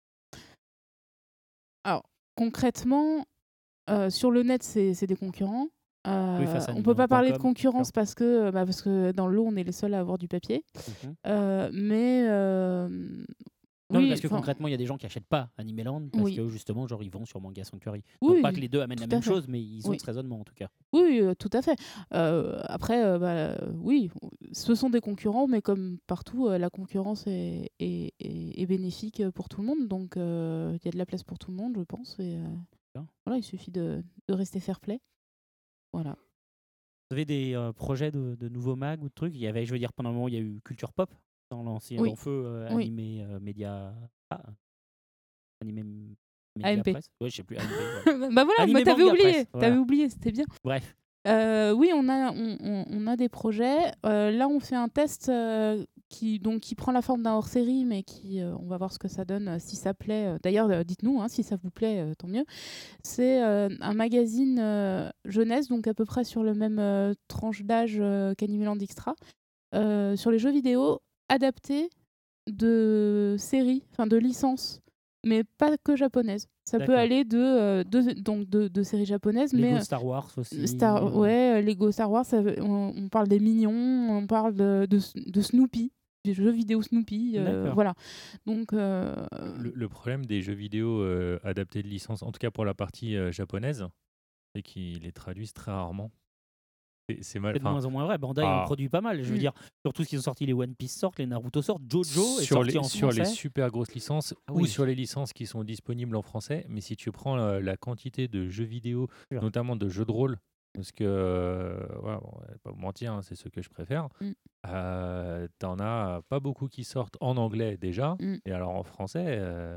Alors, concrètement, euh, sur le net, c'est c'est des concurrents. Euh, Oui, face à on ne peut pas Animeland point parler de com, concurrence parce que, bah, parce que dans le lot, on est les seuls à avoir du papier. Mhm. Euh, mais euh, Non, mais Oui, parce que enfin- concrètement, il y a des gens qui achètent pas Animeland parce Oui. que justement, genre, ils vont sur Manga Sanctuary. Oui, Donc, pas oui, que les deux amènent la tout à même fait. chose, mais ils ont Oui. ce raisonnement en tout cas. Oui, oui, euh, tout à fait. Euh, après, euh, bah, euh, oui, ce sont des concurrents, mais comme partout, euh, la concurrence est, est, est- est bénéfique pour tout le monde. Donc, euh, il y a de la place pour tout le monde, je pense. Et euh, Bien. voilà, il suffit de, de rester fair play. Voilà. Vous avez des euh, projets de, de nouveaux mags ou de trucs? Il y avait, je veux dire, pendant un moment, il y a eu Culture Pop dans l'ancien Oui. dans Feu euh, Oui. animé euh, média. Ah, animé m- A M média P. presse. Ouais, je sais plus. A M P, ouais. Bah voilà, Animé mais t'avais manga oublié, presse, t'avais voilà. oublié, c'était bien. Bref. Euh, oui, on a, on, on- on a des projets. Euh, là, on fait un test euh, qui, donc, qui prend la forme d'un hors-série, mais qui, euh, on va voir ce que ça donne, euh, si ça plaît. Euh, D'ailleurs, euh, dites-nous, hein, si ça vous plaît, euh, tant mieux. C'est euh, un magazine euh, jeunesse, donc à peu près sur le même euh, tranche d'âge euh, qu'Animeland Extra, euh, sur les jeux vidéo adaptés de séries, enfin de licences, mais pas que japonaises. Ça peut D'accord. aller de, euh, de, donc de, de séries japonaises, Lego mais Star Wars aussi. Star, euh, ouais, euh, Lego Star Wars, ça veut- on, on parle des Mignons, on parle de, de, de Snoopy, des jeux vidéo Snoopy, euh, D'accord. voilà. Donc, euh, Le, le problème des jeux vidéo euh, adaptés de licence, en tout cas pour la partie euh, japonaise, c'est qu'ils les traduisent très rarement. C'est c'est mal. C'est de enfin, moins en moins vrai. Bandai en ah, produit pas mal. Je veux Mm. dire, sur tout ce qui sont sortis, les One Piece sortent, les Naruto sortent, Jojo est sur sorti les, en sur les français. super grosses licences Ah ou oui. sur les licences qui sont disponibles en français. Mais si tu prends la, la quantité de jeux vidéo, Sûr. notamment de jeux de rôle, parce que, euh, voilà, bon, on va pas vous mentir, hein, c'est ceux que je préfère, Mm. euh, t'en as pas beaucoup qui sortent en anglais déjà. Mm. Et alors en français, euh,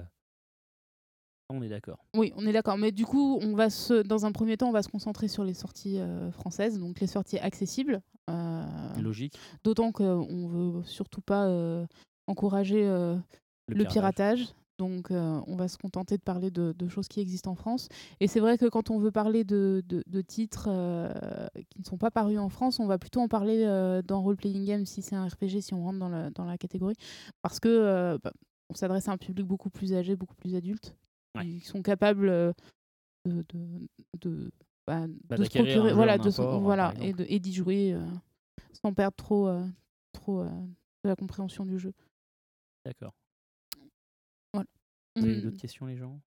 On est d'accord. oui, on est d'accord. Mais du coup, on va se, dans un premier temps, on va se concentrer sur les sorties euh, françaises, donc les sorties accessibles. Euh, Logique. D'autant qu'on veut surtout pas euh, encourager euh, Le le, piratage. piratage. Donc, euh, on va se contenter de parler de, de choses qui existent en France. Et c'est vrai que quand on veut parler de, de, de titres euh, qui ne sont pas parus en France, on va plutôt en parler euh, dans Role Playing Game si c'est un R P G, si on rentre dans, le, dans la catégorie. Parce que euh, bah, on s'adresse à un public beaucoup plus âgé, beaucoup plus adulte, Ouais. qui sont capables euh, de, de, de, bah, Bah, de se d'acquérir un procurer, jeu voilà, en de se- import, voilà, par et exemple. de- et d'y jouer euh, sans perdre trop, euh, trop euh, de la compréhension du jeu. D'accord. Voilà. Vous avez Mm. d'autres questions, les gens?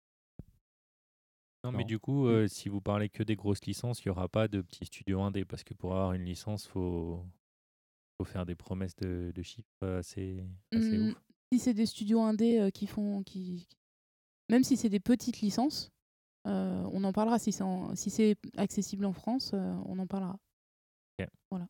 non, mais Non. du coup, euh, si vous parlez que des grosses licences, il n'y aura pas de petits studios indés parce que pour avoir une licence, il faut, faut faire des promesses de, de chiffres assez, assez Mm, ouf. Si c'est des studios indés euh, qui font, qui, qui- même si c'est des petites licences, euh, on en parlera. Si c'est en- si c'est accessible en France, euh, on en parlera. Ok. Voilà.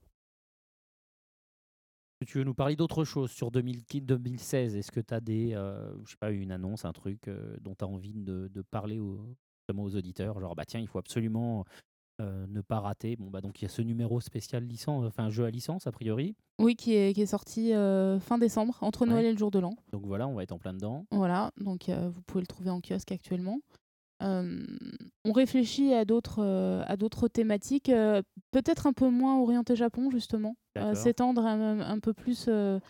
Est-ce que tu veux nous parler d'autre chose sur deux mille quinze, deux mille seize? Est-ce que tu as des, euh, je sais pas, une annonce, un truc euh, dont tu as envie de, de parler aux, justement aux auditeurs? Genre, bah tiens, il faut absolument euh, ne pas rater. Bon, bah donc il y a ce numéro spécial licence, enfin jeu à licence, a priori. Oui, qui est, qui est sorti euh, fin décembre, entre Noël Ouais. et le jour de l'an. Donc voilà, on va être en plein dedans. Voilà, donc euh, vous pouvez le trouver en kiosque actuellement. Euh, on réfléchit à d'autres euh, à d'autres thématiques, euh, peut-être un peu moins orientées Japon justement, euh, D'accord. s'étendre un, un peu plus euh,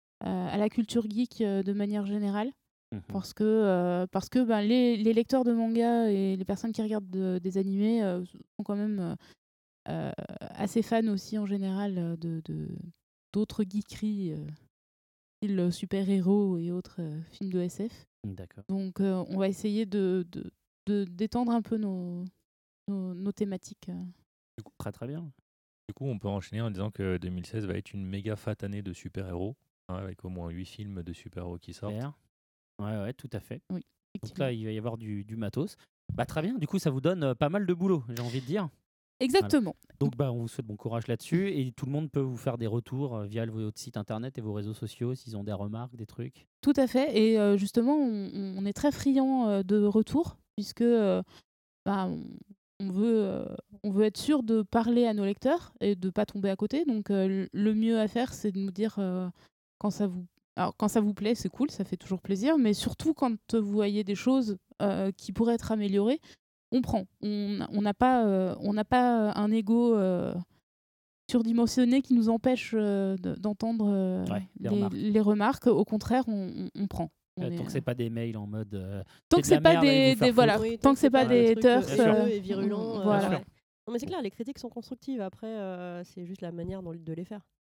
à à la culture geek euh, de manière générale, Mhm. parce que euh, parce que ben, les, les lecteurs de manga et les personnes qui regardent de- des animés euh, sont quand même euh, euh, assez fans aussi en général euh, de de- d'autres geekeries, euh, style super-héros et autres euh, films de S F. D'accord. Donc, euh, on va essayer de, de, de- d'étendre un peu nos, nos, nos thématiques. euh. Du coup, Très très bien. du coup, on peut enchaîner en disant que deux mille seize va être une méga fat année de super-héros, hein, avec au moins huit films de super-héros qui sortent. Claire. Ouais, ouais, tout à fait. Oui, Donc effectivement. là, il va y avoir du, du matos. Bah très bien. Du coup, ça vous donne euh, pas mal de boulot, j'ai envie de dire. Exactement. Donc bah, on vous souhaite bon courage là-dessus et tout le monde peut vous faire des retours euh, via le- votre site internet et vos réseaux sociaux s'ils ont des remarques, des trucs. Tout à fait. Et euh, justement, on, on est très friand euh, de retours, puisque euh, bah, on, on veut, euh, on veut être sûr de parler à nos lecteurs et de ne pas tomber à côté. Donc, euh, le mieux à faire, c'est de nous dire euh, quand ça vous... Alors, quand ça vous plaît, c'est cool, ça fait toujours plaisir. Mais surtout, quand vous voyez des choses euh, qui pourraient être améliorées, on prend. On on n'a pas, euh, on n'a pas un ego euh, surdimensionné qui nous empêche euh, de- d'entendre euh, Ouais, les les, remarques. les remarques. Au contraire, on, on- on prend. On Euh, est, tant que euh, c'est pas des mails en mode. euh, tant c'est que de la c'est pas merde, allez des, vous faire des- voilà, foutre. Oui, tant que c'est pas des des trucs, haters euh, Bien sûr. haineux et virulents. on- euh, voilà. ouais. Non, mais c'est clair, les critiques sont constructives. Après, euh, c'est juste la manière dont- de les faire.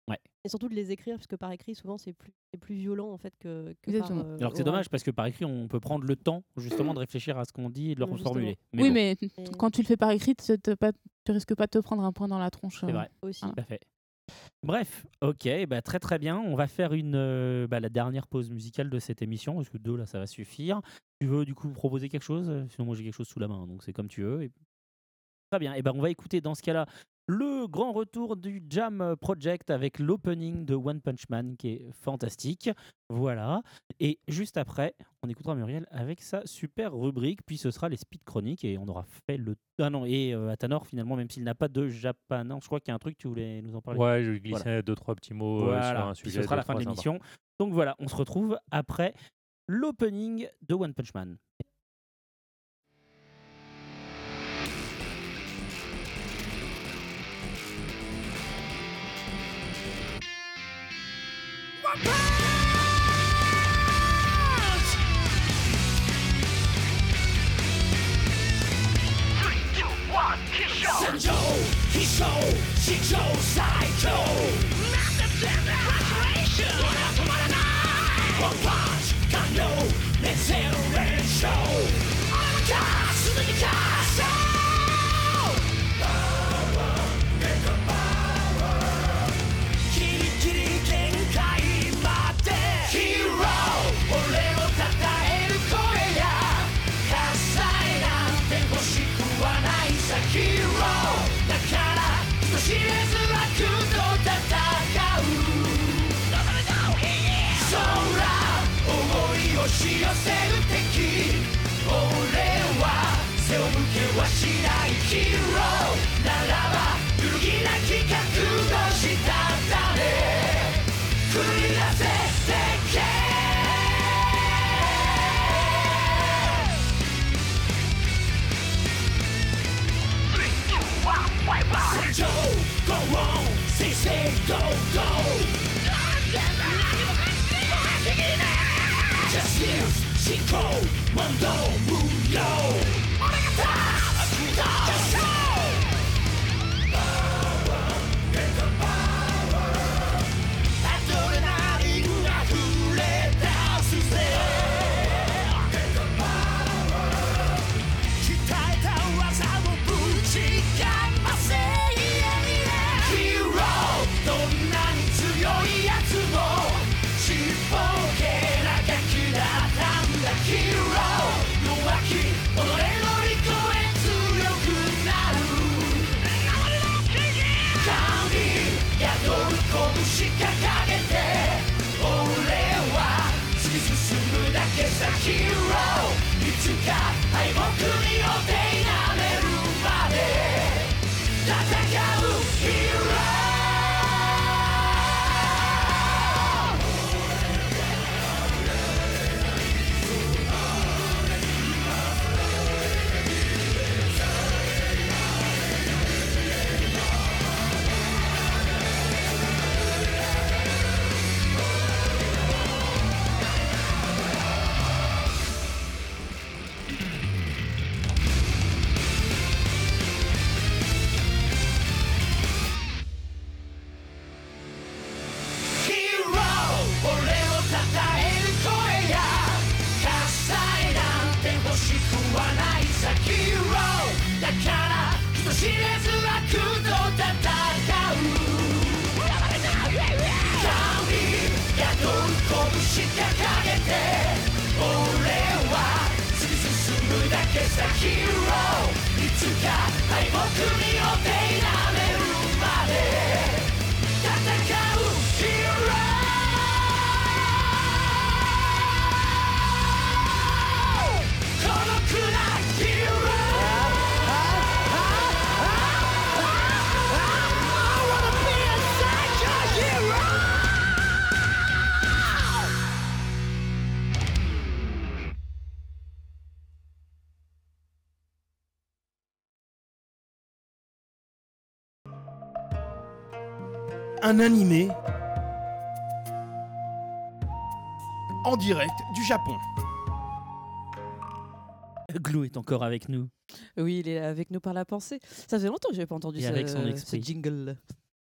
Ouais. Et surtout de les écrire, parce que par écrit, souvent, c'est plus, c'est plus violent en fait que, que par. Exactement. euh, Alors que c'est oral. dommage parce que par écrit, on peut prendre le temps justement de réfléchir à ce qu'on dit et de le Mm, reformuler. justement. oui, bon, mais Et- quand tu le fais par écrit, tu te- pas- tu risques pas de te prendre un point dans la tronche. c'est euh. vrai. Aussi. Tout à fait. Bref, ok, bah très très bien. On va faire une, euh, bah, la dernière pause musicale de cette émission, parce que deux là ça va suffire. Tu veux du coup proposer quelque chose? Sinon moi j'ai quelque chose sous la main, donc c'est comme tu veux. Et... Très bien, et ben on va écouter dans ce cas-là le grand retour du Jam Project avec l'opening de One Punch Man qui est fantastique. Voilà. Et juste après, on écoutera Muriel avec sa super rubrique, puis ce sera les speed chroniques et on aura fait le. Ah non, et euh, Athanor finalement, même s'il n'a pas de Japan, non, je crois qu'il y a un truc, tu voulais nous en parler. Ouais, je glissais Voilà. deux, trois petits mots euh, Voilà. sur un Puis sujet. ce sera deux, la fin de trois sympas. l'émission. Donc voilà, on se retrouve après l'opening de One Punch Man. Sanjo, Hisho, Shijo, Saito. Massive demonstration. One punch, Kanyo, let's hit a red show. Armaka, Suzuka, Show. Power, make a power. Kiri kiri genkai mate. Hero, 俺を称える声や。喝采なんて欲しくはないさ。Hero だから人知れず悪と戦う。空思い押し寄せる敵。俺は背を向けはしない。Hero ならば揺るぎなき覚悟したため。繰り出せてけ。Sanjo, go on, say say go go. Justice, Shinko, Mondo, Muyo. Oregata, Akuta, Show. Power, get the power. Adrenaline が溢れ出すぜ。Get the power. 鍛えた技をぶちかませ。Hero どんなに強いやつもちっぽけなガキだったんだ。Hero 弱き己乗り越え強くなる。神宿る拳掲げて俺は突き進むだけさ。Hero いつか敗北によって否めるまで戦う。Hero Hero 俺を称える声や喝采なんて欲しくはないさ。Hero だから人知れず悪と戦う。神宿る拳掲げて俺は突き進むだけさ。Hero いつか敗北によって否めるまで戦う。Hero孤独な Hero I wanna be inside your hero. Un animé en direct du Japon. Glou est encore avec nous. Oui, il est avec nous par la pensée. Ça faisait longtemps que j'avais pas entendu Et ce, avec son ce esprit. jingle.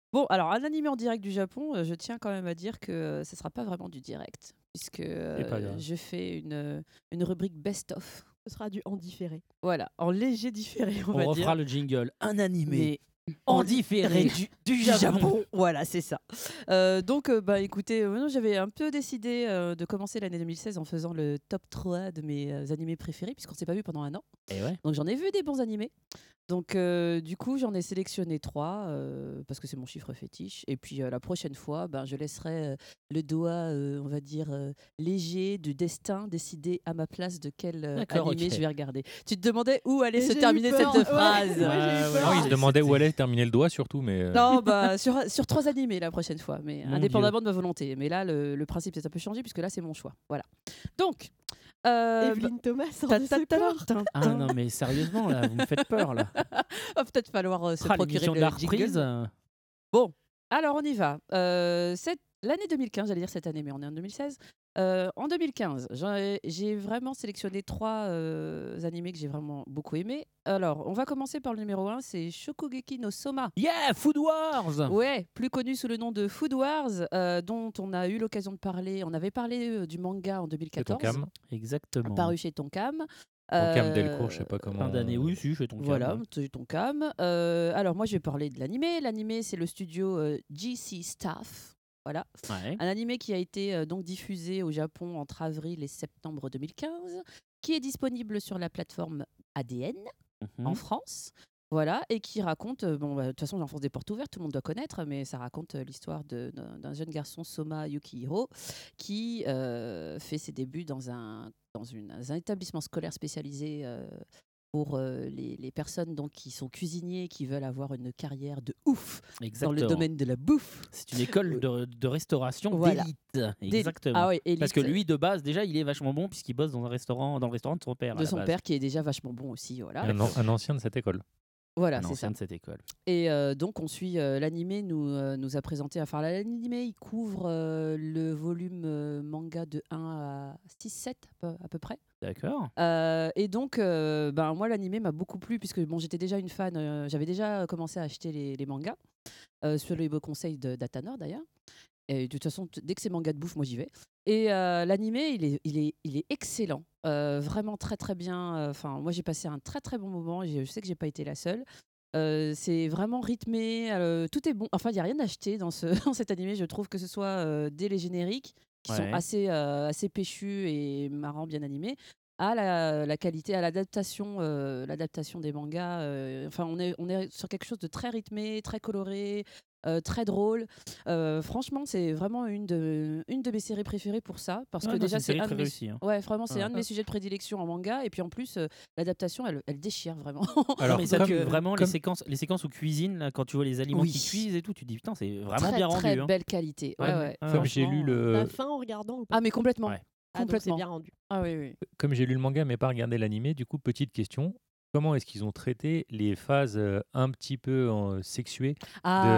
Bon, alors un animé en direct du Japon, euh, je tiens quand même à dire que euh, ce sera pas vraiment du direct, puisque euh, pas grave. je fais une, euh, une rubrique best-of. Ce sera du en différé. Voilà, en léger différé, on, On va refera dire. le jingle. Un animé Mais en différé du, du Japon. Voilà, c'est ça. Euh, donc, euh, bah, écoutez, euh, non, j'avais un peu décidé euh, de commencer l'année deux mille seize en faisant le top trois de mes euh, animés préférés, puisqu'on ne s'est pas vu pendant un an. Et ouais. Donc, j'en ai vu des bons animés. Donc, euh, du coup, j'en ai sélectionné trois, euh, parce que c'est mon chiffre fétiche. Et puis, euh, la prochaine fois, ben, je laisserai euh, le doigt, euh, on va dire, euh, léger du destin décider à ma place de quel euh, D'accord, animé ok. je vais regarder. Tu te demandais où allait Et se j'ai eu terminer peur, cette ouais. phrase. Ouais, j'ai eu Ah, ouais, peur. Non, il se demandait où c'était- allait terminer le doigt surtout, mais. euh, Non, bah, sur, sur trois animés la prochaine fois, mais Mon indépendamment de ma volonté. Mais là, le, le principe, c'est un peu changé, puisque là, c'est mon choix. Voilà. Donc. Euh, Evelyne Thomas sort ta- de ta- ce ta- corps. ta- Ah non, mais sérieusement, là, vous me faites peur, là. va peut-être falloir euh, se Ah, procurer l'émission le de la jingle. reprise. euh, Bon, alors on y va. Euh, cette- L'année deux mille quinze, j'allais dire cette année, mais on est en deux mille seize. Euh, en deux mille quinze, j'en ai- j'ai vraiment sélectionné trois euh, animés que j'ai vraiment beaucoup aimés. Alors, on va commencer par le numéro un, c'est Shokugeki no Soma. Yeah, Food Wars. Ouais, plus connu sous le nom de Food Wars, euh, dont on a eu l'occasion de parler. On avait parlé euh, du manga en deux mille C'est ton quatorze, cam. Exactement. paru chez Tonkam. Tonkam Euh, Delcourt, je sais pas comment. Fin d'année, oui, si, chez ton Voilà, c'est Tonkam. Euh, alors moi, je vais parler de l'animé. L'animé, c'est le studio euh, G C Staff. Voilà. Ouais. Un animé qui a été euh, donc diffusé au Japon entre avril et septembre deux mille quinze, qui est disponible sur la plateforme A D N Mhm. en France. Voilà, et qui raconte, euh, bon, bah, de toute façon, l'enfance des portes ouvertes, tout le monde doit connaître, mais ça raconte euh, l'histoire de- d'un d'un jeune garçon, Soma Yukihiro, qui euh, fait ses débuts dans un, dans une- dans un établissement scolaire spécialisé euh, pour euh, les, les personnes donc, qui sont cuisiniers, qui veulent avoir une carrière de ouf dans Exactement. le domaine de la bouffe. C'est une école de, de restauration Voilà. d'élite. D'élite. Exactement. Ah ouais, Parce que élite. lui, de base, déjà, il est vachement bon puisqu'il bosse dans un restaurant, dans le restaurant de son père. à De la son base. père, qui est déjà vachement bon aussi. Voilà, Un, an- un ancien de cette école. voilà Un c'est ancien ça. de cette école. Et euh, donc, on suit euh, l'animé, nous, euh, nous a présenté. Enfin, l'animé, il couvre euh, le volume euh, manga de un à six sept à peu, à peu près. D'accord. Euh, et donc, euh, ben, moi, l'animé m'a beaucoup plu, puisque bon, j'étais déjà une fan. euh, J'avais déjà commencé à acheter les, les mangas, euh, sur les beaux conseils de d'Atanor d'ailleurs. Et de toute façon, t- dès que c'est manga de bouffe, moi j'y vais. Et euh, l'animé, il est, il, est, il est excellent. Euh, vraiment très très bien. Enfin, moi j'ai passé un très très bon moment. Je sais que j'ai pas été la seule. Euh, c'est vraiment rythmé, euh, tout est bon. Enfin, il n'y a rien à acheter dans, ce, dans cet animé, je trouve, que ce soit euh, dès les génériques, qui sont Ouais. assez, euh, assez péchus et marrants, bien animés, à la, la qualité, à l'adaptation, euh, l'adaptation des mangas. euh, Enfin, on est, on est sur quelque chose de très rythmé, très coloré, euh, très drôle. Euh, franchement, c'est vraiment une de, une de mes séries préférées pour ça, parce Ouais, que non, déjà, c'est c'est une un série de très mes réussie, hein. ouais, vraiment, c'est Ouais. un de mes sujets de prédilection en manga. Et puis en plus, euh, l'adaptation, elle, elle déchire vraiment. Alors, Non, mais ça, comme- tu- vraiment, comme- les, séquences, les séquences où cuisine, là, quand tu vois les aliments Oui. qui cuisent et tout, tu te dis putain, c'est vraiment très, bien très rendu. hein. belle qualité. Ouais, Ouais. ouais. Ah, Comme j'ai Franchement, lu euh, le, T'as faim en regardant ou pas Ah, mais complètement. Ouais. Ah, donc c'est complètement. bien rendu. Ah oui, oui. comme j'ai lu le manga mais pas regardé l'animé, du coup, petite question. Comment est-ce qu'ils ont traité les phases euh, un petit peu euh, sexuées de,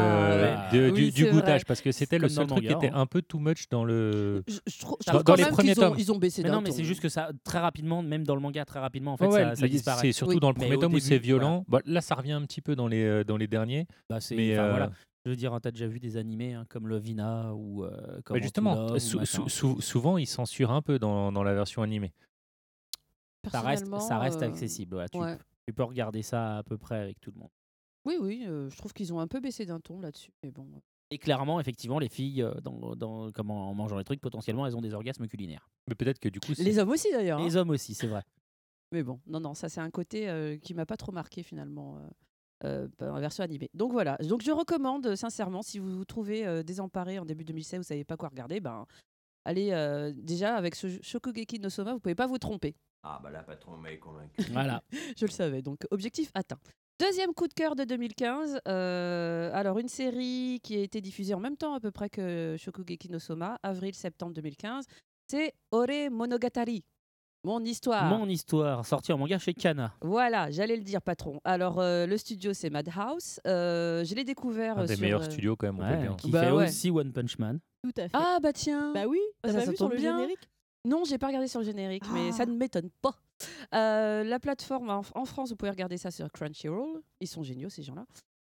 Ah, de- oui, du, du c'est vrai. goûtage? Parce que c'était le Comme dans seul le truc qui manga, était hein. un peu too much dans le. Je, je trouve, je Dans- trouve dans quand les même premiers qu'ils ont, tomes. ils ont baissé Mais d'un non, mais ton. c'est juste que ça, très rapidement, même dans le manga, très rapidement, en fait, Ouais, ouais, ça, ça le- disparaît. c'est surtout Oui. dans le Mais premier au tome où début, c'est violent. Bah, là, ça revient un petit peu dans les, euh, dans les derniers. Bah, c'est- Mais, enfin, euh, voilà. Je veux dire, t'as déjà vu des animés hein, comme Lovina ou euh, comme Bah, justement, Antulove ou sou- machin. sou- sou- souvent ils censurent un peu dans, dans la version animée. ça reste, ça Personnellement, reste euh, accessible. ouais, tu, ouais. tu peux regarder ça à peu près avec tout le monde. Oui, oui, euh, je trouve qu'ils ont un peu baissé d'un ton là-dessus. Mais bon. Et clairement, effectivement, les filles, euh, dans, dans, comment, en mangeant les trucs, potentiellement, elles ont des orgasmes culinaires. Mais peut-être que du coup, c'est- Les hommes aussi d'ailleurs. hein. Les hommes aussi, c'est vrai. Mais bon, non, non, ça c'est un côté euh, qui m'a pas trop marqué finalement. euh, euh, dans la version animée. Donc voilà, donc je recommande euh, sincèrement, si vous vous trouvez euh, désemparé en début deux mille seize, vous savez pas quoi regarder, ben allez euh, déjà avec ce Shokugeki no Soma, vous pouvez pas vous tromper. Ah bah là, patron m'avait convaincu. Voilà. Je le savais, donc objectif atteint. Deuxième coup de cœur de deux mille quinze, euh, alors une série qui a été diffusée en même temps à peu près que Shokugeki no Soma, avril-septembre deux mille quinze, c'est Ore Monogatari, mon histoire. Mon histoire, sortie en manga chez Kana. Voilà, j'allais le dire, patron. Alors, euh, le studio, c'est Madhouse. Euh, je l'ai découvert un euh, des sur, meilleurs euh, studios quand même, on peut Ouais, dire. qui Bah fait ouais. aussi One Punch Man. Tout à fait. Ah, bah tiens. bah oui, t'as ça, pas ça vu sur tombe le bien. générique Non, j'ai pas regardé sur le générique, mais Ah. ça ne m'étonne pas. Euh, la plateforme, en, en France, vous pouvez regarder ça sur Crunchyroll. Ils sont géniaux, ces gens-là.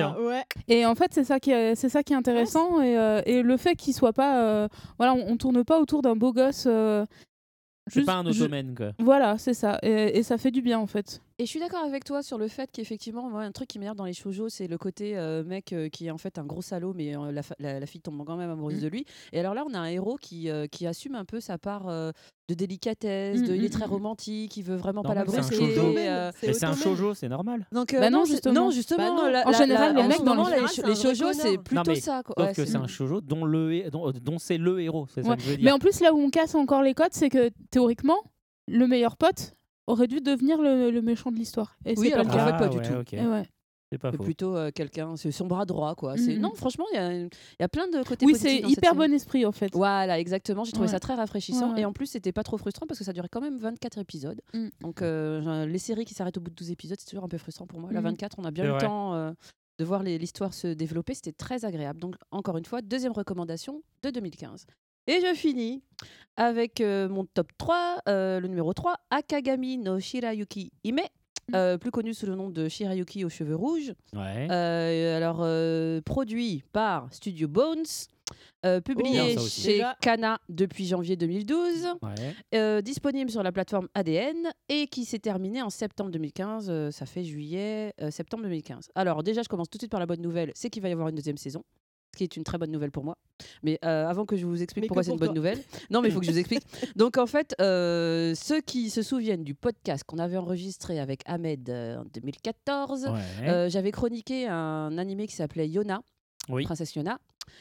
tiens. Ouais. Et en fait, c'est ça qui est, c'est ça qui est intéressant. Et, euh, et le fait qu'il soit pas. euh, voilà, on, on tourne pas autour d'un beau gosse. euh, C'est juste- pas un ju- automène, quoi. Voilà, c'est ça. Et, et ça fait du bien, en fait. et je suis d'accord avec toi sur le fait qu'effectivement, moi, un truc qui m'énerve dans les shoujo, c'est le côté euh, mec euh, qui est en fait un gros salaud, mais euh, la, fa- la, la fille tombe quand même amoureuse Mm. de lui. Et alors là, on a un héros qui, euh, qui assume un peu sa part euh, de délicatesse, de, Mm, il est mm, très mm. romantique, il veut vraiment pas Normal, la c'est un brusquer. shoujo. euh, C'est Mais c'est un automne. shoujo, c'est normal. Donc, euh, Bah non, non, ju- justement. non, justement. Bah non. la- En la- général, la- les en mecs ce dans moment, les- les, c'est un les vrai shoujo, c'est connard. plutôt non, mais ça. Quoi. Sauf Ouais, que c'est- c'est un shoujo dont, le, hé- dont, dont c'est le héros, c'est ça Ouais. que je veux Mais dire. en plus, là où on casse encore les codes, c'est que théoriquement, le meilleur pote aurait dû devenir le, le méchant de l'histoire. Et Oui, c'est pas alors le qu'en cas. fait, pas Ah, du ouais, tout. ok. Et ouais. C'est pas C'est faux. plutôt euh, quelqu'un, c'est son bras droit. Quoi. C'est... Mhm. Non, franchement, il y a, il y a plein de côtés Oui, positifs c'est dans cette hyper série. bon esprit en fait. Voilà, exactement. J'ai trouvé Ouais. ça très rafraîchissant. Ouais, ouais. Et en plus, c'était pas trop frustrant parce que ça durait quand même vingt-quatre épisodes. Mm. Donc, euh, genre, les séries qui s'arrêtent au bout de douze épisodes, c'est toujours un peu frustrant pour moi. La Mm. vingt-quatre, on a bien C'est eu le vrai. temps euh, de voir les- l'histoire se développer. C'était très agréable. Donc, encore une fois, deuxième recommandation de deux mille quinze. Et je finis avec euh, mon top trois, euh, le numéro trois, Akagami no Shirayuki Hime, euh, plus connu sous le nom de Shirayuki aux cheveux rouges. Ouais. Euh, alors, euh, produit par Studio Bones, euh, publié Bien, ça aussi. chez Déjà. Kana depuis janvier deux mille douze, Ouais. euh, disponible sur la plateforme A D N et qui s'est terminé en septembre deux mille quinze. euh, ça fait juillet, euh, septembre deux mille quinze. Alors, déjà, je commence tout de suite par la bonne nouvelle, c'est qu'il va y avoir une deuxième saison. Ce qui est une très bonne nouvelle pour moi. Mais euh, avant que je vous explique Mais pourquoi que c'est une pour bonne toi. nouvelle. Non, mais il faut que je vous explique. Donc, en fait, euh, ceux qui se souviennent du podcast qu'on avait enregistré avec Ahmed euh, en deux mille quatorze, Ouais. euh, j'avais chroniqué un animé qui s'appelait Yona, Oui. Princesse Yona.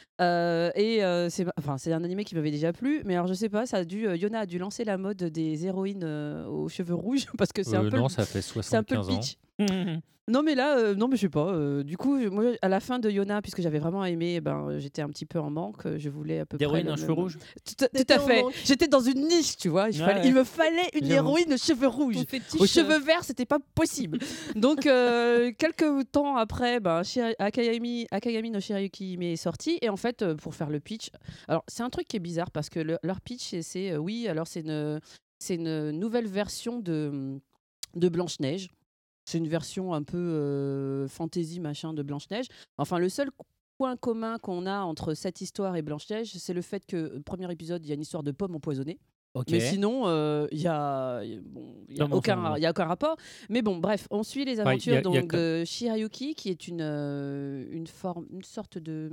Euh, et euh, c'est enfin, c'est un animé qui m'avait déjà plu, mais alors je sais pas, ça a dû, euh, Yona a dû lancer la mode des héroïnes euh, aux cheveux rouges parce que c'est un Euh, peu non, le- ça fait c'est un peu le soixante-quinze ans. pitch. Non mais là, euh, non mais je sais pas. euh, du coup, moi, à la fin de Yona, puisque j'avais vraiment aimé, eh ben, j'étais un petit peu en manque. euh, Je voulais à peu près. D'héroïne le un cheveu même- rouge. Tout, à- tout T'étais à en fait. manque. J'étais dans une niche, tu vois. Il, Ouais, fallait- ouais. il me fallait une J'avoue. héroïne aux cheveux rouges. Ton fétiche, Aux cheveux verts, c'était pas possible. Donc, euh, quelques temps après, ben, Shira- Akagami, Akagami no Shirayuki m'est sorti. Et en fait, euh, pour faire le pitch, alors c'est un truc qui est bizarre parce que le- leur pitch, c'est, c'est, euh, oui, alors c'est une, c'est une nouvelle version de, de Blanche-Neige. C'est une version un peu euh, fantasy machin de Blanche-Neige. Enfin, le seul point commun qu'on a entre cette histoire et Blanche-Neige, c'est le fait que, le premier épisode, il y a une histoire de pommes empoisonnées. Ok. Mais sinon, euh, il y a, y a- bon, il y a Non, mais enfin, aucun, bon. il y a aucun rapport. Mais bon, bref, on suit les y a- aventures y a donc, quand- de Shirayuki, qui est une, euh, une, forme, une sorte de,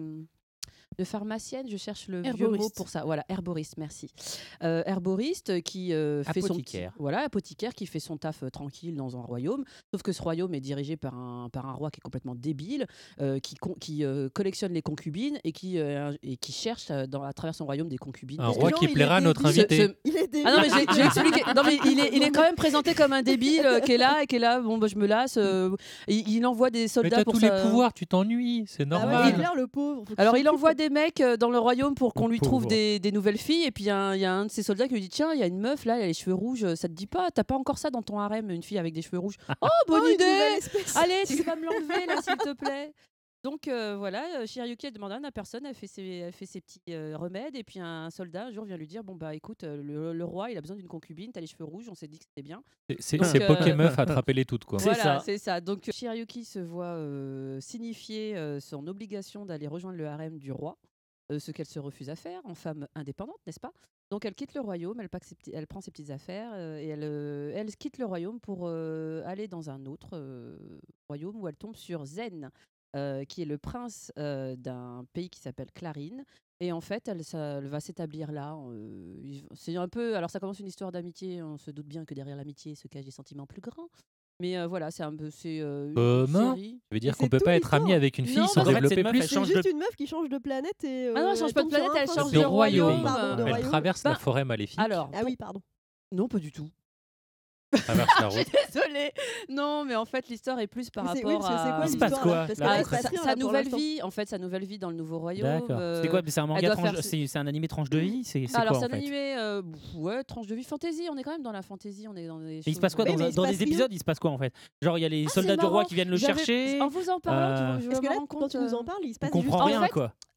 de pharmacienne. Je cherche le vieux mot Herboriste. pour ça. Voilà, herboriste, merci. Euh, herboriste qui euh, fait son Apothicaire. voilà, apothicaire qui fait son taf euh, tranquille dans un royaume. Sauf que ce royaume est dirigé par un, par un roi qui est complètement débile, euh, qui, con- qui euh, collectionne les concubines et qui, euh, et qui cherche euh, dans, à travers son royaume des concubines. Un Parce que roi genre, qui il plaira à est notre débile. invité. ce- ce- Il est débile. ah non mais j'ai j'ai expliqué. Non mais il est, il est quand même présenté comme un débile euh, qui est là et qui est là. Bon bah je me lasse. euh, il, il envoie des Mais soldats t'as pour tous ça. les pouvoirs, tu t'ennuies, c'est Ah ouais, normal. il est clair, le pauvre. faut qu'il Alors il s'occupe. envoie des mecs euh, dans le royaume pour qu'on Le lui trouve pauvre. des, des nouvelles filles et puis il y, a un- il y a un de ces soldats qui lui dit tiens il y a une meuf là elle a les cheveux rouges ça te dit pas t'as pas encore ça dans ton harem une fille avec des cheveux rouges oh bonne Oh, une idée nouvelle espèce. allez tu peux pas me l'enlever là s'il te plaît. Donc euh, voilà, euh, Shirayuki a demandé à la personne, elle fait ses, elle fait ses petits euh, remèdes et puis un soldat un jour vient lui dire bon bah écoute euh, le, le roi il a besoin d'une concubine, t'as les cheveux rouges, on s'est dit que c'était bien. C'est- C'est Donc, c'est euh, Pokémeuf, attrapez-les toutes quoi. C'est Voilà, ça. c'est ça. Donc euh, Shirayuki se voit euh, signifier euh, son obligation d'aller rejoindre le harem du roi, euh, ce qu'elle se refuse à faire en femme indépendante, n'est-ce pas? Donc elle quitte le royaume, elle, pack ses petits- elle prend ses petites affaires euh, et elle, euh, elle quitte le royaume pour euh, aller dans un autre euh, royaume où elle tombe sur Zen, euh, qui est le prince euh, d'un pays qui s'appelle Clarine. Et en fait, elle, ça- elle va s'établir là. euh, il- c'est un peu, alors ça commence une histoire d'amitié. On se doute bien que derrière l'amitié se cachent des sentiments plus grands. Mais euh, voilà, c'est un peu, c'est euh, une Comment série. Ça veut dire Mais qu'on c'est peut tout pas être l'histoire. ami avec une fille Non, sans parce qu'en fait, développer cette meuf, plus. elle C'est change juste de- une meuf qui change de planète et. Ah non, elle euh, change pas de tombe sur planète, un elle prince change de de royaume. royaume. Pardon, de euh, Elle royaume. traverse Bah, la forêt maléfique, Alors, Ah oui, pardon. non, pas du tout. traverse la route. Désolée. Non, mais en fait, l'histoire est plus par Mais c'est- rapport oui, parce que c'est à. quoi Il se passe l'histoire, quoi, là Parce là, qu'elle Ah, est après sa, pas sûre, sa là, pour nouvelle l'instant. vie, en fait, sa nouvelle vie dans le nouveau royaume. D'accord. euh, C'est quoi? C'est un elle manga doit tranche. faire- C'est c'est un animé tranche de vie. C'est c'est Alors, quoi c'est en un fait? animé, euh, pff, ouais, tranche de vie fantasy. On est quand même dans la fantasy. On est dans des. Et il se choses- passe quoi Oui, dans, mais un- il se dans passe les rien. épisodes? Il se passe quoi en fait? Genre il y a les Ah, soldats c'est du roi marrant. qui viennent le J'avais- chercher. En vous en parlant, Euh, je, je Parce que me là, rends quand compte. tu nous euh, en parles, il se On passe juste. comprend En rien fait, quoi.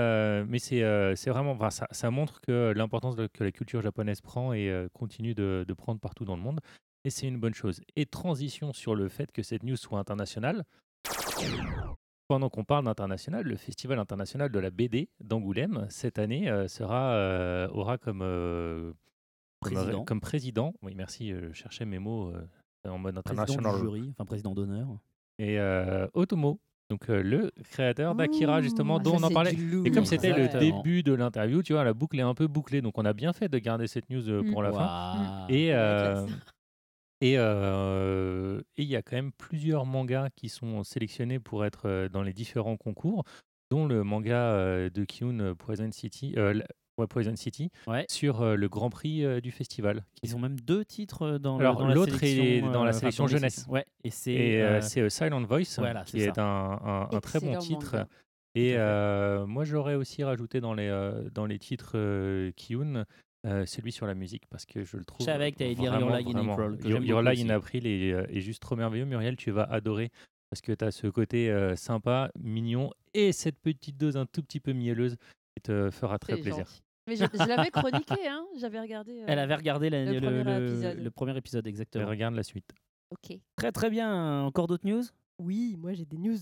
euh, mais c'est, euh, c'est vraiment, enfin, ça, ça montre que l'importance de- que la culture japonaise prend et euh, continue de, de prendre partout dans le monde. Et c'est une bonne chose. Et transition sur le fait que cette news soit internationale. pendant qu'on parle d'international, le Festival international de la B D d'Angoulême, cette année, euh, sera, euh, aura comme, euh, comme, Président. comme président, oui merci, euh, je cherchais mes mots euh, en mode Président international, du jury, enfin président d'honneur. et euh, Otomo, donc euh, le créateur d'Akira, justement, Ouh, dont ça, on en c'est parlait. du lourd. Et comme c'était le Exactement. début de l'interview, tu vois, la boucle est un peu bouclée, donc on a bien fait de garder cette news euh, pour Mm. la fin. Waouh. Et La euh, classe. et euh, et il y a quand même plusieurs mangas qui sont sélectionnés pour être euh, dans les différents concours, dont le manga euh, de Kyun euh, Poison City, euh, la- ouais, Poison City, Ouais. sur euh, le Grand Prix euh, du festival. qui Ils ont même deux titres euh, dans, le- Alors, dans la l'autre sélection. est dans la euh, enfin, sélection dans les jeunesse. sélections. Ouais, et c'est. Et euh, euh, c'est euh, Silent Voice, voilà, qui c'est est ça. un, un- un très bon Excellent titre. manga. Et Tout à fait. euh, moi, j'aurais aussi rajouté dans les, euh, dans les titres euh, Kyun, euh, celui sur la musique, parce que je le trouve Je savais que t'allais dire vraiment, Your Lie in vraiment- April, que Your, j'aime Your beaucoup Lie in aussi. April est, euh, est juste trop merveilleux. Muriel, tu vas adorer, parce que tu as ce côté euh, sympa, mignon, et cette petite dose un tout petit peu mielleuse qui te fera très C'est plaisir. gentil. Mais je, je l'avais chroniqué, hein. J'avais regardé. euh, Elle avait regardé la- le le, premier le- épisode. le premier épisode, Et exactement. regarde la suite. Ok. Très très bien. Encore d'autres news? Oui, moi j'ai des news.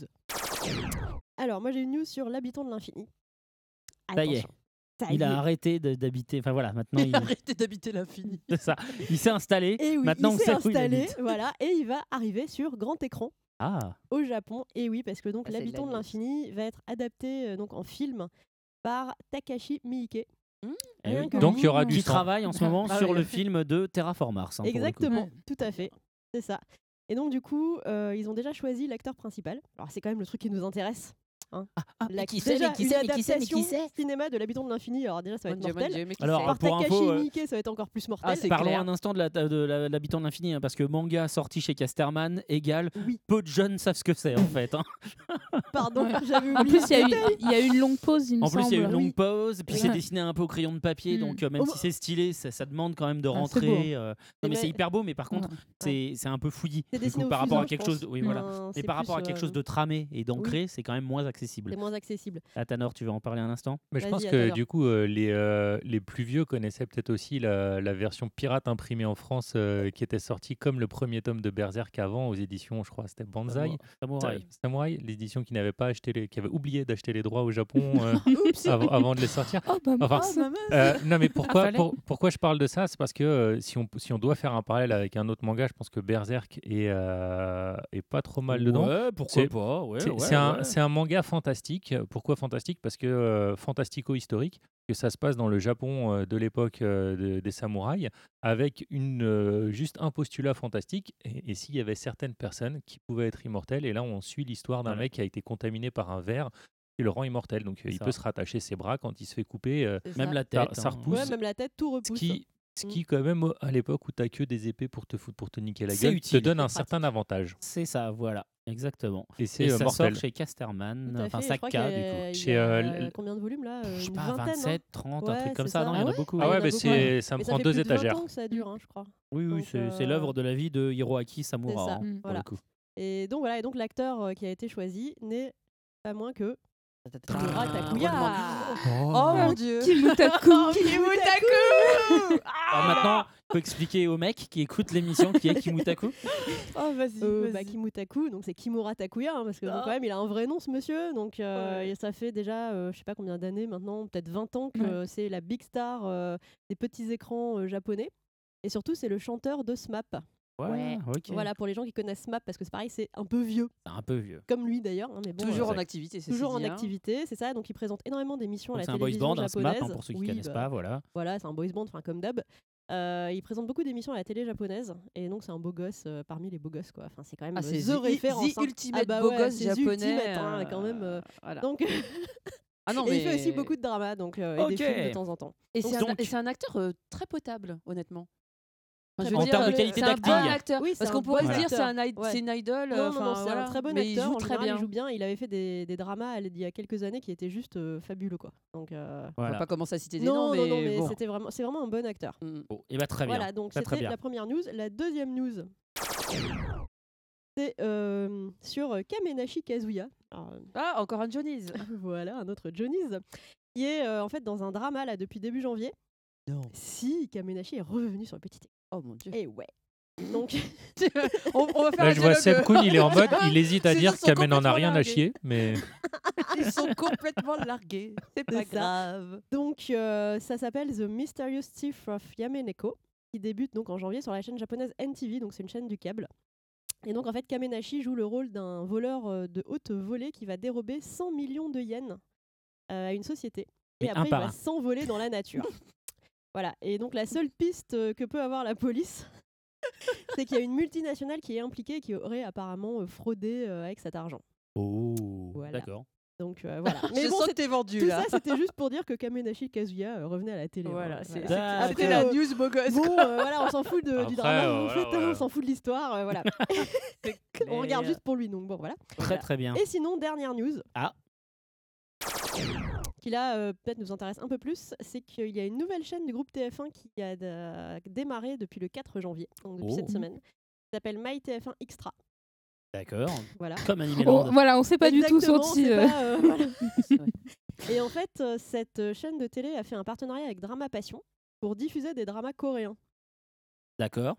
Alors, moi j'ai une news sur l'habitant de l'infini. Ça y est. Attention. Ça Il y a est. arrêté de- d'habiter. Enfin voilà, maintenant il, Arrêtez d'habiter l'infini. c'est ça. Il s'est installé. Et oui, maintenant on il s'est sait où il installé, habite. voilà, et il va arriver sur grand écran Ah, au Japon. Et oui, parce que donc Ah, c'est de l'habitant la de news. l'infini va être adapté euh, donc en film par Takashi Miike. eh Rien oui. que Donc lui. il y aura du Qui sang. travaille en ce moment Ah sur oui. le film de Terraform Mars. hein, pour le coup. Exactement, Ouais. tout à fait. C'est ça. Et donc du coup, euh, ils ont déjà choisi l'acteur principal. Alors c'est quand même le truc qui nous intéresse. Hein. La- qui c'est, déjà, mais qui une c'est, mais qui c'est, mais qui adaptation c'est cinéma de l'habitant de l'infini. Alors déjà, ça va Mon être Dieu, mon mortel. Dieu, mais qui Alors, c'est Par pour Takashi info, euh, Miike, ça va être encore plus mortel. Ah, c'est Parlons clair. un instant de la- de la- l'habitant de l'infini, hein, parce que manga sorti chez Casterman égale Oui, peu de jeunes savent ce que c'est en fait. hein. pardon, Ouais. j'avais En oublié. plus, il y, a eu- il y a eu une longue pause, il me En plus, semble. il y a eu une longue Oui. pause, puis Oui. c'est Ouais. dessiné un peu au crayon de papier, Mm. donc euh, même Oh, si c'est stylé, ça, ça demande quand même de Ah, c'est rentrer. euh, Non, mais Mais- c'est hyper beau, mais par contre, Ouais. c'est c'est un peu fouillis. C'est Du dessiné coup, au par rapport fusain, à quelque je chose, de... pense. oui, voilà. Enfin, Mais c'est par rapport à plus, quelque euh, chose de tramé et d'ancré, c'est quand même moins accessible. C'est moins accessible. Atanor, tu veux en parler un instant? Mais je Vas-y, pense à que tout à l'heure. du coup, euh, les, euh, les plus vieux connaissaient peut-être aussi la, la version pirate imprimée en France euh, qui était sortie comme le premier tome de Berserk avant aux éditions, je crois, c'était Banzai. Samouraï. Sa- Samouraï, l'édition qui n'avait pas acheté les, qui avait oublié d'acheter les droits au Japon euh, Oups. avant, avant de les sortir. Oh, bah, Enfin, mince. maman. Euh, non mais pourquoi, fallait. pour- pourquoi je parle de ça, c'est parce que euh, si, on, si on doit faire un parallèle avec un autre manga, je pense que Berserk est, euh, est pas trop mal dedans. Ouais, pourquoi C'est- pas. Ouais, C'est ouais, c'est un, ouais. c'est un manga fantastique. Pourquoi fantastique? Parce que euh, fantastico-historique, que ça se passe dans le Japon euh, de l'époque euh, de- des samouraïs, avec une, euh, juste un postulat fantastique. Et, et s'il y avait certaines personnes qui pouvaient être immortelles, et là on suit l'histoire d'un Voilà. mec qui a été contaminé par un ver qui le rend immortel. Donc euh, C'est il ça. peut se rattacher ses bras quand il se fait couper. euh, C'est Même ça. la ça- tête. ça hein. repousse. Ouais, même la tête, tout ce repousse. qui, ce Mm. qui quand même euh, à l'époque où tu as que des épées pour te foutre, pour te niquer la C'est gueule, utile. te donne un C'est certain avantage. C'est ça, voilà, exactement. Et c'est Et euh, ça mortel. sort chez Casterman, Tout à enfin fait, je crois Sakka qu'il y du a- coup. il y Chez, a, euh, euh, l- combien de volumes là Je sais Une pas, vingtaine, hein vingt-sept, trente, un Ouais, truc comme c'est ça. ça. Non, il y en Ah a ouais beaucoup. Ouais, Ah il y ouais, en a mais beaucoup, c'est, ça me Mais prend fait deux plus de vingt étagères. ans que ça dure, hein, je crois. Oui, oui, Donc, c'est c'est euh, l'œuvre de la vie de Hiroaki Samura. C'est ça, hein, Mm. pour voilà. le coup. Et donc voilà, et donc l'acteur euh, qui a été choisi n'est pas moins que Ah, Kimura Takuya. Oh mon dieu. Kimutaku. Alors maintenant, il faut expliquer aux mecs qui écoutent l'émission qui est Kimutaku. Oh, vas-y, Euh, vas-y. bah, Kimutaku, donc c'est Kimura Takuya, hein, parce que bon, Ah. quand même il a un vrai nom ce monsieur, donc euh, Ouais. et ça fait déjà euh, je sais pas combien d'années maintenant, peut-être vingt ans que Ouais. euh, c'est la big star euh, des petits écrans euh, japonais, et surtout c'est le chanteur de S M A P. Ouais, ok. Voilà pour les gens qui connaissent S M A P, parce que c'est pareil, c'est un peu vieux, C'est un peu vieux. comme lui d'ailleurs, hein, mais bon, Toujours euh, en activité, c'est toujours en dit, hein. activité, c'est ça, donc il présente énormément d'émissions à Donc la c'est un boys télévision band, un japonaise. SMAP, hein, pour ceux qui Oui, connaissent bah, pas, voilà. Voilà, c'est un boys band, enfin comme d'hab. Euh, il présente beaucoup d'émissions à la télé japonaise, et donc c'est un beau gosse euh, parmi les beaux gosses, quoi. Enfin, c'est quand même Ah, euh, c'est the the, référence. the hein. ultimate Ah bah beau ouais, gosse c'est japonais. ultimate, hein, quand euh, même. euh, voilà. Donc, Ah non, et mais... il fait aussi beaucoup de drama, donc euh, et des Ok. films de temps en temps. Et c'est un, Donc- et c'est un acteur euh, très potable, honnêtement. Enfin, je En veux dire, termes de euh, qualité c'est un d'acting. bon acteur. Oui, c'est Parce un qu'on pourrait bon se dire acteur. c'est un id- Ouais. c'est une idole. Non, non, enfin, non, c'est voilà. un très bon Mais acteur. il joue en très général, bien. Il joue bien. Il avait fait des, des dramas elle, il y a quelques années qui étaient juste euh, fabuleux, quoi. Donc, euh, On va Voilà. pas commencer à citer des non, noms, mais, non, non, mais bon. c'était vraiment, c'est vraiment un bon acteur. Mm. Bon, et bah très bien. Voilà, donc Très, très c'était bien. la première news. La deuxième news, c'est euh, sur Kamenashi Kazuya. Alors, euh, Ah, encore un Johnny's. voilà, un autre Johnny's, qui est euh, en fait dans un drama là depuis début janvier. Non. Si Kamenashi est revenu sur le petit écran. Oh mon dieu. Et ouais. Donc, on, on va faire Là, un je vois dialogue, Seb euh, Kuhn, il est en mode, il hésite à Ils dire sont qu'Amen en a complètement rien à largués. chier, mais Ils sont complètement largués. C'est pas C'est ça. grave. donc euh, ça s'appelle The Mysterious Thief of Yameneko, qui débute donc en janvier sur la chaîne japonaise N T V, donc c'est une chaîne du câble. Et donc en fait, Kamenashi joue le rôle d'un voleur euh, de haute volée qui va dérober cent millions de yens euh, à une société. Et Mais un après, il par va un. s'envoler dans la nature. Voilà. Et donc la seule piste euh, que peut avoir la police, c'est qu'il y a une multinationale qui est impliquée et qui aurait apparemment euh, fraudé euh, avec cet argent. Oh, Voilà. d'accord. Donc euh, voilà. Je bon, sens que c'est- t'es vendu tout là. ça, c'était juste pour dire que Kamenashi Kazuya euh, revenait à la télé. Voilà, hein. c'est- D'accord. c'était Après, la euh, news beau gosse. Bon, euh, voilà, on s'en fout de- Après, du drama, euh, en voilà, fait, hein, voilà. on s'en fout de l'histoire, euh, voilà. On regarde juste pour lui, donc bon, voilà. Très très bien. Et sinon, dernière news. Ah. Qui là, euh, peut-être nous intéresse un peu plus, c'est qu'il y a une nouvelle chaîne du groupe T F un qui a de- démarré depuis le quatre janvier, donc depuis Oh. cette semaine. Qui s'appelle My T F un Extra. D'accord. Voilà. Comme Oh, Animeland. voilà, on sait pas du tout Exactement, sorti. c'est euh. pas, euh, voilà. Et en fait, euh, cette chaîne de télé a fait un partenariat avec Drama Passion pour diffuser des dramas coréens. D'accord.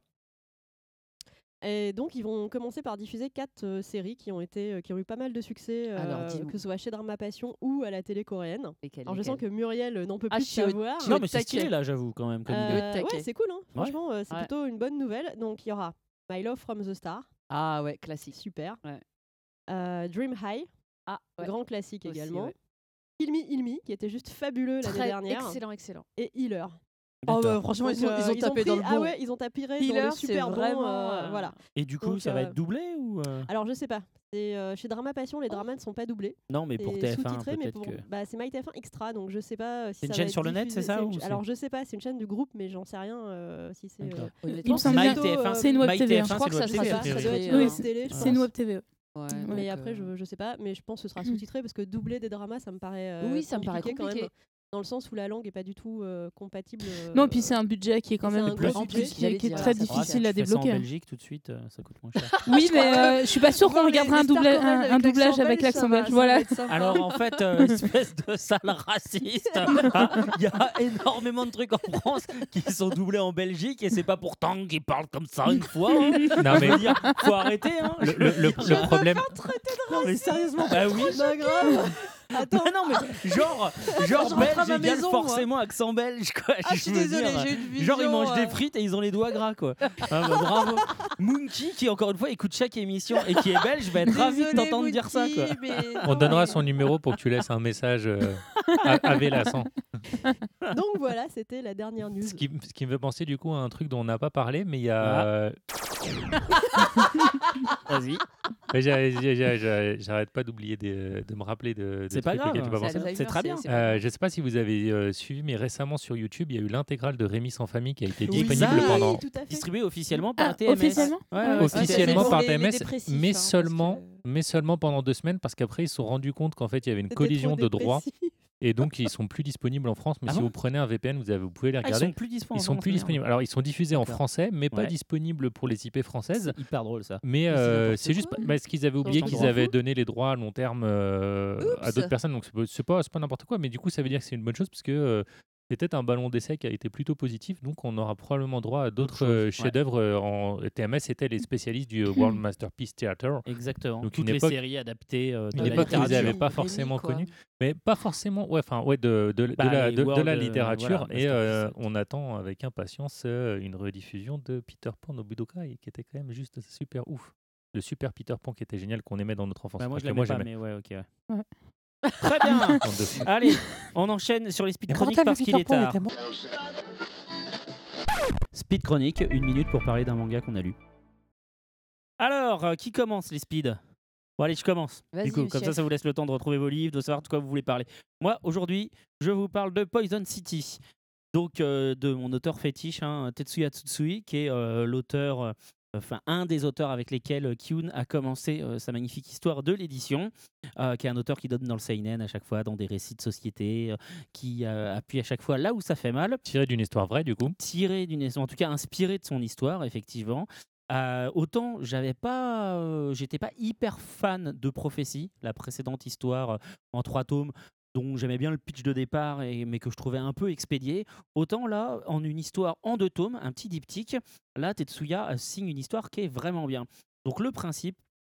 Et donc, ils vont commencer par diffuser quatre euh, séries qui ont, été, euh, qui ont eu pas mal de succès, euh, Alors, dis-moi. que ce soit chez Drama Passion ou à la télé coréenne. Lesquels, Alors, je sens que lesquels Muriel euh, n'en peut Ah, plus je de suis au- savoir. je suis Non, au mais c'est taquet. stylé là, j'avoue, quand même. Comme idée. Euh, taquet. ouais, c'est cool, hein. Franchement, euh, c'est Ouais. plutôt une bonne nouvelle. Donc, il y aura My Love from the Star, Ah ouais, classique. super. Ouais. Euh, Dream High, Ah ouais. grand classique Aussi, également. ouais. Ilmi Ilmi, qui était juste fabuleux l'année Très dernière. excellent, excellent. Et Healer. Oh D'accord. bah, franchement, Donc, ils ont, euh, ils ont tapé pris- dans le bon. Ah ouais, ils ont tapé dans Healer, le c'est super bon. vraiment, euh, euh, voilà. Et du coup, Donc, ça va euh, être doublé ou euh Alors, je sais pas. C'est, euh, chez Drama Passion, les dramas ne sont pas doublés. Non, mais pour C'est T F un, sous-titré, mais peut-être pour... que. bah, c'est My T F un Extra, donc je sais pas euh, si C'est une ça chaîne va être sur le net, diffusé. c'est ça, une ou ch- c'est- Alors je sais pas, c'est une chaîne du groupe, mais j'en sais rien euh, si c'est. D'accord. euh, Honnêtement, Il me c'est semble My bien- plutôt, T F un, euh, c'est une web My T V, T F un, hein. Je crois c'est que le ça web sera T V. ça, ça doit être Oui, une web c'est- télé, je C'est une pense. web T V. ouais. Ouais, Mais donc, après, euh, je, je sais pas, mais je pense que ce sera sous-titré parce que doubler des dramas, ça me paraît. euh, Oui, ça me paraît quand même. compliqué. Dans le sens où la langue est pas du tout euh, compatible. euh, Non, puis c'est un budget qui est quand c'est même un plus- gros qui, budget. qui est, J'allais qui est dire, très ça, ça va, difficile Ah, à tu fais ça en débloquer. Belgique tout de suite, euh, ça coûte moins cher. Oui, mais euh, je suis pas sûre qu'on Bon, les- regardera un les stars doublage, coréennes un, avec un doublage l'accent avec belge, l'accent ça va- belge. ça va Voilà. être sympa. Alors en fait, euh, espèce de sale raciste, hein, il y a énormément de trucs en France qui sont doublés en Belgique et c'est pas pourtant qu'ils parlent comme ça une fois. hein. Non, Je mais veux dire, faut arrêter. Hein. le, le- le- le problème, Non mais sérieusement, bah oui. Pas grave. Attends, Non, non mais genre, genre je rentre à belge ma égale maison, moi. forcément accent belge quoi. Ah, je suis veux désolée, dire. j'ai une vision. Genre ils mangent des euh, frites et ils ont les doigts gras quoi. Ah, bah, bravo. Monkey qui encore une fois écoute chaque émission et qui est belge va être ravi de désolée, t'entendre dire ça quoi. Monkey, mais on non, donnera mais- son numéro pour que tu laisses un message euh, à, à Vélassan. donc voilà, c'était la dernière news. Ce qui, ce qui me fait penser du coup à un truc dont on n'a pas parlé, mais il y a. Ah. euh, Vas-y. mais j'ai- j'ai- j'ai- j'ai- J'arrête pas d'oublier de, de me rappeler de. de C'est pas trucs auxquels grave, j'ai pas ça pensé. nous C'est très bien. c'est pas Euh, grave. je sais pas si vous avez euh, suivi, mais récemment sur YouTube, il y a eu l'intégrale de Rémi sans famille qui a été Oui, disponible exact. pendant. tout à fait. Distribué officiellement par Ah, T M S. officiellement Ouais, Ouais, ouais, ouais, Officiellement c'est par les- les T M S, dépressifs, mais hein, parce seulement, que- mais seulement pendant deux semaines, parce qu'après ils se sont rendus compte qu'en fait il y avait une C'était collision trop de droits dépressif. et donc ils sont plus disponibles en France. Mais Ah si bon vous prenez un V P N, vous, avez, vous pouvez les Ah, ils regarder. sont plus disponibles. Ils sont plus disponibles. Alors ils sont diffusés en D'accord. français, mais pas Ouais. disponibles pour les I P françaises. C'est hyper drôle ça. Mais c'est euh, n'importe c'est juste quoi. parce qu'ils avaient oublié c'est un qu'ils grand avaient fou. donné les droits à long terme euh, à Oups. d'autres personnes. Donc c'est pas- c'est pas, c'est pas n'importe quoi, mais du coup ça veut dire que c'est une bonne chose parce que euh, c'était un ballon d'essai qui a été plutôt positif. Donc on aura probablement droit à d'autres choses, euh, ouais. chefs-d'œuvre. euh, en T M S étaient les spécialistes du euh, World Masterpiece Theater. Exactement. Donc, Toutes une les époque- séries adaptées euh, de Une la époque où ils littérature. n'avaient pas Rémi, forcément quoi. connu, mais pas forcément, ouais, enfin, ouais, de, de, de Bah, la, les de, de World, la euh, littérature. voilà, et euh, Masterpiece. on attend avec impatience euh, une rediffusion de Peter Pan no Budokai, qui était quand même juste super ouf. Le super Peter Pan qui était génial, qu'on aimait dans notre enfance. Bah, moi Enfin, je que l'aimais pas, j'aimais. mais ouais, ok. Ouais. Ouais. Très bien. Bande de fous. Allez, on enchaîne sur les speed chroniques parce qu'il est tard. Speed chronique, une minute pour parler d'un manga qu'on a lu. Alors, euh, qui commence les speeds? Bon allez, je commence. Vas-y, Du coup, le comme ça, chef. ça vous laisse le temps de retrouver vos livres, de savoir de quoi vous voulez parler. Moi, aujourd'hui, je vous parle de Poison City. Donc, euh, de mon auteur fétiche, hein, Tetsuya Tsutsui, qui est euh, l'auteur, euh, enfin, un des auteurs avec lesquels euh, Kyun a commencé euh, sa magnifique histoire de l'édition, euh, qui est un auteur qui donne dans le seinen à chaque fois, dans des récits de société, euh, qui euh, appuie à chaque fois là où ça fait mal. Tiré d'une histoire vraie, du coup. Tiré d'une, en tout cas inspiré de son histoire, effectivement. Euh, autant j'avais pas, euh, j'étais pas hyper fan de Prophétie, la précédente histoire euh, en trois tomes. dont j'aimais bien le pitch de départ, et, mais que je trouvais un peu expédié. Autant là, en une histoire en deux tomes, un petit diptyque, là, Tetsuya euh, signe une histoire qui est vraiment bien. Donc le principe,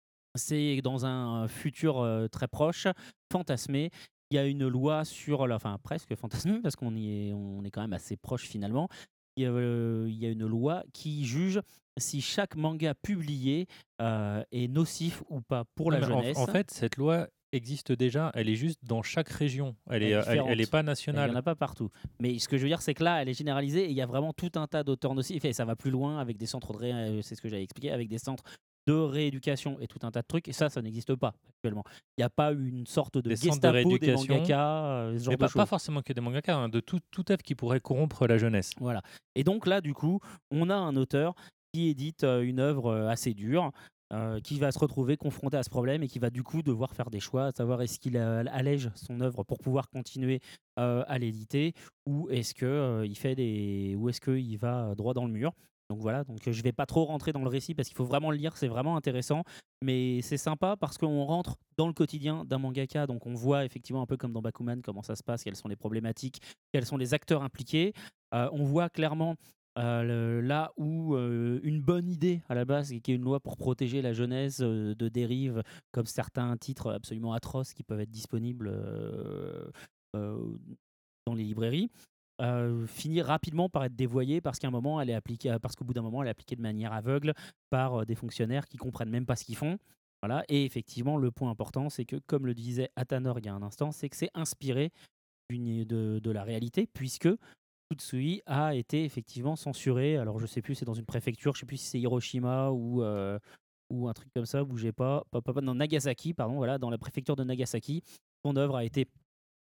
c'est dans un futur euh, très proche, fantasmé. Il y a une loi sur, la- enfin presque fantasmé, parce qu'on y est, on est quand même assez proche finalement. Il y, a, euh, il y a une loi qui juge si chaque manga publié euh, est nocif ou pas pour Non, la mais en- jeunesse. En, fait, cette loi existe déjà, elle est juste dans chaque région. Elle Elle est, est euh, elle, elle est différente. pas Il n'y en nationale. a pas partout. Mais ce que je veux dire, c'est que là, elle est généralisée et il y a vraiment tout un tas d'auteurs nocifs, et ça va plus loin avec des centres de ré... euh, c'est ce que j'avais expliqué, avec des centres de rééducation et tout un tas de trucs. Et ça, ça n'existe pas actuellement. Il n'y a pas une sorte de Des centres de Gestapo des rééducation, mangaka, euh, ce genre Mais de pas, choses. pas forcément que des mangaka, hein, de tout, tout œuvre qui pourrait corrompre la jeunesse. Voilà. Et donc là, du coup, on a un auteur qui édite euh, une œuvre euh, assez dure, euh, qui va se retrouver confronté à ce problème et qui va du coup devoir faire des choix, à savoir est-ce qu'il euh, allège son œuvre pour pouvoir continuer euh, à l'éditer, ou est-ce que euh, il fait des, ou est-ce qu'il va droit dans le mur. Donc voilà, donc euh, je vais pas trop rentrer dans le récit parce qu'il faut vraiment le lire, c'est vraiment intéressant, mais c'est sympa parce qu'on rentre dans le quotidien d'un mangaka, donc on voit effectivement un peu comme dans Bakuman comment ça se passe, quelles sont les problématiques, quels sont les acteurs impliqués. Euh, on voit clairement euh, le- là où euh, une bonne idée à la base, qui est une loi pour protéger la jeunesse euh, de dérives, comme certains titres absolument atroces qui peuvent être disponibles euh, euh, dans les librairies, euh, finit rapidement par être dévoyée parce qu'à un moment elle est appliquée, parce qu'au bout d'un moment elle est appliquée de manière aveugle par euh, des fonctionnaires qui comprennent même pas ce qu'ils font. Voilà. Et effectivement, le point important, c'est que, comme le disait Atanor il y a un instant, c'est que c'est inspiré d'une- de, de la réalité, puisque Tsutsui a été effectivement censuré. Alors je sais plus, c'est dans une préfecture, je sais plus si c'est Hiroshima ou, euh, ou un truc comme ça, bougez pas, pas, pas, pas, non, Nagasaki, pardon, voilà, dans la préfecture de Nagasaki, son œuvre a été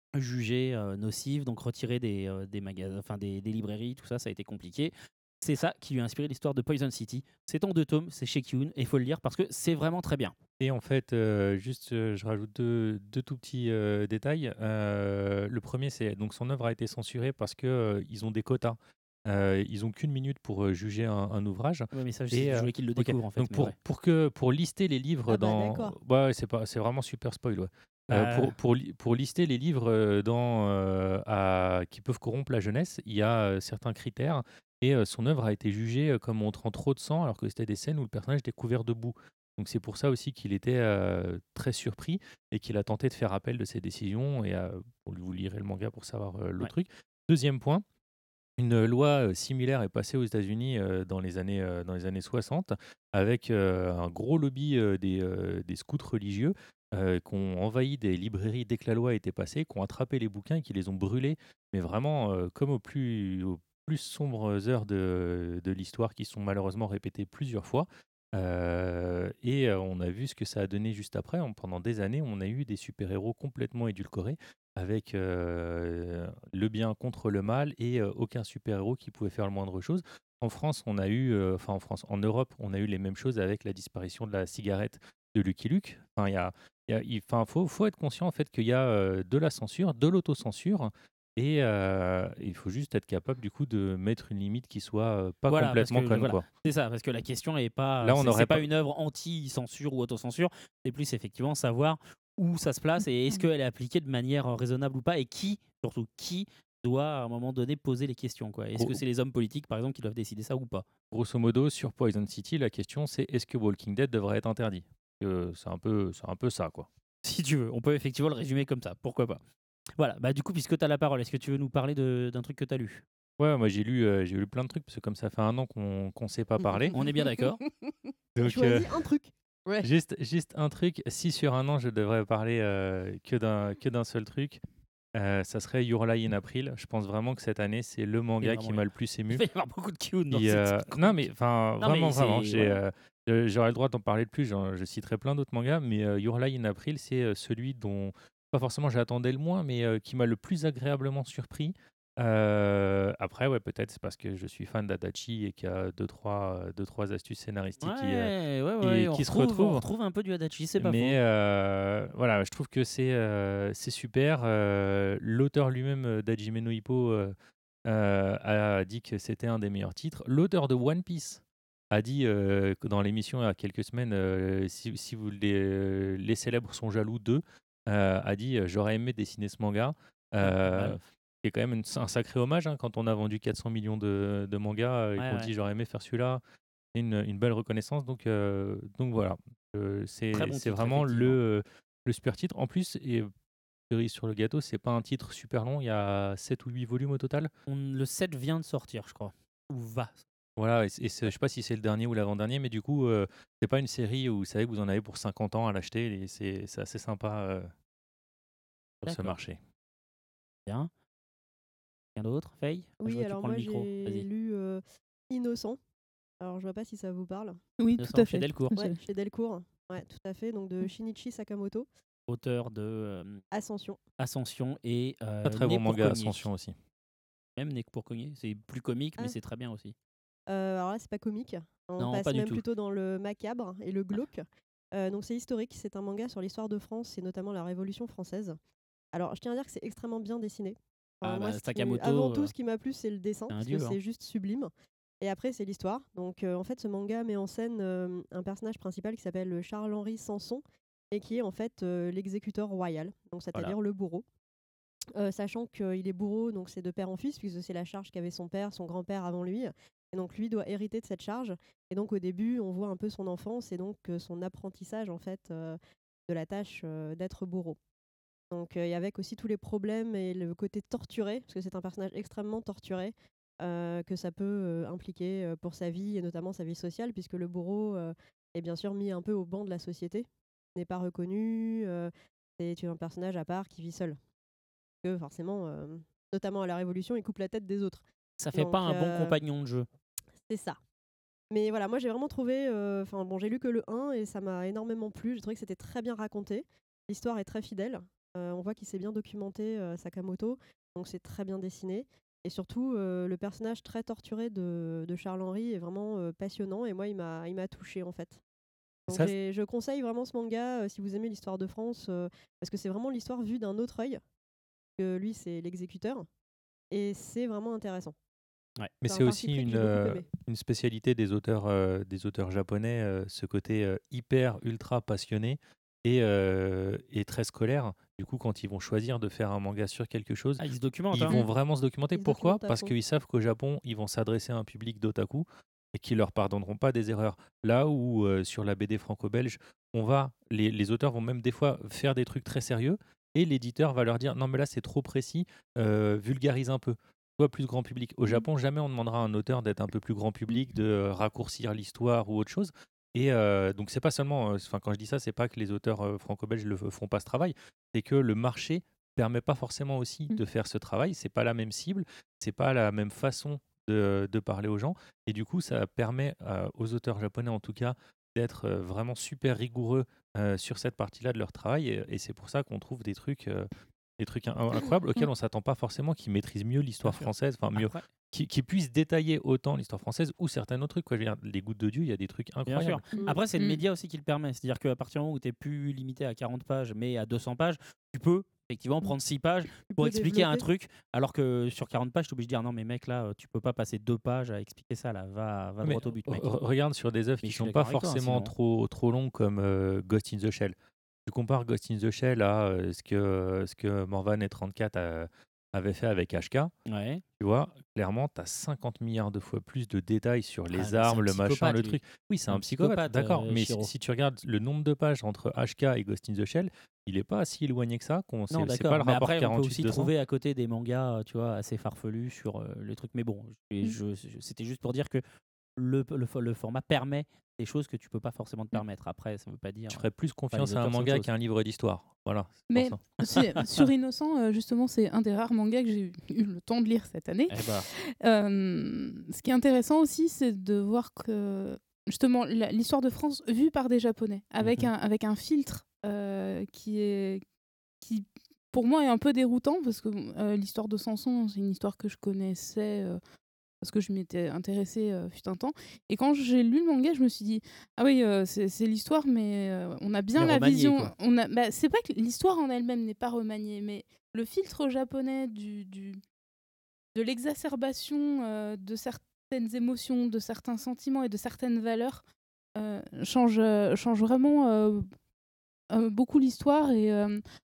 jugée euh, nocive, donc retirée des, euh, des, magasins, enfin, des, des librairies, tout ça, ça a été compliqué. C'est ça qui lui a inspiré l'histoire de Poison City. C'est en deux tomes, c'est chez Kiun, et il faut le lire parce que c'est vraiment très bien. Et en fait, euh, juste, euh, je rajoute deux, deux tout petits euh, détails. Euh, le premier, c'est donc son œuvre a été censurée parce que euh, ils ont des quotas. Euh, ils ont qu'une minute pour euh, juger un, un ouvrage. Ouais, mais ça, je, Et, je euh, voulais qu'il le ok. découvre en fait. Donc mais pour, ouais. pour que pour lister les livres Ah bah, dans, d'accord. ouais, c'est pas, c'est vraiment super spoil. Ouais. Euh, Bah, pour, pour, li- pour lister les livres euh, dans, euh, à- qui peuvent corrompre la jeunesse, il y a euh, certains critères. Et euh, son œuvre a été jugée euh, comme montrant trop de sang, alors que c'était des scènes où le personnage était couvert de boue. Donc c'est pour ça aussi qu'il était euh, très surpris et qu'il a tenté de faire appel de ses décisions. Et euh, bon, vous lirez le manga pour savoir euh, le Ouais. truc. Deuxième point, une loi euh, similaire est passée aux États-Unis euh, dans, les années, euh, dans les années soixante avec euh, un gros lobby euh, des, euh, des scouts religieux euh, qui ont envahi des librairies dès que la loi a été passée, qui ont attrapé les bouquins et qui les ont brûlés, mais vraiment euh, comme aux plus, aux plus sombres heures de, de l'histoire qui sont malheureusement répétées plusieurs fois. Euh, et euh, on a vu ce que ça a donné juste après. On- pendant des années, on a eu des super-héros complètement édulcorés avec euh, le bien contre le mal et euh, aucun super-héros qui pouvait faire le moindre chose. En France, on a eu, euh, enfin en France, en Europe, on a eu les mêmes choses avec la disparition de la cigarette de Lucky Luke. Enfin, il y a, il y a- il- enfin, faut, faut être conscient en fait qu'il y a euh, de la censure, de l'autocensure. Et euh, il faut juste être capable du coup de mettre une limite qui soit euh, pas Voilà, parce complètement que, conne, voilà. quoi. C'est ça, parce que la question est pas, Là, on c'est- n'aurait c'est pas pas- une œuvre anti-censure ou autocensure, c'est plus effectivement savoir où ça se place et est-ce qu'elle est appliquée de manière euh, raisonnable ou pas, et qui, surtout qui, doit à un moment donné poser les questions, quoi. Est-ce Gros- que c'est les hommes politiques, par exemple, qui doivent décider ça ou pas? Grosso modo, sur Poison City, la question c'est est-ce que Walking Dead devrait être interdit? Euh, c'est un peu, c'est un peu ça, quoi. Si tu veux, on peut effectivement le résumer comme ça, pourquoi pas. Voilà, bah du coup, puisque tu as la parole, est-ce que tu veux nous parler de- d'un truc que tu as lu? Ouais, moi j'ai lu, euh, j'ai lu plein de trucs parce que comme ça fait un an qu'on qu'on s'est pas parlé. On est bien d'accord. Donc, Choisis euh, un truc. Ouais. juste, juste un truc. Si sur un an je devrais parler euh, que d'un que d'un seul truc, euh, ça serait Your Lie in April. Je pense vraiment que cette année c'est le manga vraiment qui bien. m'a le plus ému. Il va y avoir beaucoup de Q dans Et, cette euh, chronique. non mais enfin Non, vraiment mais vraiment, c'est- j'ai, voilà. euh, je- j'aurais le droit d'en parler de plus. j'en- Je citerai plein d'autres mangas, mais euh, Your Lie in April c'est euh, celui dont pas forcément j'attendais le moins, mais euh, qui m'a le plus agréablement surpris. Euh, après, ouais, peut-être c'est parce que je suis fan d'Adachi et qu'il y a deux trois, euh, deux, trois astuces scénaristiques qui, euh, Ouais, ouais, qui- ouais, on qui se retrouve- On retrouvent. retrouve un peu du Adachi, c'est pas Mais faux. euh, voilà, je trouve que c'est euh, c'est super. Euh, L'auteur lui-même euh, d'Hajime no Ippo euh, euh, a dit que c'était un des meilleurs titres. L'auteur de One Piece a dit euh, que dans l'émission il y a quelques semaines, euh, si, si vous les, les célèbres sont jaloux d'eux, euh, a dit euh, j'aurais aimé dessiner ce manga. Euh, mal. c'est quand même une- un sacré hommage hein, quand on a vendu quatre cents millions de, de mangas euh, et Ouais, qu'on ouais. dit j'aurais aimé faire celui-là. C'est une, une belle reconnaissance. Donc, euh, donc voilà, Euh, c'est Très bon c'est titre, vraiment effectivement. le, le super titre. En plus, et cerise sur le gâteau, c'est pas un titre super long. Il y a sept ou huit volumes au total. On- le sept vient de sortir, je crois. Ou va. Voilà, et, c'est- et c'est- je sais pas si c'est le dernier ou l'avant-dernier, mais du coup, euh, c'est pas une série où vous savez que vous en avez pour cinquante ans à l'acheter. Et c'est c'est assez sympa euh, sur ce D'accord. marché. Bien. Quelqu'un d'autre Faye Je Oui, vois que tu alors prends moi le micro. j'ai Vas-y. lu euh, Innocent. Alors je vois pas si ça vous parle. Oui, Innocent tout à chez fait. Delcourt. Ouais, chez Delcourt. Ouais, tout à fait. Donc de Mm. Shinichi Sakamoto, Auteur de euh, Ascension. Ascension et euh, Très très Né bon pour manga cogner. Ascension aussi. Même Né pour cogner. C'est plus comique, mais Ah. c'est très bien aussi. Euh, alors là, c'est pas comique. On Non, passe pas du même tout. plutôt dans le macabre et le glauque. Euh, donc c'est historique. C'est un manga sur l'histoire de France et notamment la Révolution française. Alors je tiens à dire que c'est extrêmement bien dessiné. Enfin, Ah moi, bah, ce qui- Sakamoto, avant tout, euh, ce qui m'a plu, c'est le dessin, c'est un parce dieu, que hein. c'est juste sublime. Et après, c'est l'histoire. Donc, euh, en fait, ce manga met en scène euh, un personnage principal qui s'appelle Charles-Henri Sanson et qui est en fait euh, l'exécuteur royal, donc c'est-à-dire le bourreau. Euh, sachant qu'il est bourreau, donc c'est de père en fils, puisque c'est la charge qu'avait son père, son grand-père avant lui. Et donc lui doit hériter de cette charge. Et donc au début, on voit un peu son enfance et donc euh, son apprentissage en fait euh, de la tâche euh, d'être bourreau. Donc, euh, et avec aussi tous les problèmes et le côté torturé, parce que c'est un personnage extrêmement torturé, euh, que ça peut euh, impliquer euh, pour sa vie et notamment sa vie sociale, puisque le bourreau euh, est bien sûr mis un peu au banc de la société, n'est pas reconnu, euh, c'est un personnage à part qui vit seul. Que forcément, euh, notamment à la Révolution, il coupe la tête des autres. Ça fait Donc, pas un bon euh, compagnon de jeu. C'est ça. Mais voilà, moi j'ai vraiment trouvé. Enfin bon, j'ai lu que le un et ça m'a énormément plu. J'ai trouvé que c'était très bien raconté. L'histoire est très fidèle. Euh, on voit qu'il s'est bien documenté, euh, Sakamoto. Donc c'est très bien dessiné. Et surtout, euh, le personnage très torturé de, de Charles-Henri est vraiment euh, passionnant. Et moi, il m'a il m'a touché en fait. Donc Ça, j'ai- je conseille vraiment ce manga euh, si vous aimez l'histoire de France. euh, parce que c'est vraiment l'histoire vue d'un autre œil. Que lui, c'est l'exécuteur. Et c'est vraiment intéressant. Ouais. Mais C'est un c'est parti aussi pris que une, j'ai beaucoup euh, aimé. une spécialité des auteurs, euh, des auteurs japonais, euh, ce côté euh, hyper, ultra passionné et, euh, et très scolaire. Du coup, quand ils vont choisir de faire un manga sur quelque chose, Ah, ils se documentent. ils hein. vont vraiment se documenter. Ils se Pourquoi documentent à Parce fond. qu'ils savent qu'au Japon, ils vont s'adresser à un public d'otaku et qui leur pardonneront pas des erreurs. Là où euh, sur la B D franco-belge, on va, les, les auteurs vont même des fois faire des trucs très sérieux et l'éditeur va leur dire non mais là c'est trop précis, euh, vulgarise un peu. Soit plus grand public. Au Japon, jamais on demandera à un auteur d'être un peu plus grand public, de euh, raccourcir l'histoire ou autre chose. Et euh, donc c'est pas seulement, enfin quand je dis ça, c'est pas que les auteurs euh, franco-belges ne font pas ce travail, c'est que le marché permet pas forcément aussi Mm. de faire ce travail. C'est pas la même cible, c'est pas la même façon de, de parler aux gens. Et du coup, ça permet euh, aux auteurs japonais, en tout cas, d'être euh, vraiment super rigoureux euh, sur cette partie-là de leur travail. Et, et c'est pour ça qu'on trouve des trucs, euh, des trucs in- incroyables auxquels on s'attend pas forcément, qui maîtrisent mieux l'histoire Bien sûr. française, enfin mieux, Après, qui, qui puissent détailler autant l'histoire française ou certains autres trucs. Quoi. Je veux dire, les Gouttes de Dieu, il y a des trucs bien incroyables. sûr. Mm. Après, c'est le Mm. média aussi qui le permet. C'est-à-dire qu'à partir du moment où tu es plus limité à quarante pages, mais à deux cents pages, tu peux effectivement prendre six pages Tu pour peux expliquer un développer. truc, alors que sur quarante pages, tu es obligé de dire non, mais mec, là, euh, tu peux pas passer deux pages à expliquer ça, là, va, va Mais droit au but, mec. re- regarde sur des œuvres Mais qui je suis sont pas d'accord avec toi, hein, forcément sinon. trop, trop longues comme euh, Ghost in the Shell. Tu compares Ghost in the Shell à euh, ce, que, euh, ce que Morvan et trente-quatre a- avaient fait avec H K. Ouais. Tu vois, clairement, tu as cinquante milliards de fois plus de détails sur Ah, mais les c'est armes, un le machin, psychopathe, le lui. truc. Oui, c'est C'est un, un psychopathe, psychopathe, d'accord. euh, mais si, Shiro. si tu regardes le nombre de pages entre H K et Ghost in the Shell, il n'est pas si éloigné que ça. Qu'on, Non, c'est, c'est d'accord. pas le Mais rapport après, on peut quarante-huit aussi deux cents. trouver à côté des mangas, euh, tu vois, assez farfelus sur euh, les trucs. Mais bon, je- je- je- c'était juste pour dire que le, le, fo- le format permet des choses que tu peux pas forcément te permettre. Après, ça veut pas dire. Je ferais plus les confiance à un auteurs, c'est autre manga chose. qu'à un livre d'histoire. Voilà. c'est pour Mais ça. c'est- sur Innocent, euh, justement, c'est un des rares mangas que j'ai eu- eu le temps de lire cette année. Eh bah, Euh, ce qui est intéressant aussi, c'est de voir que justement la- l'histoire de France vue par des Japonais, avec, Mhm. un, avec un filtre euh, qui est qui pour moi est un peu déroutant parce que euh, l'histoire de Samson, c'est une histoire que je connaissais euh, parce que je m'étais intéressée euh, fut un temps. Et quand j'ai lu le manga, je me suis dit ah oui, euh, c'est, c'est l'histoire, mais euh, on a bien Mais la remaniée, vision. quoi. On a, bah, c'est pas que l'histoire en elle-même n'est pas remaniée, mais le filtre japonais du, du de l'exacerbation euh, de certaines émotions, de certains sentiments et de certaines valeurs euh, change, euh, change vraiment euh, euh, beaucoup l'histoire. Et euh,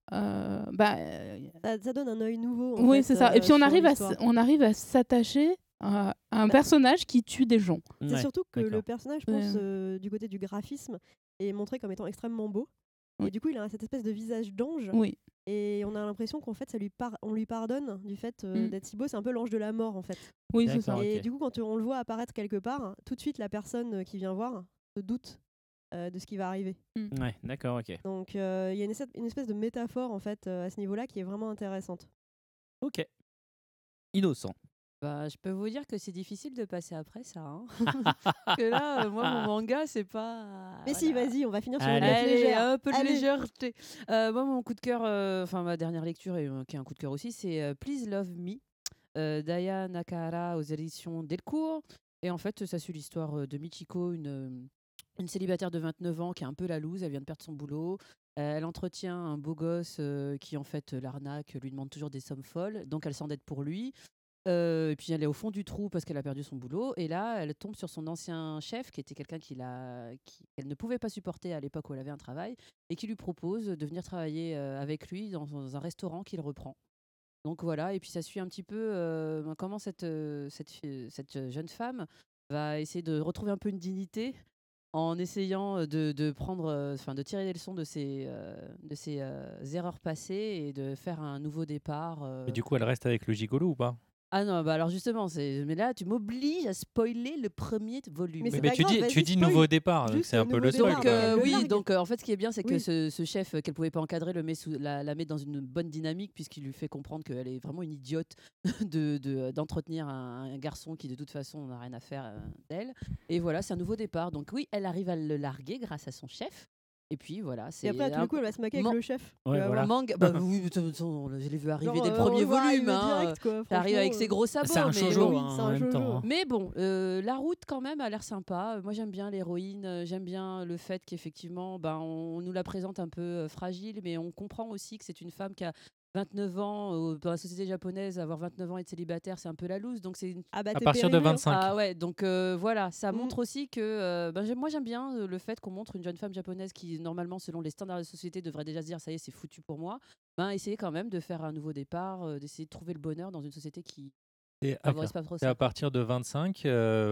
euh, bah, euh, Ça, ça donne un œil nouveau. En oui, fait, c'est ça. euh, Et puis on sur arrive, à, l'histoire. s- on arrive à s'attacher à, à un Bah, personnage qui tue des gens. C'est Ouais, surtout que le d'accord. personnage, je pense, Ouais. euh, du côté du graphisme, est montré comme étant extrêmement beau. Oui. Et du coup, il a cette espèce de visage d'ange. Oui, Et on a l'impression qu'en fait, ça lui par- on lui pardonne du fait euh, Mm. d'être si beau. C'est un peu l'ange de la mort, en fait. oui, c'est ça. D'accord. Et ok. du coup, quand on le voit apparaître quelque part, tout de suite, la personne euh, qui vient voir se doute euh, de ce qui va arriver. Ouais, d'accord, ok. Donc, euh, il y a une espèce, une espèce de métaphore, en fait, euh, à ce niveau-là, qui est vraiment intéressante. Ok. Innocent. Bah, je peux vous dire que c'est difficile de passer après ça. Hein. Parce que là, euh, moi, mon manga, c'est pas. Mais si, voilà. vas-y, on va finir sur une Allez. note Allez, légère. un peu de Allez. légèreté. Euh, moi, mon coup de cœur, euh, enfin ma dernière lecture, et euh, qui est un coup de cœur aussi, c'est euh, Please Love Me, euh, d'Aya Nakahara aux éditions Delcourt. Et en fait, ça suit l'histoire euh, de Michiko, une, euh, une célibataire de vingt-neuf ans qui est un peu la loose, elle vient de perdre son boulot. Euh, elle entretient un beau gosse euh, qui, en fait, l'arnaque, lui demande toujours des sommes folles, donc elle s'endette pour lui. Euh, et puis elle est au fond du trou parce qu'elle a perdu son boulot. Et là, elle tombe sur son ancien chef, qui était quelqu'un qui l'a- qui- qu'elle ne pouvait pas supporter à l'époque où elle avait un travail, et qui lui propose de venir travailler euh, avec lui dans, dans un restaurant qu'il reprend. Donc voilà, et puis ça suit un petit peu euh, ben, comment cette, euh, cette, fi- cette jeune femme va essayer de retrouver un peu une dignité en essayant de, de prendre, euh, enfin de tirer des leçons de ses, euh, de ses euh, erreurs passées et de faire un nouveau départ. euh, Mais du coup, elle reste avec le gigolo ou pas? ah non, bah alors justement, c'est... mais là, tu m'obliges à spoiler le premier t- volume. Mais Mais, c'est mais pas tu grave, dis, vas-y, tu dis spoil. nouveau départ, donc Juste c'est un le peu nouveau le spoil. départ. Donc quoi. euh, Elle le oui, largue. donc euh, en fait, ce qui est bien, c'est que Oui. ce, ce chef euh, qu'elle pouvait pas encadrer le met sous, la, la met dans une bonne dynamique puisqu'il lui fait comprendre qu'elle est vraiment une idiote de, de- d'entretenir un, un garçon qui de toute façon n'a rien à faire euh, d'elle. Et voilà, c'est un nouveau départ. Donc oui, elle arrive à le larguer grâce à son chef. Et puis voilà, c'est Et après, à tous un les coups, elle va se maquer avec Man- le chef. Ouais, Tu vas voilà. voir. manga. Bah oui, de toute façon, je l'ai vu arriver Genre, dès le euh, on premier le voit volume. arriver hein. direct, quoi, Ça arrive avec franchement, ses gros sabots. C'est un mais shoujo oui. hein, c'est en un même temps. shoujo. hein. Mais bon, euh, la route quand même a l'air sympa. Euh, Moi j'aime bien l'héroïne, euh, j'aime bien le fait qu'effectivement ben, on, on nous la présente un peu euh, fragile, mais on comprend aussi que c'est une femme qui a vingt-neuf ans, euh, dans la société japonaise, avoir vingt-neuf ans et être célibataire, c'est un peu la loose. Donc c'est une- Ah bah, À t'es partir de périmé, hein. vingt-cinq. Ah ouais, donc euh, voilà, ça Mm. montre aussi que euh, ben, j'aime- moi j'aime bien euh, le fait qu'on montre une jeune femme japonaise qui normalement selon les standards de la société devrait déjà se dire ça y est c'est foutu pour moi, ben essayer quand même de faire un nouveau départ, euh, d'essayer de trouver le bonheur dans une société qui Et à, favorise pas trop c'est ça. à partir de vingt-cinq,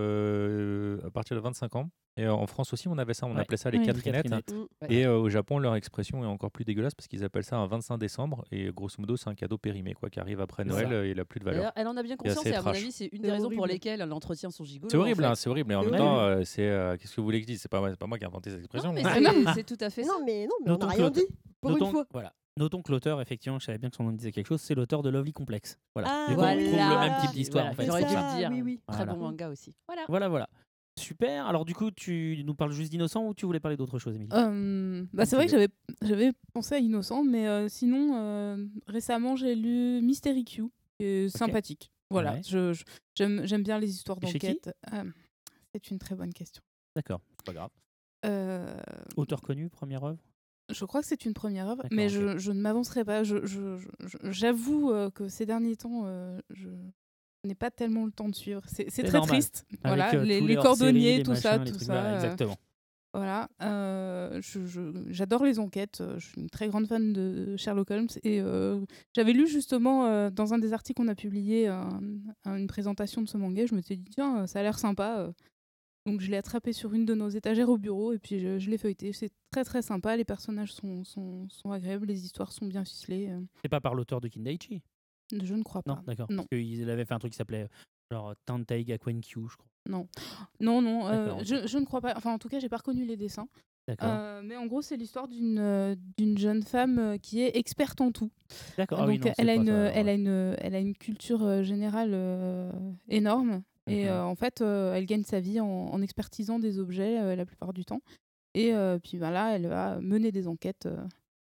euh, à partir de vingt-cinq ans. Et en France aussi, on avait ça, on Ouais. appelait ça les Oui. Catherinettes. Catherinettes. Mm. Ouais. Et euh, au Japon, leur expression est encore plus dégueulasse parce qu'ils appellent ça un vingt-cinq décembre. Et grosso modo, c'est un cadeau périmé quoi, qui arrive après C'est Noël ça. euh, et il n'a plus de valeur. D'ailleurs, elle en a bien C'est conscience assez et à mon trash. avis, c'est une C'est des raisons pour horrible. lesquelles elle entretient son gigolo. C'est horrible, en hein, fait. c'est horrible. Et en C'est même horrible. temps, euh, c'est euh, qu'est-ce que vous voulez que je dise? C'est pas, moi- c'est pas moi qui ai inventé cette expression. Non, mais mais- c'est c'est tout à fait ça. Non, mais non, mais on Notons n'a que rien l'auteur- dit. Pour une Notons, fois. voilà. Notons que l'auteur, effectivement, je savais bien que son nom disait quelque chose, c'est l'auteur de Lovely Complex. Voilà. Ah, Du coup, voilà. on retrouve le même type d'histoire Voilà, en fait. j'aurais c'est dû ça. le dire. Oui, oui. Très Voilà. bon manga aussi. Voilà. Voilà, voilà. Super. Alors du coup, tu nous parles juste d'Innocent ou tu voulais parler d'autre chose, Émilie? Euh, bah, c'est tu vrai que veux. j'avais, j'avais pensé à Innocent, mais euh, sinon, euh, récemment, j'ai lu Mystery Q, qui est sympathique. Voilà, Ouais. je, je- j'aime, j'aime bien les histoires Et chez qui d'enquête. Euh, c'est une très bonne question. D'accord, c'est pas grave. Euh, Auteur connu, première œuvre? je crois que c'est une première œuvre, D'accord, mais ok. je, je ne m'avancerai pas. Je, je- je- j'avoue euh, que ces derniers temps, euh, je n'ai pas tellement le temps de suivre. C'est, c'est C'est très normal. triste. Avec, voilà, euh, les, tous les hors-séries, cordonniers, les tout machins, ça, les tout trucs, ça. voilà, euh, exactement. Voilà, euh, je- je- j'adore les enquêtes. euh, Je suis une très grande fan de Sherlock Holmes et euh, j'avais lu justement euh, dans un des articles qu'on a publié un- un- une présentation de ce manga. Je me suis dit tiens, ça a l'air sympa. euh. Donc je l'ai attrapé sur une de nos étagères au bureau et puis je, je l'ai feuilleté. C'est très très sympa. Les personnages sont, sont, sont agréables, les histoires sont bien ficelées. euh. C'est pas par l'auteur de Kindaichi? Je ne crois Non, pas. d'accord. Non. Parce qu'il avait fait un truc qui s'appelait euh, genre Tantei Gakuen-kyu, je crois. Non, non, non. euh, D'accord, ok. je, je ne crois pas. Enfin, en tout cas, j'ai pas reconnu les dessins. D'accord. Euh, mais en gros, c'est l'histoire d'une euh, d'une jeune femme euh, qui est experte en tout. D'accord. Ah Donc oui, non, c'est elle, a pas une, ça, alors, elle, ouais. a une, elle a une culture euh, générale euh, énorme. Et Mhm. euh, en fait, euh, elle gagne sa vie en, en expertisant des objets euh, la plupart du temps. Et euh, puis ben là, elle va mener des enquêtes euh,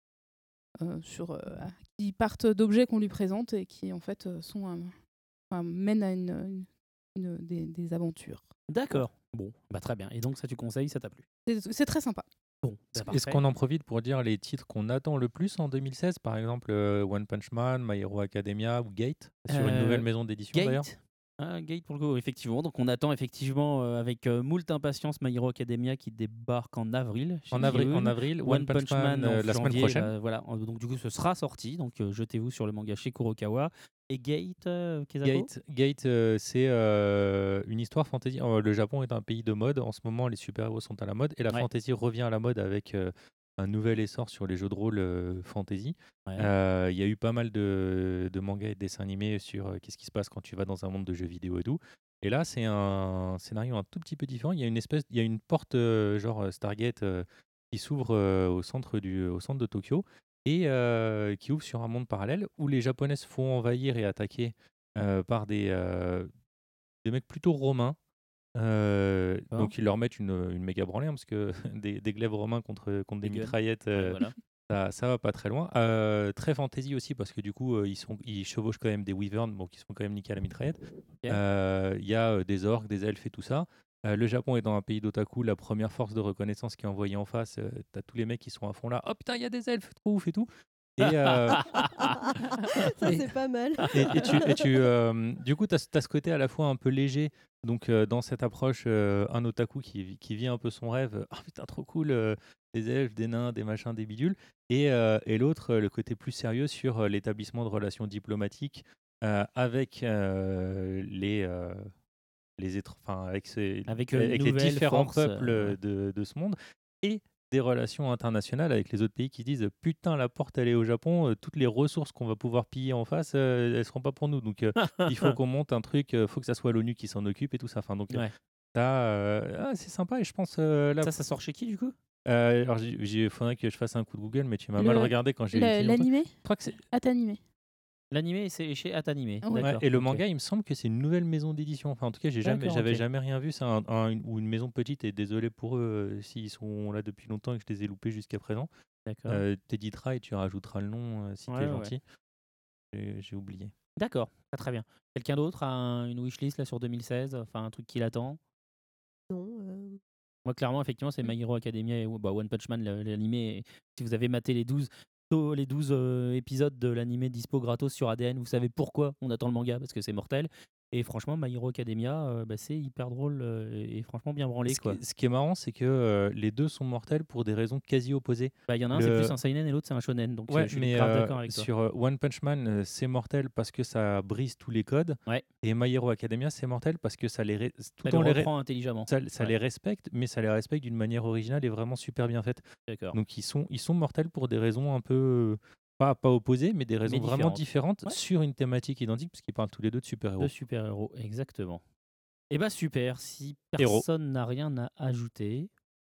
euh, sur, euh, qui partent d'objets qu'on lui présente et qui en fait euh, sont, euh, enfin, mènent à une, une- une- des, des aventures. D'accord. Bon, bah très bien. Et donc ça, tu conseilles, ça t'a plu? C'est c'est très sympa. Bon, bah, Est-ce parfait. qu'on en profite pour dire les titres qu'on attend le plus en deux mille seize? Par exemple, euh, One Punch Man, My Hero Academia ou Gate, sur une Euh, nouvelle maison d'édition d'ailleurs. Gate, Ah, Gate pour le coup, effectivement. Donc on attend effectivement euh, avec euh, moult impatience My Hero Academia qui débarque en avril. chez En avril, Kiyun. en avril, One Punch Man, en euh, la semaine janvier, prochaine. là, voilà. En- Donc du coup ce sera sorti. Donc euh, jetez-vous sur le manga chez Kurokawa. Et Gate, euh, Kezako Gate, Gate euh, c'est euh, une histoire fantasy. Euh, le Japon est un pays de mode. En ce moment, les super-héros sont à la mode et la Ouais. fantasy revient à la mode avec euh, un nouvel essor sur les jeux de rôle euh, fantasy. Ouais. Euh, Il y a eu pas mal de, de mangas et de dessins animés sur euh, qu'est-ce qui se passe quand tu vas dans un monde de jeux vidéo et tout. Et là, c'est un scénario un tout petit peu différent. Il y a une espèce, il y a une porte euh, genre euh, Stargate euh, qui s'ouvre euh, au centre du, au centre de Tokyo et euh, qui ouvre sur un monde parallèle où les Japonais se font envahir et attaquer euh, par des, euh, des mecs plutôt romains. Euh, D'accord. donc ils leur mettent une, une méga branlée hein, parce que des, des glaives romains contre, contre des, Des guns. mitraillettes, Ouais, euh, voilà. ça, ça va pas très loin. Euh, très fantasy aussi parce que du coup euh, ils, sont, ils chevauchent quand même des wyverns donc ils sont quand même niqués à la mitraillette. Euh, Il y a euh, des orques, des elfes et tout ça. Euh, le Japon étant un pays d'otaku, la première force de reconnaissance qui est envoyée en face, euh, t'as tous les mecs qui sont à fond là. Oh putain, il y a des elfes, trop ouf et tout. Et, euh, Ça, et- c'est pas mal. et, et tu, et tu, euh, du coup, tu as ce côté à la fois un peu léger, donc euh, dans cette approche, euh, un otaku qui, vit- qui vit un peu son rêve, ah putain, trop cool, euh, des elfes, des nains, des machins, des bidules, et, euh, et l'autre, euh, le côté plus sérieux sur euh, l'établissement de relations diplomatiques euh, avec euh, les. euh, les étr- enfin, avec, ces- Avec, euh, avec les nouvelles différents forces, peuples euh, ouais. de, de ce monde et des relations internationales avec les autres pays qui disent putain la porte elle est au Japon, euh, toutes les ressources qu'on va pouvoir piller en face euh, elles seront pas pour nous donc euh, il faut qu'on monte un truc, euh, faut que ça soit l'ONU qui s'en occupe et tout ça. Enfin donc euh, Ouais. ça, euh, ah, c'est sympa et je pense euh, là. Ça, ça sort chez qui du coup Euh, alors il faudrait que je fasse un coup de Google mais tu m'as Le- mal regardé quand j'ai le- eu le film. L'animé Je crois que c'est Atanimé. L'animé, c'est chez Atanimé. Ouais. D'accord. Ouais, et le ok. manga, il me semble que c'est une nouvelle maison d'édition. Enfin, en tout cas, j'ai jamais, D'accord, j'avais ok. jamais rien vu. C'est un, un- une, ou une maison petite. Et désolé pour eux euh, s'ils sont là depuis longtemps et que je les ai loupés jusqu'à présent. D'accord. Euh, T'éditeras et tu rajouteras le nom euh, si Ouais, t'es ouais. gentil. J'ai j'ai oublié. D'accord, très, très bien. Quelqu'un d'autre a un- une wishlist là sur deux mille seize, enfin un truc qui l'attend? Non. euh, Moi, clairement, effectivement, c'est My Hero Academia et bah, One Punch Man, le- l'animé. Si vous avez maté les douze, tôt- les douze euh, épisodes de l'animé dispo gratos sur A D N, vous savez pourquoi on attend le manga, parce que c'est mortel. Et franchement, My Hero Academia, euh, bah, c'est hyper drôle euh, et franchement bien branlé. Ce qui, Quoi. ce qui est marrant, c'est que euh, les deux sont mortels pour des raisons quasi opposées. Bah, il y en a un, Le- c'est plus un seinen et l'autre, c'est un shonen. Donc, Ouais, euh, je suis mais grave euh, d'accord avec toi. sur euh, One Punch Man, euh, c'est mortel parce que ça brise tous les codes. Ouais. Et My Hero Academia, c'est mortel parce que ça les, ré- tout Ça en le les ré- reprend intelligemment. ça, ça Ouais. les respecte, mais ça les respecte d'une manière originale et vraiment super bien faite. D'accord. Donc ils sont, ils sont mortels pour des raisons un peu, pas, pas opposées, mais des raisons Mais vraiment différentes. différentes Ouais. sur une thématique identique, puisqu'ils parlent tous les deux de super-héros. De super-héros, exactement. Et bah super, si Héros. personne n'a rien à ajouter,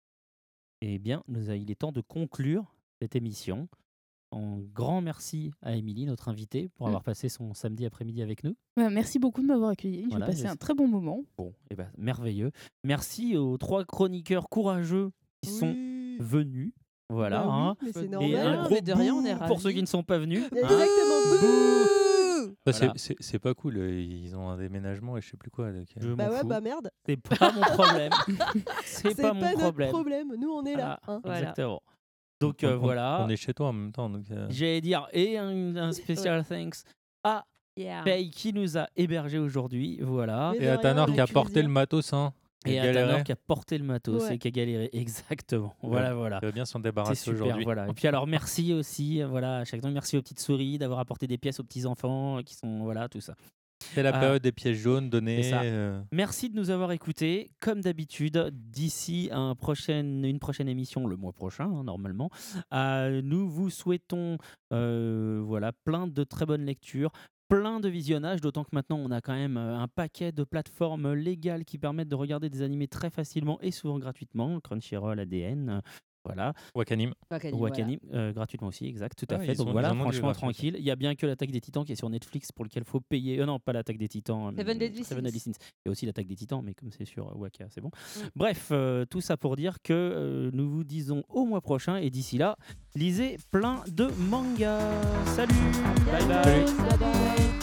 eh bien, nous a- il est temps de conclure cette émission. En grand merci à Émilie, notre invitée, pour Mm. avoir passé son samedi après-midi avec nous. Ouais, merci beaucoup de m'avoir accueilli. Voilà, J'ai passé je- un très bon moment. Bon, et ben merveilleux. Merci aux trois chroniqueurs courageux qui sont oui. venus. Voilà. Bah oui, hein. mais c'est Et normal. un gros mais de rien, on est bouh pour ravis. ceux qui ne sont pas venus. hein. Exactement. Bouh. Ça, c'est- Voilà. c'est c'est pas cool, euh, ils ont un déménagement et je sais plus quoi. donc, euh. Je Bah m'en ouais, fous. bah merde. C'est pas mon problème. C'est C'est pas pas, mon notre problème. problème. Nous, on est là. Voilà, hein. Voilà. exactement. Donc on, euh, on- voilà. On est chez toi en même temps. Donc, euh, J'allais dire, et un, un spécial thanks à Yeah. Faye qui nous a hébergés aujourd'hui. Voilà. Mais Et de à rien, Tanor avec qui a porté plaisir. le matos. Hein, qui Et a à galéré. Tanor qui a porté le matos Ouais. et qui a galéré. Exactement. Voilà, voilà. Il va bien s'en C'est débarrasser super, aujourd'hui. voilà. Et puis alors merci aussi, euh, voilà, à chacun merci aux petites souris d'avoir apporté des pièces aux petits enfants qui sont, voilà, tout ça. C'est la Ah. période des pièces jaunes données. C'est ça. euh, Merci de nous avoir écoutés. Comme d'habitude, d'ici à un prochain, une prochaine émission, le mois prochain, hein, normalement, euh, nous vous souhaitons euh, voilà, plein de très bonnes lectures, plein de visionnages, d'autant que maintenant on a quand même euh, un paquet de plateformes légales qui permettent de regarder des animés très facilement et souvent gratuitement. Crunchyroll, A D N, euh, voilà. Wakanim. Wakanim, Wakanim, euh, gratuitement aussi, exact, tout à Ah, fait. ils Donc ont- voilà, ils en ont du franchement gratuit, ok. tranquille. Il y a bien que l'Attaque des Titans qui est sur Netflix pour lequel il faut payer. Euh, non, pas l'Attaque des Titans. euh, Seven Deadly Seven Sins. Deadly Sins. Il y a aussi l'Attaque des Titans, mais comme c'est sur euh, Waka, c'est bon. Mm. Bref, euh, tout ça pour dire que euh, nous vous disons au mois prochain et d'ici là, lisez plein de mangas. Salut, bye bye. Bye bye.